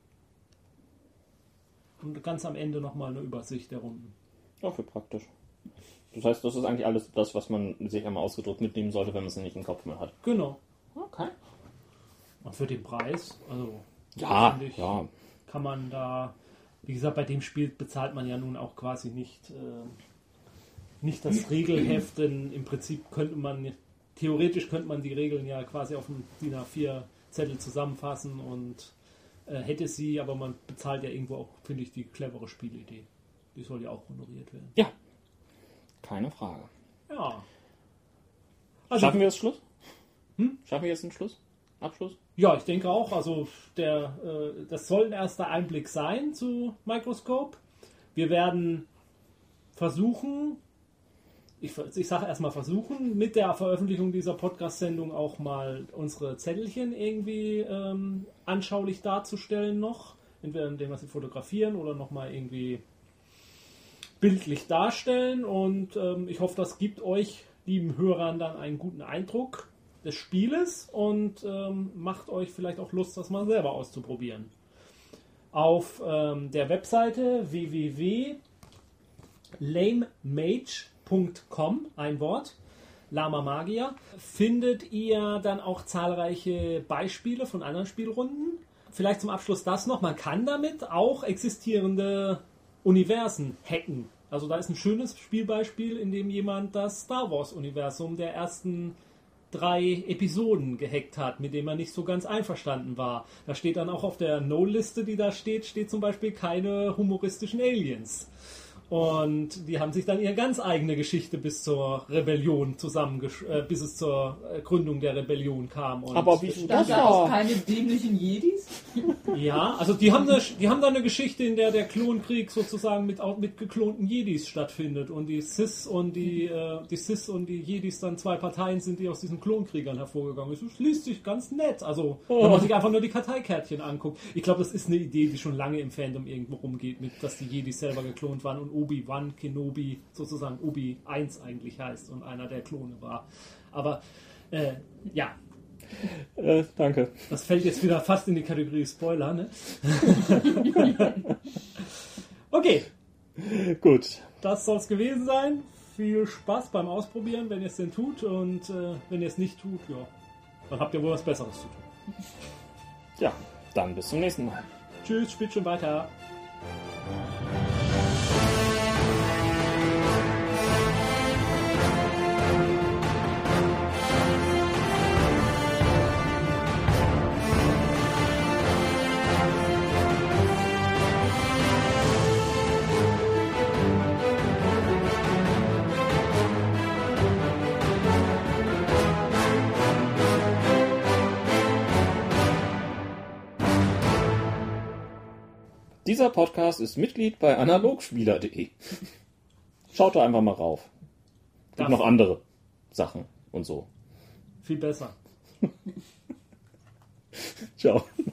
und ganz am Ende nochmal eine Übersicht der Runden. Dafür praktisch. Das heißt, das ist eigentlich alles das, was man sich einmal ausgedruckt mitnehmen sollte, wenn man es nicht im Kopf mehr hat. Genau. Okay. Und für den Preis, also finde ich, kann man da, wie gesagt, bei dem Spiel bezahlt man ja nun auch quasi nicht das Regelheft, denn im Prinzip theoretisch könnte man die Regeln ja quasi auf einem DIN A4 Zettel zusammenfassen und hätte sie, aber man bezahlt ja irgendwo auch, finde ich, die clevere Spielidee. Die soll ja auch honoriert werden. Ja, Keine Frage. Ja. Also, Schaffen wir jetzt Schluss? Schaffen wir jetzt einen Schluss? Abschluss? ja, ich denke auch. Also das soll ein erster Einblick sein zu Microscope. Wir werden versuchen, ich sage erstmal versuchen, mit der Veröffentlichung dieser Podcast-Sendung auch mal unsere Zettelchen irgendwie anschaulich darzustellen noch. Entweder indem wir sie fotografieren oder nochmal irgendwie bildlich darstellen. Und ich hoffe, das gibt euch, lieben Hörern, dann einen guten Eindruck des Spieles und macht euch vielleicht auch Lust, das mal selber auszuprobieren. Auf der Webseite www.lamemage.com, ein Wort, Lama Magier, findet ihr dann auch zahlreiche Beispiele von anderen Spielrunden. Vielleicht zum Abschluss das noch, man kann damit auch existierende Universen hacken. Also da ist ein schönes Spielbeispiel, in dem jemand das Star Wars-Universum der ersten 3 Episoden gehackt hat, mit dem er nicht so ganz einverstanden war. Da steht dann auch auf der No-Liste, die da steht zum Beispiel keine humoristischen Aliens. Und die haben sich dann ihre ganz eigene Geschichte bis zur Rebellion bis es zur Gründung der Rebellion kam. Und Aber wie viel Da das gab es war? keine dämlichen Jedis. ja, also die haben da eine Geschichte, in der der Klonkrieg sozusagen mit geklonten Jedis stattfindet und die Sith und die Jedis dann 2 Parteien sind, die aus diesen Klonkriegern hervorgegangen sind. Das liest sich ganz nett. Also wenn man sich einfach nur die Karteikärtchen anguckt. Ich glaube, das ist eine Idee, die schon lange im Fandom irgendwo rumgeht, dass die Jedis selber geklont waren und Obi-Wan Kenobi sozusagen Obi 1 eigentlich heißt und einer der Klone war. Aber ja. Danke. Das fällt jetzt wieder fast in die Kategorie Spoiler, ne? Okay, Gut. das soll es gewesen sein. Viel Spaß beim Ausprobieren, wenn ihr es denn tut. Und wenn ihr es nicht tut, ja, dann habt ihr wohl was Besseres zu tun. Ja, dann bis zum nächsten Mal. Tschüss, spielt schon weiter. Dieser Podcast ist Mitglied bei analogspieler.de. Schaut da einfach mal rauf. Gibt noch andere Sachen und so. Viel besser. Ciao.